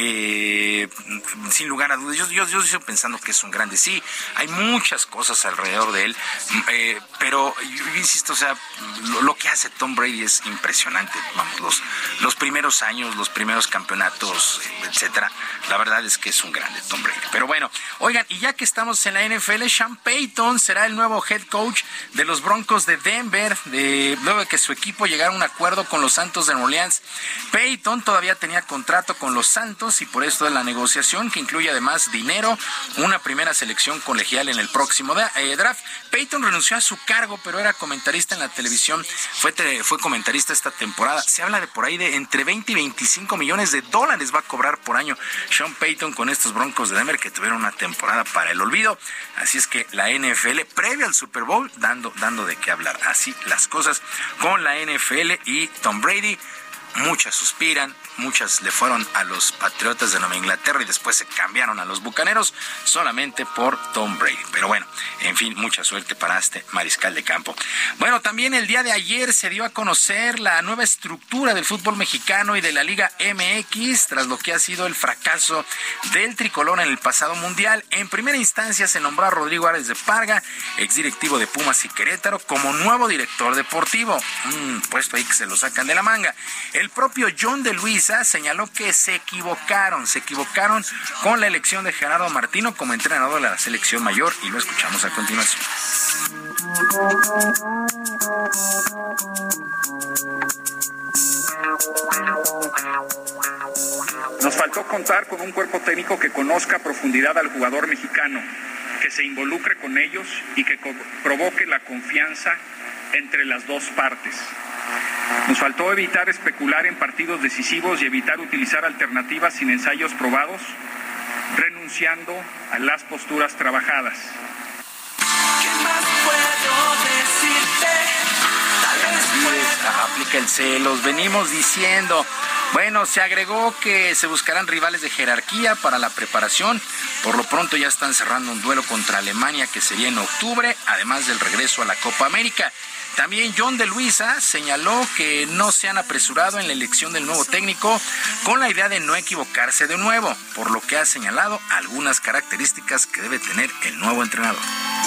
Sin lugar a dudas, yo sigo pensando que es un grande. Sí, hay muchas cosas alrededor de él, pero yo insisto, o sea, lo que hace Tom Brady es impresionante. Vamos, los primeros años, los primeros campeonatos, etcétera. La verdad es que es un grande Tom Brady. Pero bueno, oigan, y ya que estamos en la NFL, Sean Payton será el nuevo head coach de los Broncos de Denver, luego de que su equipo llegara a un acuerdo con los Santos de Nueva Orleans. Payton todavía tenía contrato con los Santos y por esto de la negociación, que incluye además dinero, una primera selección colegial en el próximo draft. Payton renunció a su cargo, pero era comentarista en la televisión, fue comentarista esta temporada. Se habla de por ahí de entre 20 y 25 millones de dólares va a cobrar por año Sean Payton con estos Broncos de Denver, que tuvieron una temporada para el olvido. Así es que la NFL, previo al Super Bowl, dando de qué hablar. Así las cosas con la NFL y Tom Brady. Muchas suspiran, muchas le fueron a los Patriotas de Nueva Inglaterra y después se cambiaron a los Bucaneros solamente por Tom Brady. Pero bueno, en fin, mucha suerte para este mariscal de campo. Bueno, también el día de ayer se dio a conocer la nueva estructura del fútbol mexicano y de la Liga MX, tras lo que ha sido el fracaso del tricolor en el pasado mundial. En primera instancia se nombró a Rodrigo Ares de Parga, exdirectivo de Pumas y Querétaro, como nuevo director deportivo. Puesto ahí que se lo sacan de la manga. El propio John de Luisa señaló que se equivocaron con la elección de Gerardo Martino como entrenador de la selección mayor, y lo escuchamos a continuación. Nos faltó contar con un cuerpo técnico que conozca a profundidad al jugador mexicano, que se involucre con ellos y que provoque la confianza entre las dos partes. Nos faltó evitar especular en partidos decisivos y evitar utilizar alternativas sin ensayos probados, renunciando a las posturas trabajadas. ¿Qué más puedo decirte? Tal vez aplica el celos, venimos diciendo. Bueno, se agregó que se buscarán rivales de jerarquía para la preparación. Por lo pronto ya están cerrando un duelo contra Alemania que sería en octubre, además del regreso a la Copa América. También John de Luisa señaló que no se han apresurado en la elección del nuevo técnico con la idea de no equivocarse de nuevo, por lo que ha señalado algunas características que debe tener el nuevo entrenador.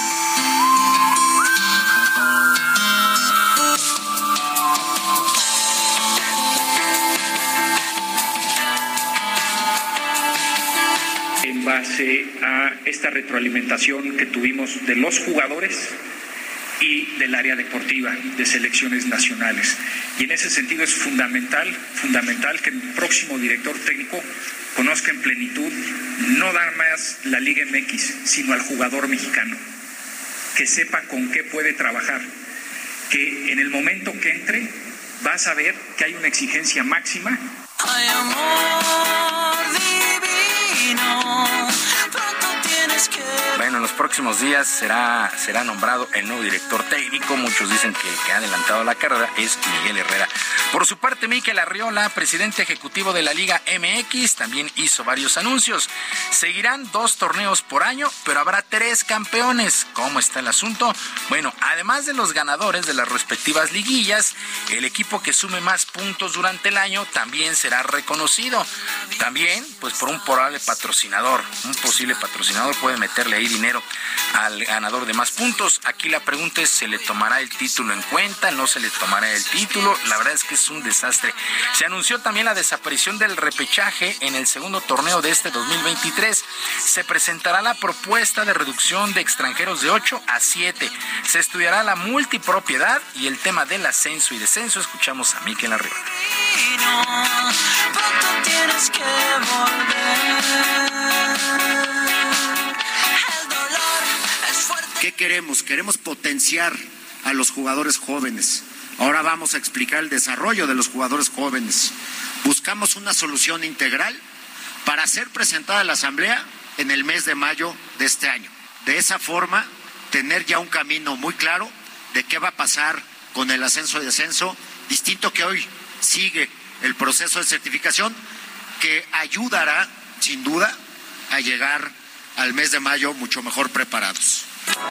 En base a esta retroalimentación que tuvimos de los jugadores y del área deportiva de selecciones nacionales. Y en ese sentido es fundamental que el próximo director técnico conozca en plenitud no nada más la Liga MX, sino al jugador mexicano, que sepa con qué puede trabajar, que en el momento que entre va a saber que hay una exigencia máxima. Ay, amor divino, pronto tienes que... Bueno, en los próximos días será nombrado el nuevo director técnico. Muchos dicen que el que ha adelantado la carrera es Miguel Herrera. Por su parte, Mikel Arriola, presidente ejecutivo de la Liga MX, también hizo varios anuncios. Seguirán 2 torneos por año, pero habrá 3 campeones. ¿Cómo está el asunto? Bueno, además de los ganadores de las respectivas liguillas, el equipo que sume más puntos durante el año también será reconocido. También, pues por un posible patrocinador puede meterle ahí dinero al ganador de más puntos. Aquí la pregunta es, ¿se le tomará el título en cuenta? ¿No se le tomará el título? La verdad es que es un desastre. Se anunció también la desaparición del repechaje en el segundo torneo de este 2023. Se presentará la propuesta de reducción de extranjeros de 8 a 7. Se estudiará la multipropiedad y el tema del ascenso y descenso. Escuchamos a Mikel Arriola. Pronto tienes que volver. ¿Qué queremos? Queremos potenciar a los jugadores jóvenes. Ahora vamos a explicar el desarrollo de los jugadores jóvenes. Buscamos una solución integral para ser presentada a la Asamblea en el mes de mayo de este año. De esa forma, tener ya un camino muy claro de qué va a pasar con el ascenso y descenso, distinto que hoy sigue el proceso de certificación, que ayudará, sin duda, a llegar al mes de mayo mucho mejor preparados.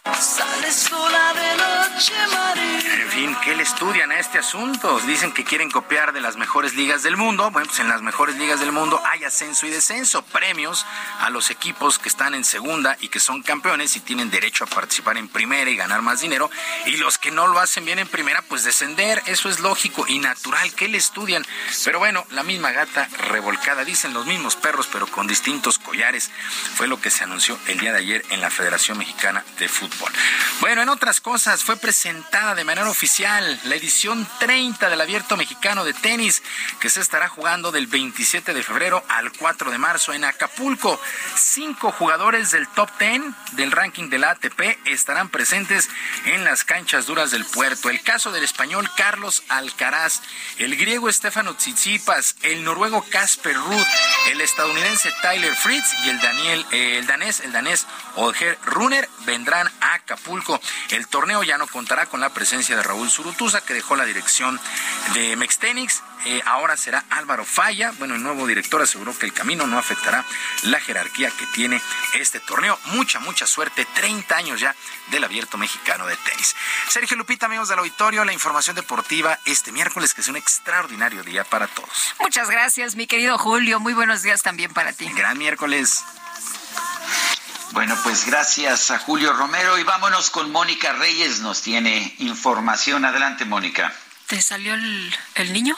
En fin, ¿qué le estudian a este asunto? Dicen que quieren copiar de las mejores ligas del mundo. Bueno, pues en las mejores ligas del mundo hay ascenso y descenso, premios a los equipos que están en segunda y que son campeones y tienen derecho a participar en primera y ganar más dinero. Y los que no lo hacen bien en primera, pues descender. Eso es lógico y natural. ¿Qué le estudian? Pero bueno, la misma gata revolcada, dicen los mismos perros, pero con distintos collares. Fue lo que se anunció el día de ayer en la Federación Mexicana de Fútbol. Bueno, en otras cosas, fue presentada de manera oficial la edición 30 del Abierto Mexicano de Tenis, que se estará jugando del 27 de febrero al 4 de marzo en Acapulco. 5 jugadores del top 10 del ranking de la ATP estarán presentes en las canchas duras del puerto. El caso del español Carlos Alcaraz, el griego Stefano Tsitsipas, el noruego Casper Ruud, el estadounidense Tyler Fritz y el danés Holger Rune vendrán a Acapulco. El torneo ya no contará con la presencia de Raúl Zurutuza, que dejó la dirección de Mextenix. Ahora será Álvaro Falla. Bueno, el nuevo director aseguró que el camino no afectará la jerarquía que tiene este torneo. Mucha suerte. 30 años ya del Abierto Mexicano de Tenis. Sergio, Lupita, amigos del auditorio, la información deportiva este miércoles, que es un extraordinario día para todos. Muchas gracias, mi querido Julio. Muy buenos días también para ti. Gran miércoles. Bueno, pues gracias a Julio Romero y vámonos con Mónica Reyes, nos tiene información. Adelante, Mónica. ¿Te salió el niño?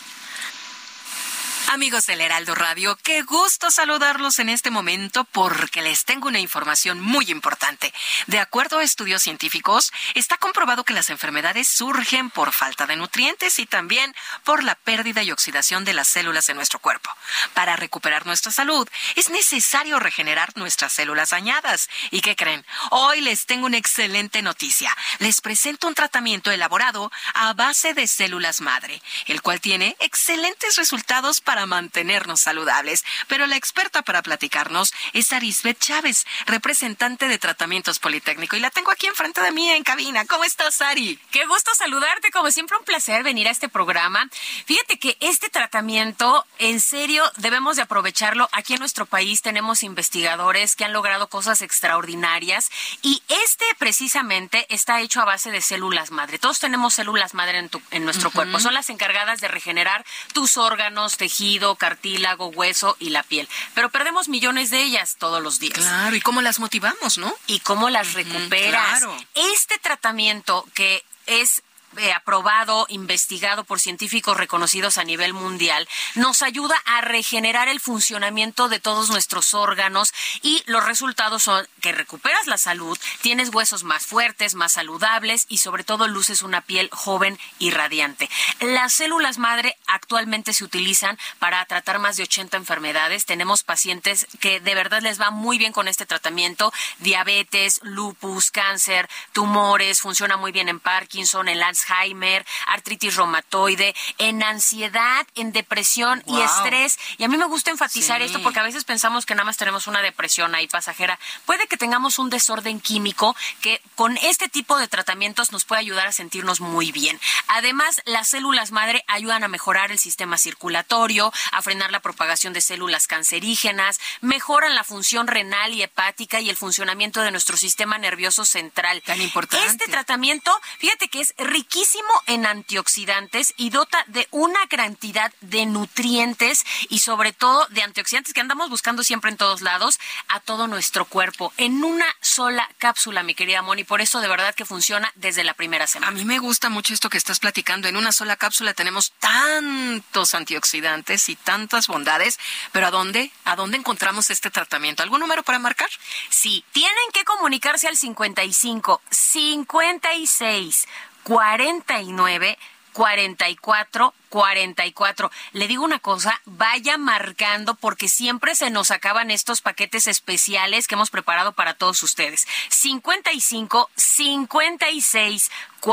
Amigos del Heraldo Radio, qué gusto saludarlos en este momento porque les tengo una información muy importante. De acuerdo a estudios científicos, está comprobado que las enfermedades surgen por falta de nutrientes y también por la pérdida y oxidación de las células de nuestro cuerpo. Para recuperar nuestra salud, es necesario regenerar nuestras células dañadas. ¿Y qué creen? Hoy les tengo una excelente noticia. Les presento un tratamiento elaborado a base de células madre, el cual tiene excelentes resultados para mantenernos saludables. Pero la experta para platicarnos es Arisbeth Chávez, representante de Tratamientos Politécnico, y la tengo aquí enfrente de mí en cabina. ¿Cómo estás, Ari? Qué gusto saludarte, como siempre un placer venir a este programa. Fíjate que este tratamiento, en serio, debemos de aprovecharlo. Aquí en nuestro país tenemos investigadores que han logrado cosas extraordinarias y precisamente está hecho a base de células madre. Todos tenemos células madre en nuestro cuerpo. Son las encargadas de regenerar tus órganos, tejido, cartílago, hueso y la piel. Pero perdemos millones de ellas todos los días. Claro, ¿y cómo las motivamos, no? Y cómo las recuperas. Claro. Este tratamiento que es aprobado, investigado por científicos reconocidos a nivel mundial, nos ayuda a regenerar el funcionamiento de todos nuestros órganos y los resultados son que recuperas la salud, tienes huesos más fuertes, más saludables y sobre todo luces una piel joven y radiante. Las células madre actualmente se utilizan para tratar más de 80 enfermedades. Tenemos pacientes que de verdad les va muy bien con este tratamiento: diabetes, lupus, cáncer, tumores, funciona muy bien en Parkinson, en Alzheimer, artritis reumatoide, en ansiedad, en depresión y estrés. Y a mí me gusta enfatizar esto porque a veces pensamos que nada más tenemos una depresión ahí pasajera. Puede que tengamos un desorden químico que con este tipo de tratamientos nos puede ayudar a sentirnos muy bien. Además, las células madre ayudan a mejorar el sistema circulatorio, a frenar la propagación de células cancerígenas, mejoran la función renal y hepática y el funcionamiento de nuestro sistema nervioso central. Tan importante. Este tratamiento, fíjate que es riquísimo en antioxidantes y dota de una cantidad de nutrientes y sobre todo de antioxidantes que andamos buscando siempre en todos lados a todo nuestro cuerpo en una sola cápsula, mi querida Moni. Por eso de verdad que funciona desde la primera semana. A mí me gusta mucho esto que estás platicando. En una sola cápsula tenemos tantos antioxidantes y tantas bondades, pero ¿a dónde encontramos este tratamiento? ¿Algún número para marcar? Sí, tienen que comunicarse al 55 56 49 4444. Le digo una cosa, vaya marcando porque siempre se nos acaban estos paquetes especiales que hemos preparado para todos ustedes. 55 56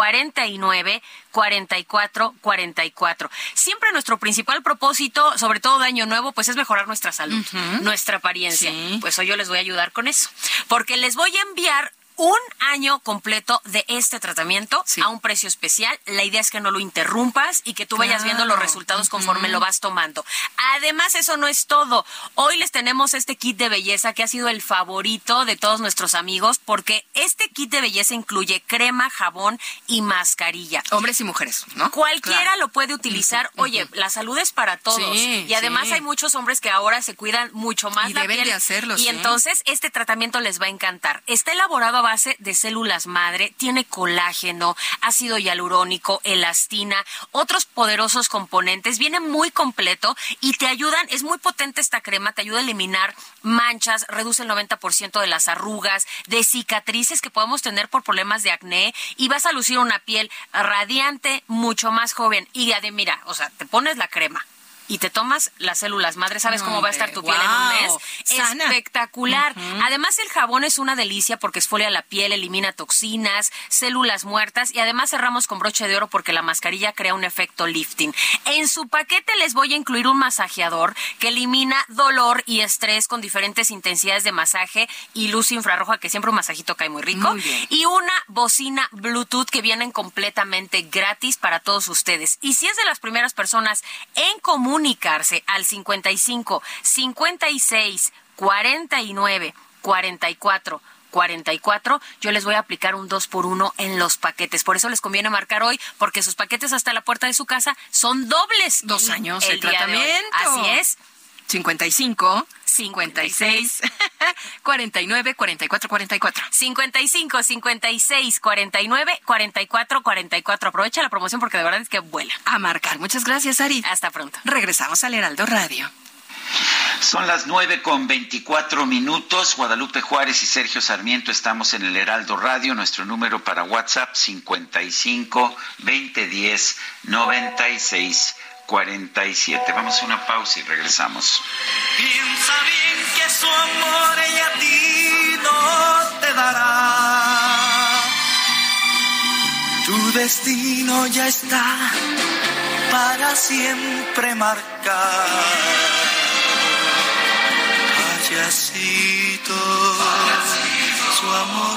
49 44 44. Siempre nuestro principal propósito, sobre todo de Año Nuevo, pues es mejorar nuestra salud, nuestra apariencia. Sí. Pues hoy yo les voy a ayudar con eso, porque les voy a enviar un año completo de este tratamiento a un precio especial. La idea es que no lo interrumpas y que tú vayas viendo los resultados conforme lo vas tomando. Además, eso no es todo. Hoy les tenemos este kit de belleza que ha sido el favorito de todos nuestros amigos, porque este kit de belleza incluye crema, jabón y mascarilla. Hombres y mujeres, ¿no? Cualquiera lo puede utilizar. Oye, la salud es para todos. Sí, y además hay muchos hombres que ahora se cuidan mucho más y la deben piel. De hacerlo, y entonces este tratamiento les va a encantar. Está elaborado a base de células madre, tiene colágeno, ácido hialurónico, elastina, otros poderosos componentes, viene muy completo y te ayudan, es muy potente esta crema, te ayuda a eliminar manchas, reduce el 90% de las arrugas, de cicatrices que podemos tener por problemas de acné y vas a lucir una piel radiante, mucho más joven. Y mira, o sea, te pones la crema y te tomas las células madre, ¿sabes cómo va a estar tu piel en un mes? Sana. Espectacular. Además, el jabón es una delicia porque exfolia la piel, elimina toxinas, células muertas y además cerramos con broche de oro porque la mascarilla crea un efecto lifting. En su paquete les voy a incluir un masajeador que elimina dolor y estrés con diferentes intensidades de masaje y luz infrarroja, que siempre un masajito cae muy rico. Muy bien. Y una bocina Bluetooth que vienen completamente gratis para todos ustedes. Y si es de las primeras personas en comunicarse al 55 56 49 44 44, yo les voy a aplicar un 2x1 en los paquetes. Por eso les conviene marcar hoy, porque sus paquetes hasta la puerta de su casa son dobles. 2 años de tratamiento. Así es. 55 56 49 44 44. 55 56 49 44 44. Aprovecha la promoción porque de verdad es que vuela. A marcar. Muchas gracias, Ari. Hasta pronto. Regresamos al Heraldo Radio. Son las 9:24. Guadalupe Juárez y Sergio Sarmiento estamos en el Heraldo Radio. Nuestro número para WhatsApp 55 2010 96 47. Vamos a una pausa y regresamos. Piensa bien que su amor ella a ti no te dará. Tu destino ya está para siempre marcado. Payasito, su amor.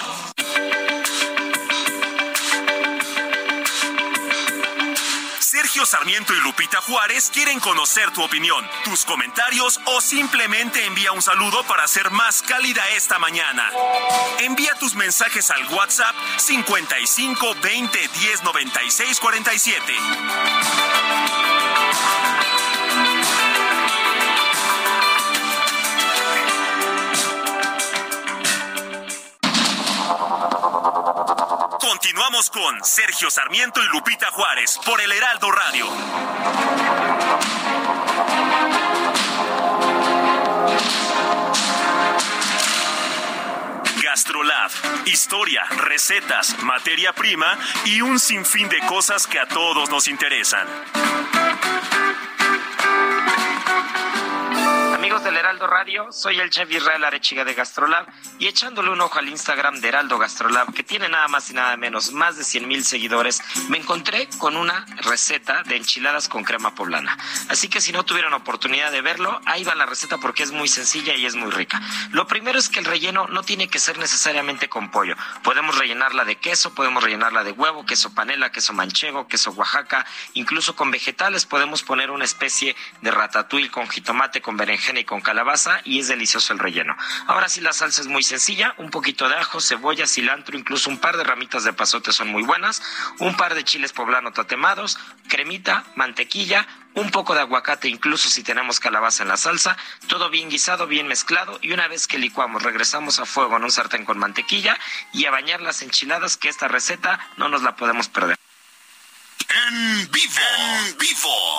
Sergio Sarmiento y Lupita Juárez quieren conocer tu opinión, tus comentarios o simplemente envía un saludo para hacer más cálida esta mañana. Envía tus mensajes al WhatsApp 55 20 10 96 47. Continuamos con Sergio Sarmiento y Lupita Juárez por el Heraldo Radio. GastroLab, historia, recetas, materia prima y un sinfín de cosas que a todos nos interesan. Amigos del Heraldo Radio, soy el chef Israel Arechiga de GastroLab y echándole un ojo al Instagram de Heraldo GastroLab, que tiene nada más y nada menos más de 100,000 seguidores, me encontré con una receta de enchiladas con crema poblana. Así que si no tuvieron oportunidad de verlo, ahí va la receta porque es muy sencilla y es muy rica. Lo primero es que el relleno no tiene que ser necesariamente con pollo. Podemos rellenarla de queso, podemos rellenarla de huevo, queso panela, queso manchego, queso Oaxaca, incluso con vegetales podemos poner una especie de ratatouille con jitomate, con berenjena y con calabaza y es delicioso el relleno. Ahora sí, la salsa es muy sencilla, un poquito de ajo, cebolla, cilantro, incluso un par de ramitas de pasote son muy buenas, un par de chiles poblano tatemados, cremita, mantequilla, un poco de aguacate, incluso si tenemos calabaza en la salsa, todo bien guisado, bien mezclado, y una vez que licuamos, regresamos a fuego en un sartén con mantequilla y a bañar las enchiladas, que esta receta no nos la podemos perder. En vivo.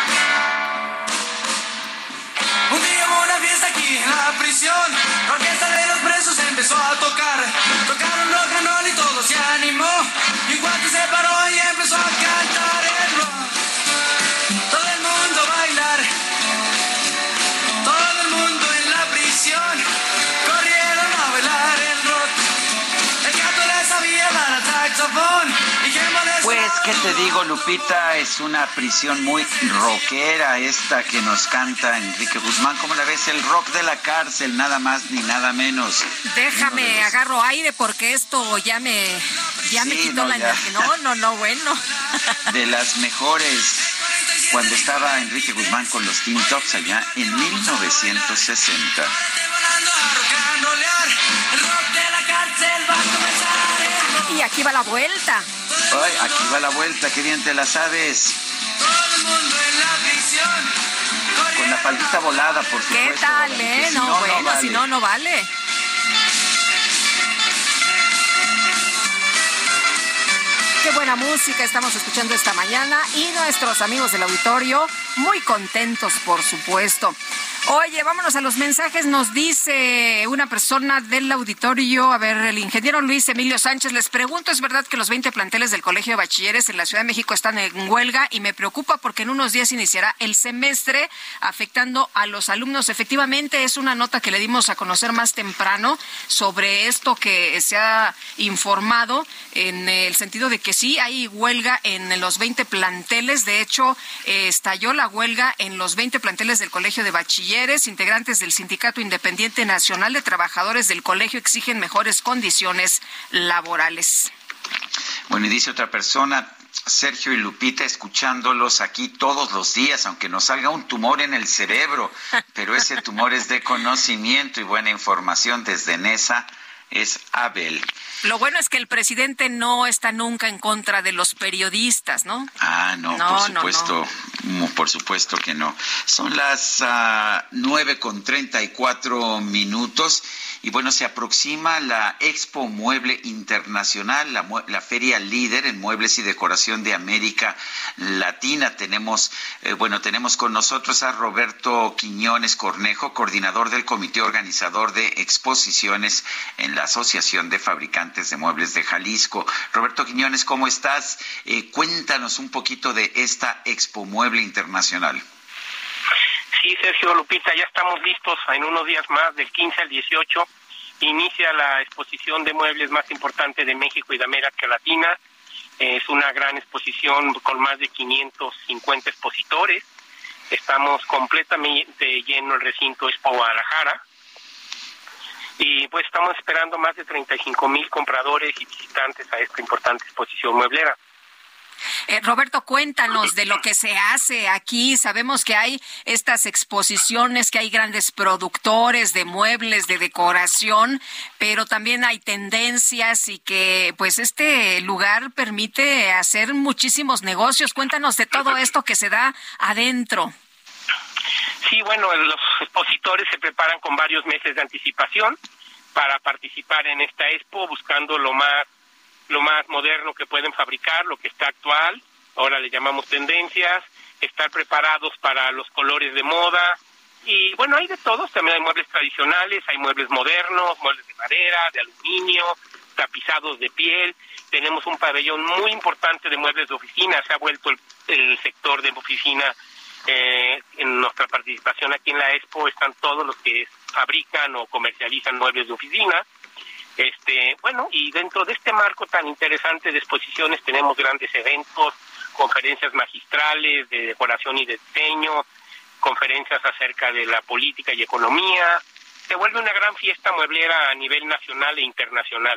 Un día hubo una fiesta aquí en la prisión, la orquesta de los presos empezó a tocar. Tocaron rock and roll y todo se animó, y en cuanto se paró y empezó a cantar el rock. ¿Qué te digo, Lupita? Es una prisión muy rockera esta que nos canta Enrique Guzmán. ¿Cómo la ves? El rock de la cárcel, nada más ni nada menos. Déjame, agarro aire porque esto ya me quitó la energía. No, bueno. De las mejores, cuando estaba Enrique Guzmán con los Teen Tops allá en 1960. Y aquí va la vuelta. Ay, aquí va la vuelta, qué bien te la sabes. Con la faldita volada, por supuesto. ¿Qué tal, No, bueno, vale. Si no vale. Qué buena música estamos escuchando esta mañana y nuestros amigos del auditorio muy contentos, por supuesto. Oye, vámonos a los mensajes. Nos dice una persona del auditorio, a ver, el ingeniero Luis Emilio Sánchez, les pregunto, ¿es verdad que los 20 planteles del Colegio de Bachilleres en la Ciudad de México están en huelga? Y me preocupa porque en unos días iniciará el semestre, afectando a los alumnos. Efectivamente, es una nota que le dimos a conocer más temprano sobre esto que se ha informado, en el sentido de que sí hay huelga en los 20 planteles. De hecho, estalló la huelga en los 20 planteles del Colegio de Bachilleres. Integrantes del Sindicato Independiente Nacional de Trabajadores del Colegio exigen mejores condiciones laborales. Bueno, y dice otra persona, Sergio y Lupita, escuchándolos aquí todos los días, aunque nos salga un tumor en el cerebro, pero ese tumor es de conocimiento y buena información desde NESA, es Abel. Lo bueno es que el presidente no está nunca en contra de los periodistas, ¿no? No, por supuesto, no. Por supuesto que no. Son las 9:34 y bueno, se aproxima la Expo Mueble Internacional, la feria líder en muebles y decoración de América Latina. Tenemos con nosotros a Roberto Quiñones Cornejo, coordinador del comité organizador de exposiciones en la Asociación de Fabricantes de Muebles de Jalisco. Roberto Quiñones, ¿cómo estás? Cuéntanos un poquito de esta Expo Mueble Internacional. Sí, Sergio, Lupita, ya estamos listos. En unos días más, del 15 al 18, inicia la exposición de muebles más importante de México y de América Latina. Es una gran exposición con más de 550 expositores. Estamos completamente lleno el recinto Expo Guadalajara. Y pues estamos esperando más de 35,000 compradores y visitantes a esta importante exposición mueblera. Roberto, cuéntanos de lo que se hace aquí. Sabemos que hay estas exposiciones, que hay grandes productores de muebles, de decoración, pero también hay tendencias y que pues este lugar permite hacer muchísimos negocios. Cuéntanos de todo esto que se da adentro. Sí, bueno, los expositores se preparan con varios meses de anticipación para participar en esta expo, buscando lo más moderno que pueden fabricar, lo que está actual, ahora le llamamos tendencias, estar preparados para los colores de moda, y bueno, hay de todos, también hay muebles tradicionales, hay muebles modernos, muebles de madera, de aluminio, tapizados de piel. Tenemos un pabellón muy importante de muebles de oficina, se ha vuelto el sector de oficina. En nuestra participación aquí en la Expo están todos los que fabrican o comercializan muebles de oficina. Bueno, y dentro de este marco tan interesante de exposiciones tenemos grandes eventos, conferencias magistrales de decoración y de diseño, conferencias acerca de la política y economía. Se vuelve una gran fiesta mueblera a nivel nacional e internacional.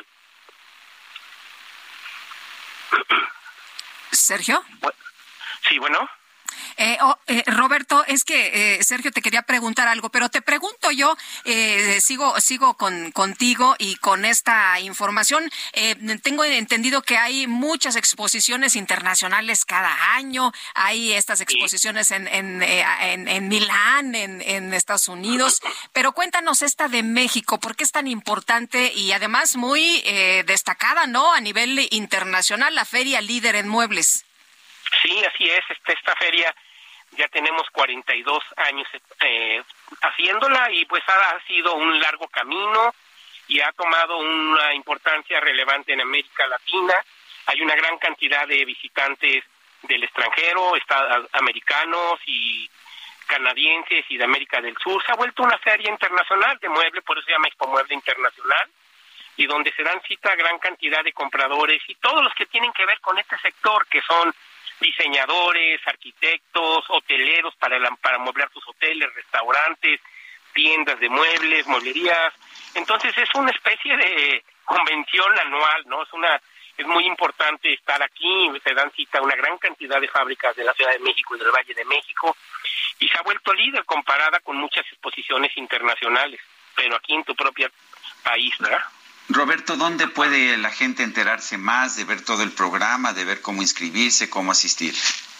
¿Sergio? Sí, bueno. Roberto, es que Sergio te quería preguntar algo, pero te pregunto yo, sigo contigo y con esta información. Tengo entendido que hay muchas exposiciones internacionales cada año, hay estas exposiciones en Milán, en Estados Unidos, pero cuéntanos esta de México, ¿por qué es tan importante y además muy destacada, ¿no? A nivel internacional, la feria líder en muebles. Sí, así es. Esta feria ya tenemos 42 años haciéndola y pues ha sido un largo camino y ha tomado una importancia relevante en América Latina. Hay una gran cantidad de visitantes del extranjero, americanos y canadienses y de América del Sur. Se ha vuelto una feria internacional de mueble, por eso se llama Expo Mueble Internacional. y donde se dan cita a gran cantidad de compradores y todos los que tienen que ver con este sector, que son diseñadores, arquitectos, hoteleros para amueblar sus hoteles, restaurantes, tiendas de muebles, mueblerías. Entonces es una especie de convención anual, ¿no? Es muy importante estar aquí, se dan cita a una gran cantidad de fábricas de la Ciudad de México y del Valle de México, y se ha vuelto líder comparada con muchas exposiciones internacionales, pero aquí en tu propio país, ¿verdad? Roberto, ¿dónde puede la gente enterarse más, de ver todo el programa, de ver cómo inscribirse, cómo asistir?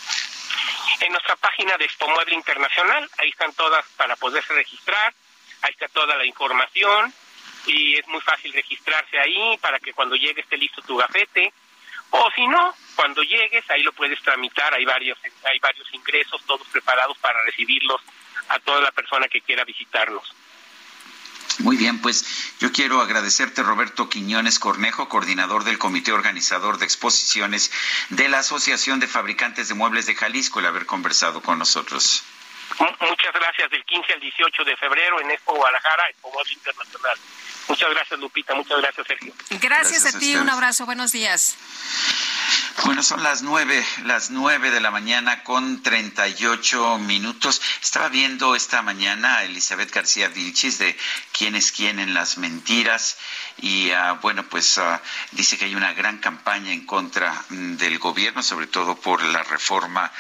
En nuestra página de Expo Mueble Internacional, ahí están todas para poderse registrar, ahí está toda la información, y es muy fácil registrarse ahí para que cuando llegue esté listo tu gafete, o si no, cuando llegues ahí lo puedes tramitar, hay varios ingresos, todos preparados para recibirlos a toda la persona que quiera visitarnos. Muy bien, pues yo quiero agradecerte, Roberto Quiñones Cornejo, coordinador del Comité Organizador de Exposiciones de la Asociación de Fabricantes de Muebles de Jalisco, el haber conversado con nosotros. Muchas gracias, del 15 al 18 de febrero en Expo Guadalajara, Expo Mueble Internacional. Muchas gracias, Lupita, muchas gracias, Sergio. Gracias a ti, un abrazo, buenos días. Bueno, son las 9 de la mañana con 38 minutos. Estaba viendo esta mañana a Elizabeth García Vilchis de Quién es quién en las mentiras y dice que hay una gran campaña en contra del gobierno, sobre todo por la reforma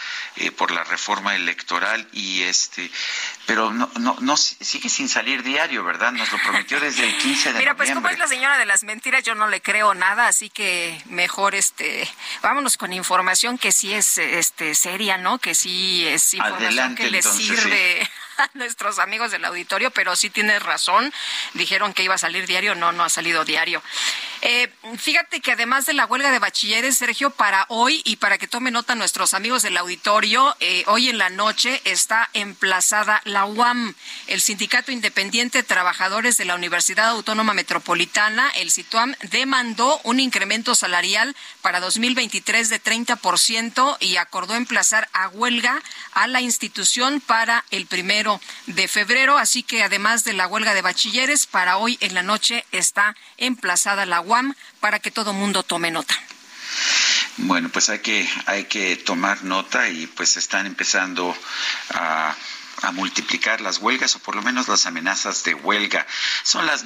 electoral pero no sigue sin salir diario, ¿verdad? Nos lo prometió desde el 15 de noviembre. Mira, pues como es la señora de las mentiras, yo no le creo nada, así que mejor vámonos con información que sí es seria, ¿no? Que sí es información adelante, que les sirve a nuestros amigos del auditorio, pero sí tienes razón. Dijeron que iba a salir diario, no ha salido diario. Fíjate que además de la huelga de bachilleres, Sergio, para hoy y para que tome nota nuestros amigos del auditorio, hoy en la noche está emplazada la UAM, el Sindicato Independiente de Trabajadores de la Universidad Autónoma Metropolitana, el SITUAM, demandó un incremento salarial para 2023 de 30% y acordó emplazar a huelga a la institución para el 1 de febrero, así que además de la huelga de bachilleres, para hoy en la noche está emplazada la UAM para que todo mundo tome nota. Bueno, pues hay que tomar nota y pues están empezando a multiplicar las huelgas o por lo menos las amenazas de huelga. Son las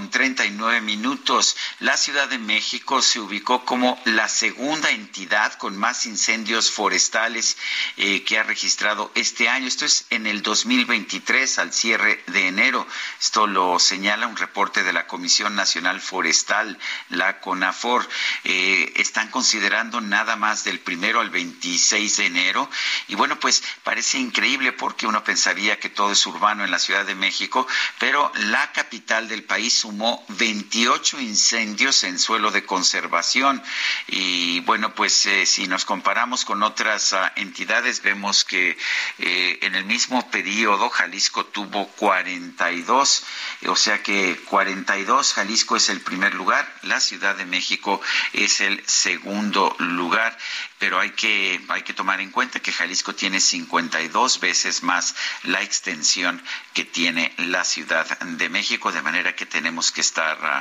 9:39. La Ciudad de México se ubicó como la segunda entidad con más incendios forestales que ha registrado este año. Esto es en el 2023 al cierre de enero. Esto lo señala un reporte de la Comisión Nacional Forestal, la CONAFOR. Están considerando nada más del 1 al 26 de enero. Y bueno, pues parece increíble porque uno pensaría que todo es urbano en la Ciudad de México, pero la capital del país sumó 28 incendios en suelo de conservación. Y bueno, pues si nos comparamos con otras entidades, vemos que en el mismo periodo Jalisco tuvo 42, o sea que 42, Jalisco es el primer lugar, la Ciudad de México es el segundo lugar. Pero hay que tomar en cuenta que Jalisco tiene 52 veces más la extensión que tiene la Ciudad de México, de manera que tenemos que estar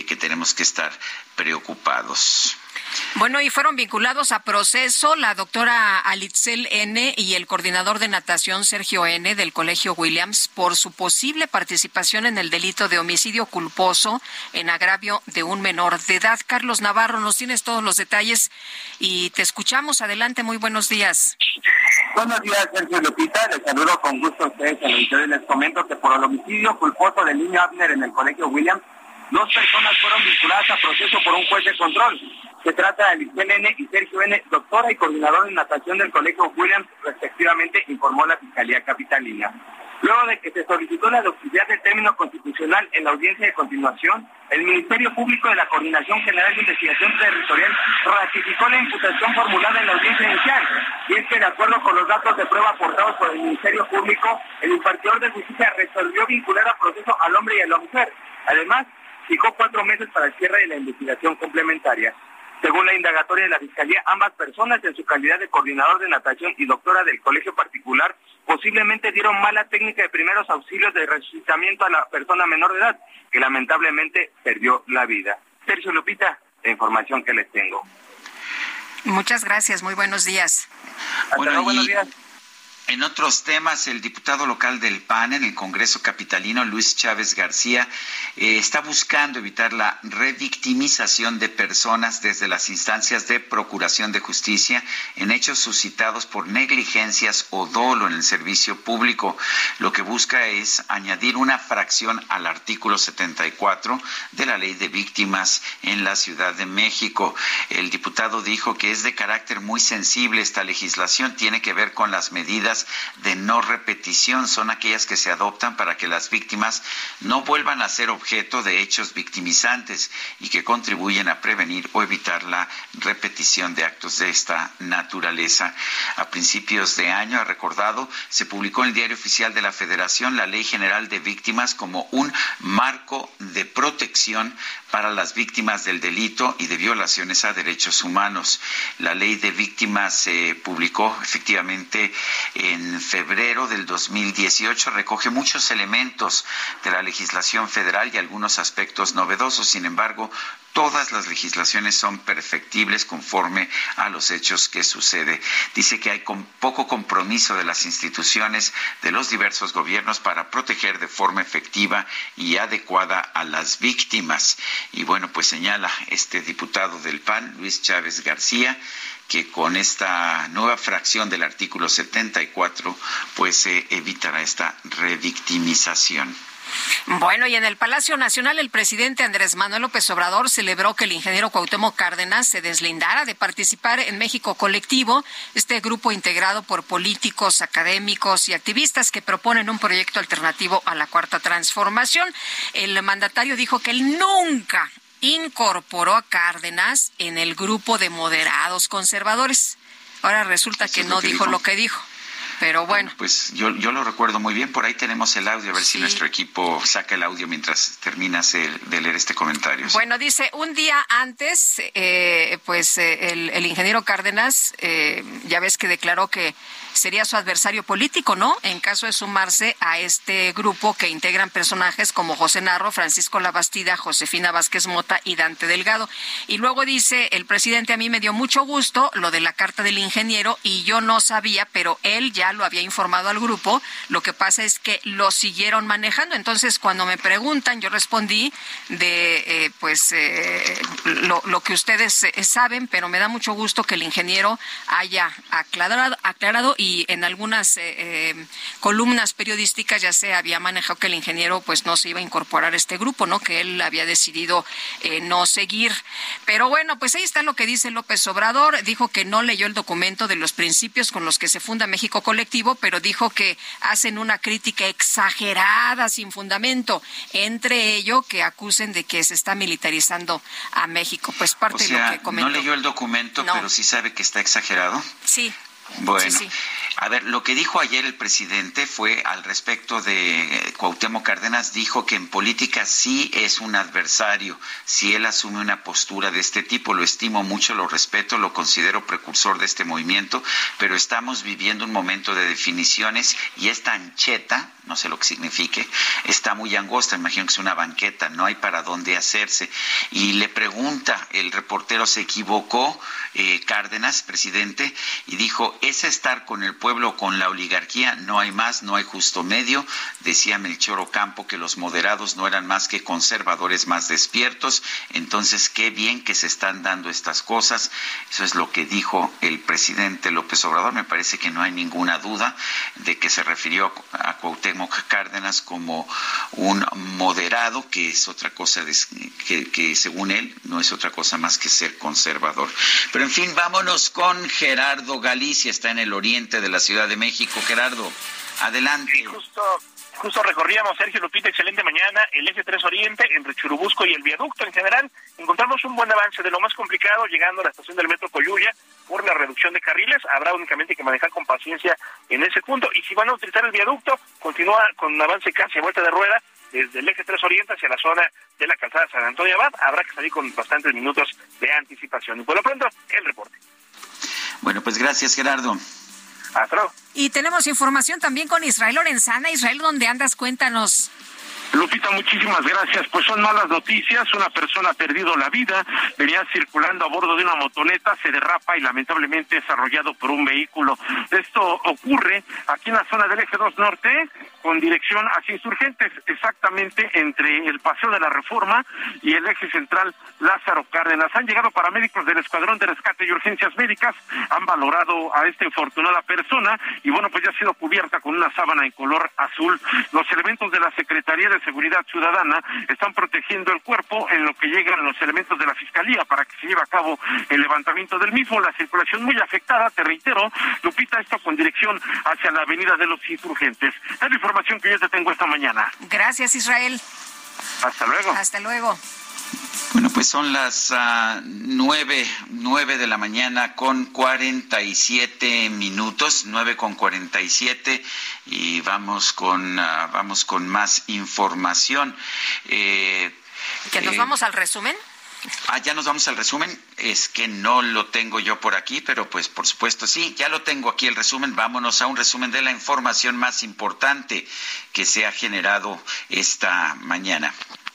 preocupados. Bueno, y fueron vinculados a proceso la doctora Alitzel N. y el coordinador de natación Sergio N. del Colegio Williams por su posible participación en el delito de homicidio culposo en agravio de un menor de edad. Carlos Navarro, nos tienes todos los detalles y te escuchamos. Adelante, muy buenos días. Buenos días, Sergio Lupita. Les saludo con gusto a ustedes. Les comento que por el homicidio culposo del niño Abner en el Colegio Williams, 2 personas fueron vinculadas a proceso por un juez de control. Se trata de Alistel N. y Sergio N., doctora y coordinador de natación del Colegio Williams, respectivamente, informó la Fiscalía Capitalina. Luego de que se solicitó la docilidad del término constitucional en la audiencia de continuación, el Ministerio Público de la Coordinación General de Investigación Territorial ratificó la imputación formulada en la audiencia inicial. Y es que, de acuerdo con los datos de prueba aportados por el Ministerio Público, el impartidor de justicia resolvió vincular a proceso al hombre y a la mujer. Además, fijó 4 meses para el cierre de la investigación complementaria. Según la indagatoria de la Fiscalía, ambas personas, en su calidad de coordinador de natación y doctora del colegio particular, posiblemente dieron mala técnica de primeros auxilios de resucitamiento a la persona menor de edad, que lamentablemente perdió la vida. Sergio, Lupita, la información que les tengo. Muchas gracias, muy buenos días. Hasta luego, buenos días. En otros temas, el diputado local del PAN en el Congreso capitalino, Luis Chávez García, está buscando evitar la revictimización de personas desde las instancias de procuración de justicia en hechos suscitados por negligencias o dolo en el servicio público. Lo que busca es añadir una fracción al artículo 74 de la Ley de Víctimas en la Ciudad de México. El diputado dijo que es de carácter muy sensible esta legislación, tiene que ver con las medidas de no repetición, son aquellas que se adoptan para que las víctimas no vuelvan a ser objeto de hechos victimizantes y que contribuyen a prevenir o evitar la repetición de actos de esta naturaleza. A principios de año, ha recordado, se publicó en el Diario Oficial de la Federación la Ley General de Víctimas como un marco de protección para las víctimas del delito y de violaciones a derechos humanos. La Ley de Víctimas se publicó efectivamente en febrero del 2018, recoge muchos elementos de la legislación federal y algunos aspectos novedosos. Sin embargo, todas las legislaciones son perfectibles conforme a los hechos que sucede. Dice que hay poco compromiso de las instituciones de los diversos gobiernos para proteger de forma efectiva y adecuada a las víctimas. Y bueno, pues señala este diputado del PAN, Luis Chávez García, que con esta nueva fracción del artículo 74, pues se evitará esta revictimización. Bueno, y en el Palacio Nacional, el presidente Andrés Manuel López Obrador celebró que el ingeniero Cuauhtémoc Cárdenas se deslindara de participar en México Colectivo, este grupo integrado por políticos, académicos y activistas que proponen un proyecto alternativo a la Cuarta Transformación. El mandatario dijo que él nunca incorporó a Cárdenas en el grupo de moderados conservadores. Ahora resulta que no dijo lo que dijo. Pero bueno. Pues yo lo recuerdo muy bien. Por ahí tenemos el audio, a ver si nuestro equipo saca el audio mientras terminas de leer este comentario. Bueno, dice, un día antes, el ingeniero Cárdenas, ya ves que declaró que sería su adversario político, ¿no? En caso de sumarse a este grupo que integran personajes como José Narro, Francisco Labastida, Josefina Vázquez Mota y Dante Delgado. Y luego dice, el presidente, a mí me dio mucho gusto lo de la carta del ingeniero y yo no sabía, pero él ya lo había informado al grupo. Lo que pasa es que lo siguieron manejando. Entonces, cuando me preguntan, yo respondí de lo que ustedes saben, pero me da mucho gusto que el ingeniero haya aclarado y en algunas columnas periodísticas ya se había manejado que el ingeniero pues no se iba a incorporar a este grupo, ¿no? Que él había decidido no seguir. Pero bueno, pues ahí está lo que dice López Obrador. Dijo que no leyó el documento de los principios con los que se funda México Colectivo, pero dijo que hacen una crítica exagerada, sin fundamento, entre ello que acusen de que se está militarizando a México. Pues parte de lo que comentó. No leyó el documento, no. Pero sí sabe que está exagerado. Sí. Bueno, sí. A ver, lo que dijo ayer el presidente fue al respecto de Cuauhtémoc Cárdenas, dijo que en política sí es un adversario, si él asume una postura de este tipo, lo estimo mucho, lo respeto, lo considero precursor de este movimiento, pero estamos viviendo un momento de definiciones y esta ancheta, no sé lo que signifique, está muy angosta, imagino que es una banqueta, no hay para dónde hacerse. Y le pregunta, el reportero se equivocó, Cárdenas, presidente, y dijo, es estar con el pueblo, con la oligarquía, no hay más, no hay justo medio. Decía Melchor Ocampo que los moderados no eran más que conservadores más despiertos, entonces qué bien que se están dando estas cosas. Eso es lo que dijo el presidente López Obrador. Me parece que no hay ninguna duda de que se refirió a Cuauhtémoc Cárdenas como un moderado, que es otra cosa, que según él no es otra cosa más que ser conservador. Pero en fin, vámonos con Gerardo Galicia, está en el oriente de la Ciudad de México. Gerardo, adelante. Sí, justo recorríamos, Sergio, Lupita, excelente mañana, el eje 3 Oriente, entre Churubusco y el viaducto. En general, encontramos un buen avance de lo más complicado, llegando a la estación del Metro Coyuya, por la reducción de carriles. Habrá únicamente que manejar con paciencia en ese punto. Y si van a utilizar el viaducto, continúa con un avance casi a vuelta de rueda, desde el eje 3 Oriente hacia la zona de la calzada San Antonio Abad. Habrá que salir con bastantes minutos de anticipación. Y por lo pronto, el reporte. Bueno, pues gracias, Gerardo. Hasta luego. Y tenemos información también con Israel Lorenzana. Israel, ¿dónde andas? Cuéntanos. Lupita, muchísimas gracias. Pues son malas noticias. Una persona ha perdido la vida. Venía circulando a bordo de una motoneta, se derrapa y lamentablemente es arrollado por un vehículo. Esto ocurre aquí en la zona del eje 2 Norte, con dirección hacia Insurgentes, exactamente entre el Paseo de la Reforma y el eje central Lázaro Cárdenas. Han llegado paramédicos del Escuadrón de Rescate y Urgencias Médicas, han valorado a esta infortunada persona y bueno, pues ya ha sido cubierta con una sábana en color azul. Los elementos de la Secretaría de Seguridad Ciudadana están protegiendo el cuerpo en lo que llegan los elementos de la Fiscalía para que se lleve a cabo el levantamiento del mismo. La circulación muy afectada, te reitero, Lupita, esto con dirección hacia la Avenida de los Insurgentes. Es la información que yo te tengo esta mañana. Gracias, Israel. Hasta luego. Hasta luego. Bueno, pues son las 9 de la mañana con 47 minutos, 9:47, y vamos con más información. ¿Que nos vamos al resumen? Ya nos vamos al resumen. Es que no lo tengo yo por aquí, pero pues por supuesto sí, ya lo tengo aquí el resumen. Vámonos a un resumen de la información más importante que se ha generado esta mañana.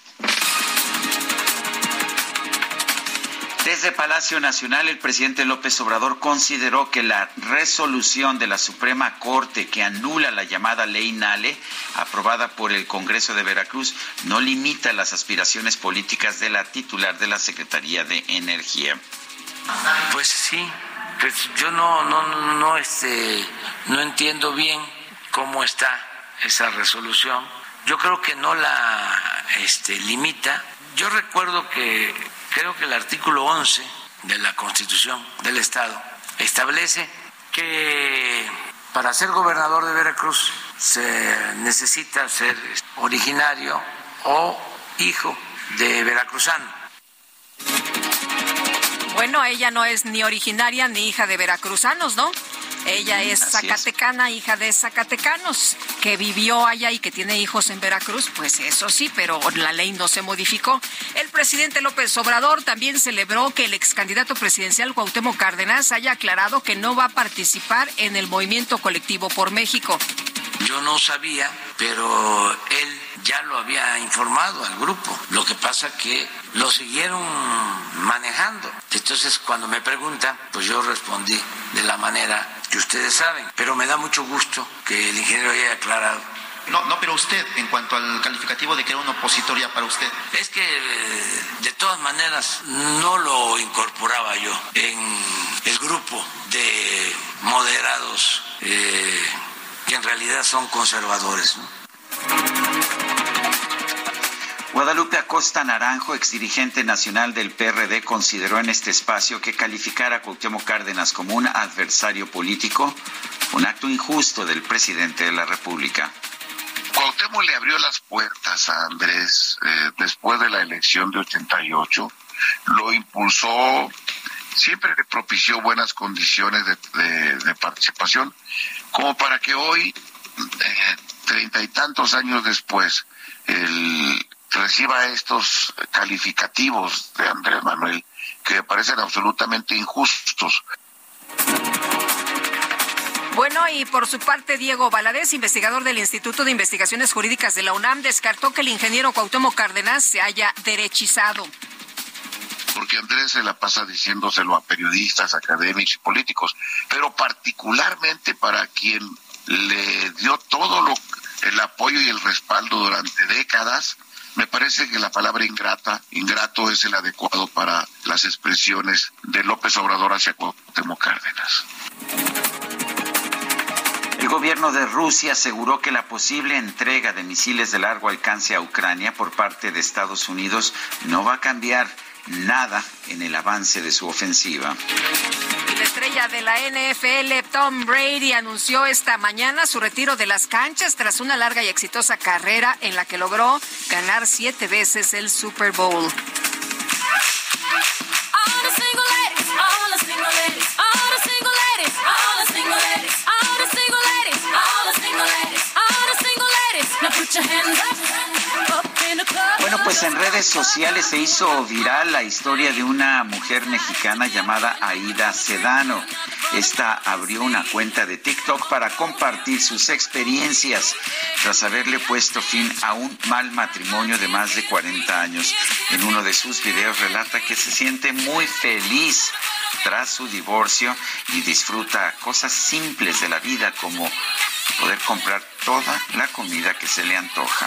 Desde Palacio Nacional, el presidente López Obrador consideró que la resolución de la Suprema Corte que anula la llamada Ley Nale, aprobada por el Congreso de Veracruz, no limita las aspiraciones políticas de la titular de la Secretaría de Energía. Pues sí, pues yo no entiendo bien cómo está esa resolución. Yo creo que no la limita. Yo recuerdo creo que el artículo 11 de la Constitución del Estado establece que para ser gobernador de Veracruz se necesita ser originario o hijo de veracruzano. Bueno, ella no es ni originaria ni hija de veracruzanos, ¿no? Ella es zacatecana, hija de zacatecanos, que vivió allá y que tiene hijos en Veracruz, pues eso sí, pero la ley no se modificó. El presidente López Obrador también celebró que el ex candidato presidencial Cuauhtémoc Cárdenas haya aclarado que no va a participar en el movimiento colectivo por México. Yo no sabía, pero él ya lo había informado al grupo. Lo que pasa que lo siguieron manejando. Entonces, cuando me preguntan, pues yo respondí de la manera que ustedes saben. Pero me da mucho gusto que el ingeniero haya aclarado. No, pero usted, en cuanto al calificativo de que era un opositor ya para usted. Es que, de todas maneras, no lo incorporaba yo en el grupo de moderados que en realidad son conservadores, ¿no? Guadalupe Acosta Naranjo, exdirigente nacional del PRD, consideró en este espacio que calificar a Cuauhtémoc Cárdenas como un adversario político, un acto injusto del presidente de la República. Cuauhtémoc le abrió las puertas a Andrés después de la elección de 88, lo impulsó, siempre le propició buenas condiciones de participación, como para que hoy, 30 y tantos años después, reciba estos calificativos de Andrés Manuel que me parecen absolutamente injustos. Bueno, y por su parte, Diego Valadez, investigador del Instituto de Investigaciones Jurídicas de la UNAM, descartó que el ingeniero Cuauhtémoc Cárdenas se haya derechizado. Porque Andrés se la pasa diciéndoselo a periodistas, académicos y políticos, pero particularmente para quien le dio todo el apoyo y el respaldo durante décadas, me parece que la palabra ingrato es el adecuado para las expresiones de López Obrador hacia Cuauhtémoc Cárdenas. El gobierno de Rusia aseguró que la posible entrega de misiles de largo alcance a Ucrania por parte de Estados Unidos no va a cambiar nada en el avance de su ofensiva. La estrella de la NFL, Tom Brady, anunció esta mañana su retiro de las canchas tras una larga y exitosa carrera en la que logró ganar 7 veces el Super Bowl. pues en redes sociales se hizo viral la historia de una mujer mexicana llamada Aida Sedano. Esta abrió una cuenta de TikTok para compartir sus experiencias tras haberle puesto fin a un mal matrimonio de más de 40 años. En uno de sus videos relata que se siente muy feliz tras su divorcio y disfruta cosas simples de la vida como poder comprar toda la comida que se le antoja.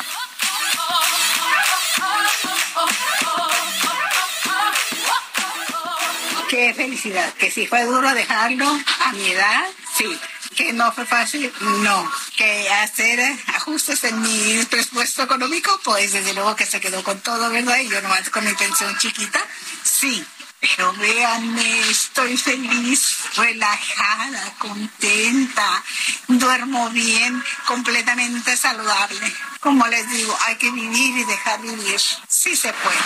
Qué felicidad, que si fue duro dejarlo a mi edad, sí. Que no fue fácil, no. Que hacer ajustes en mi presupuesto económico, pues desde luego que se quedó con todo, ¿verdad? Y yo nomás con mi pensión chiquita, sí. Pero véanme, estoy feliz, relajada, contenta, duermo bien, completamente saludable. Como les digo, hay que vivir y dejar vivir. Sí se puede.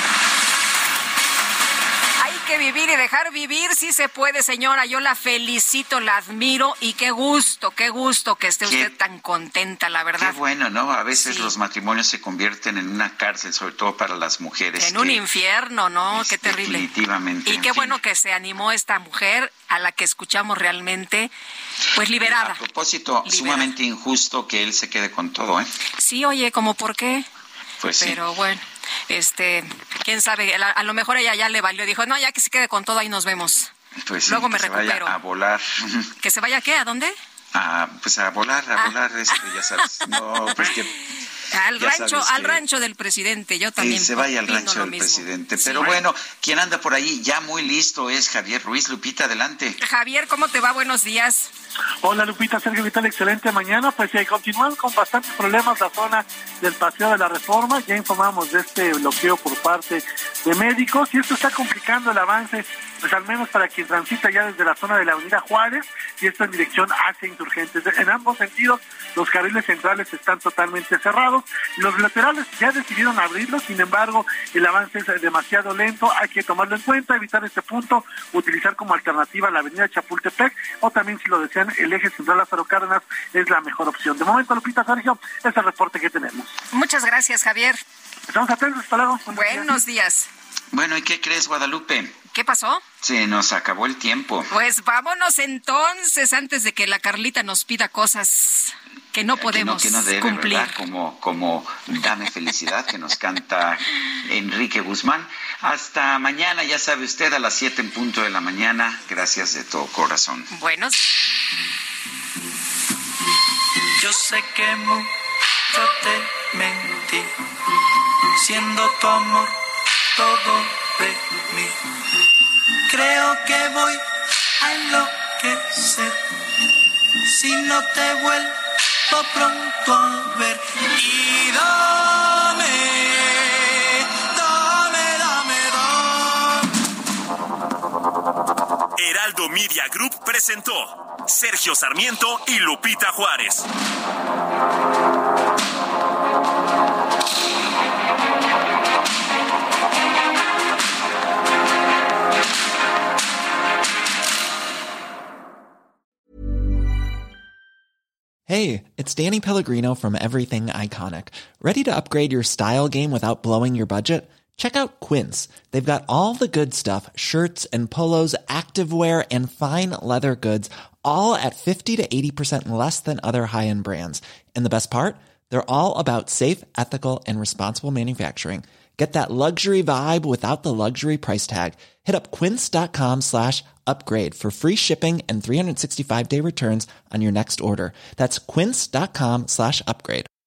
Hay que vivir y dejar vivir, sí se puede, señora. Yo la felicito, la admiro y qué gusto que esté usted tan contenta, la verdad. Qué bueno, ¿no? A veces los matrimonios se convierten en una cárcel, sobre todo para las mujeres. En un infierno, ¿no? Qué terrible. Definitivamente. Y qué bueno que se animó esta mujer a la que escuchamos realmente, pues liberada. A propósito, sumamente injusto que él se quede con todo, ¿eh? Sí, oye, ¿cómo por qué? Pues sí. Pero bueno. Quién sabe, a lo mejor ella ya le valió, dijo, no, ya que se quede con todo, ahí nos vemos. Pues sí, luego me recupero. recupero. Vaya a volar. ¿Que se vaya qué? ¿A dónde? Pues a volar, ya sabes. No, pues que... Al rancho del presidente, yo también. Sí, se vaya al rancho del presidente. Pero bueno, quien anda por ahí ya muy listo es Javier Ruiz. Lupita, adelante. Javier, ¿cómo te va? Buenos días. Hola Lupita, Sergio, ¿qué tal? Excelente mañana. Pues continúan con bastantes problemas la zona del Paseo de la Reforma. Ya informamos de este bloqueo por parte de médicos y esto está complicando el avance, pues al menos para quien transita ya desde la zona de la Avenida Juárez y esto en dirección hacia Insurgentes. En ambos sentidos, los carriles centrales están totalmente cerrados. Los laterales ya decidieron abrirlos, sin embargo, el avance es demasiado lento. Hay que tomarlo en cuenta, evitar este punto, utilizar como alternativa la Avenida Chapultepec o también, si lo desean, el eje central Lázaro Cárdenas es la mejor opción. De momento, Lupita, Sergio, es el reporte que tenemos. Muchas gracias, Javier. Estamos atentos, hasta luego. Buenos días. Bueno, ¿y qué crees, Guadalupe? ¿Qué pasó? Se nos acabó el tiempo. Pues vámonos entonces, antes de que la Carlita nos pida cosas que no podemos que no debe, cumplir. ¿verdad? Como Dame Felicidad, que nos canta Enrique Guzmán. Hasta mañana, ya sabe usted, a las 7 en punto de la mañana. Gracias de todo corazón. Buenos. Yo sé que mucho te mentí, siendo tu amor todo de mí. Creo que voy a enloquecer si no te vuelvo pronto a ver. Y dame. Heraldo Media Group presentó Sergio Sarmiento y Lupita Juárez. Hey, it's Danny Pellegrino from Everything Iconic. Ready to upgrade your style game without blowing your budget? Check out Quince. They've got all the good stuff, shirts and polos, activewear, and fine leather goods, all at 50 to 80% less than other high-end brands. And the best part? They're all about safe, ethical, and responsible manufacturing. Get that luxury vibe without the luxury price tag. Hit up quince.com/upgrade for free shipping and 365-day returns on your next order. That's quince.com/upgrade.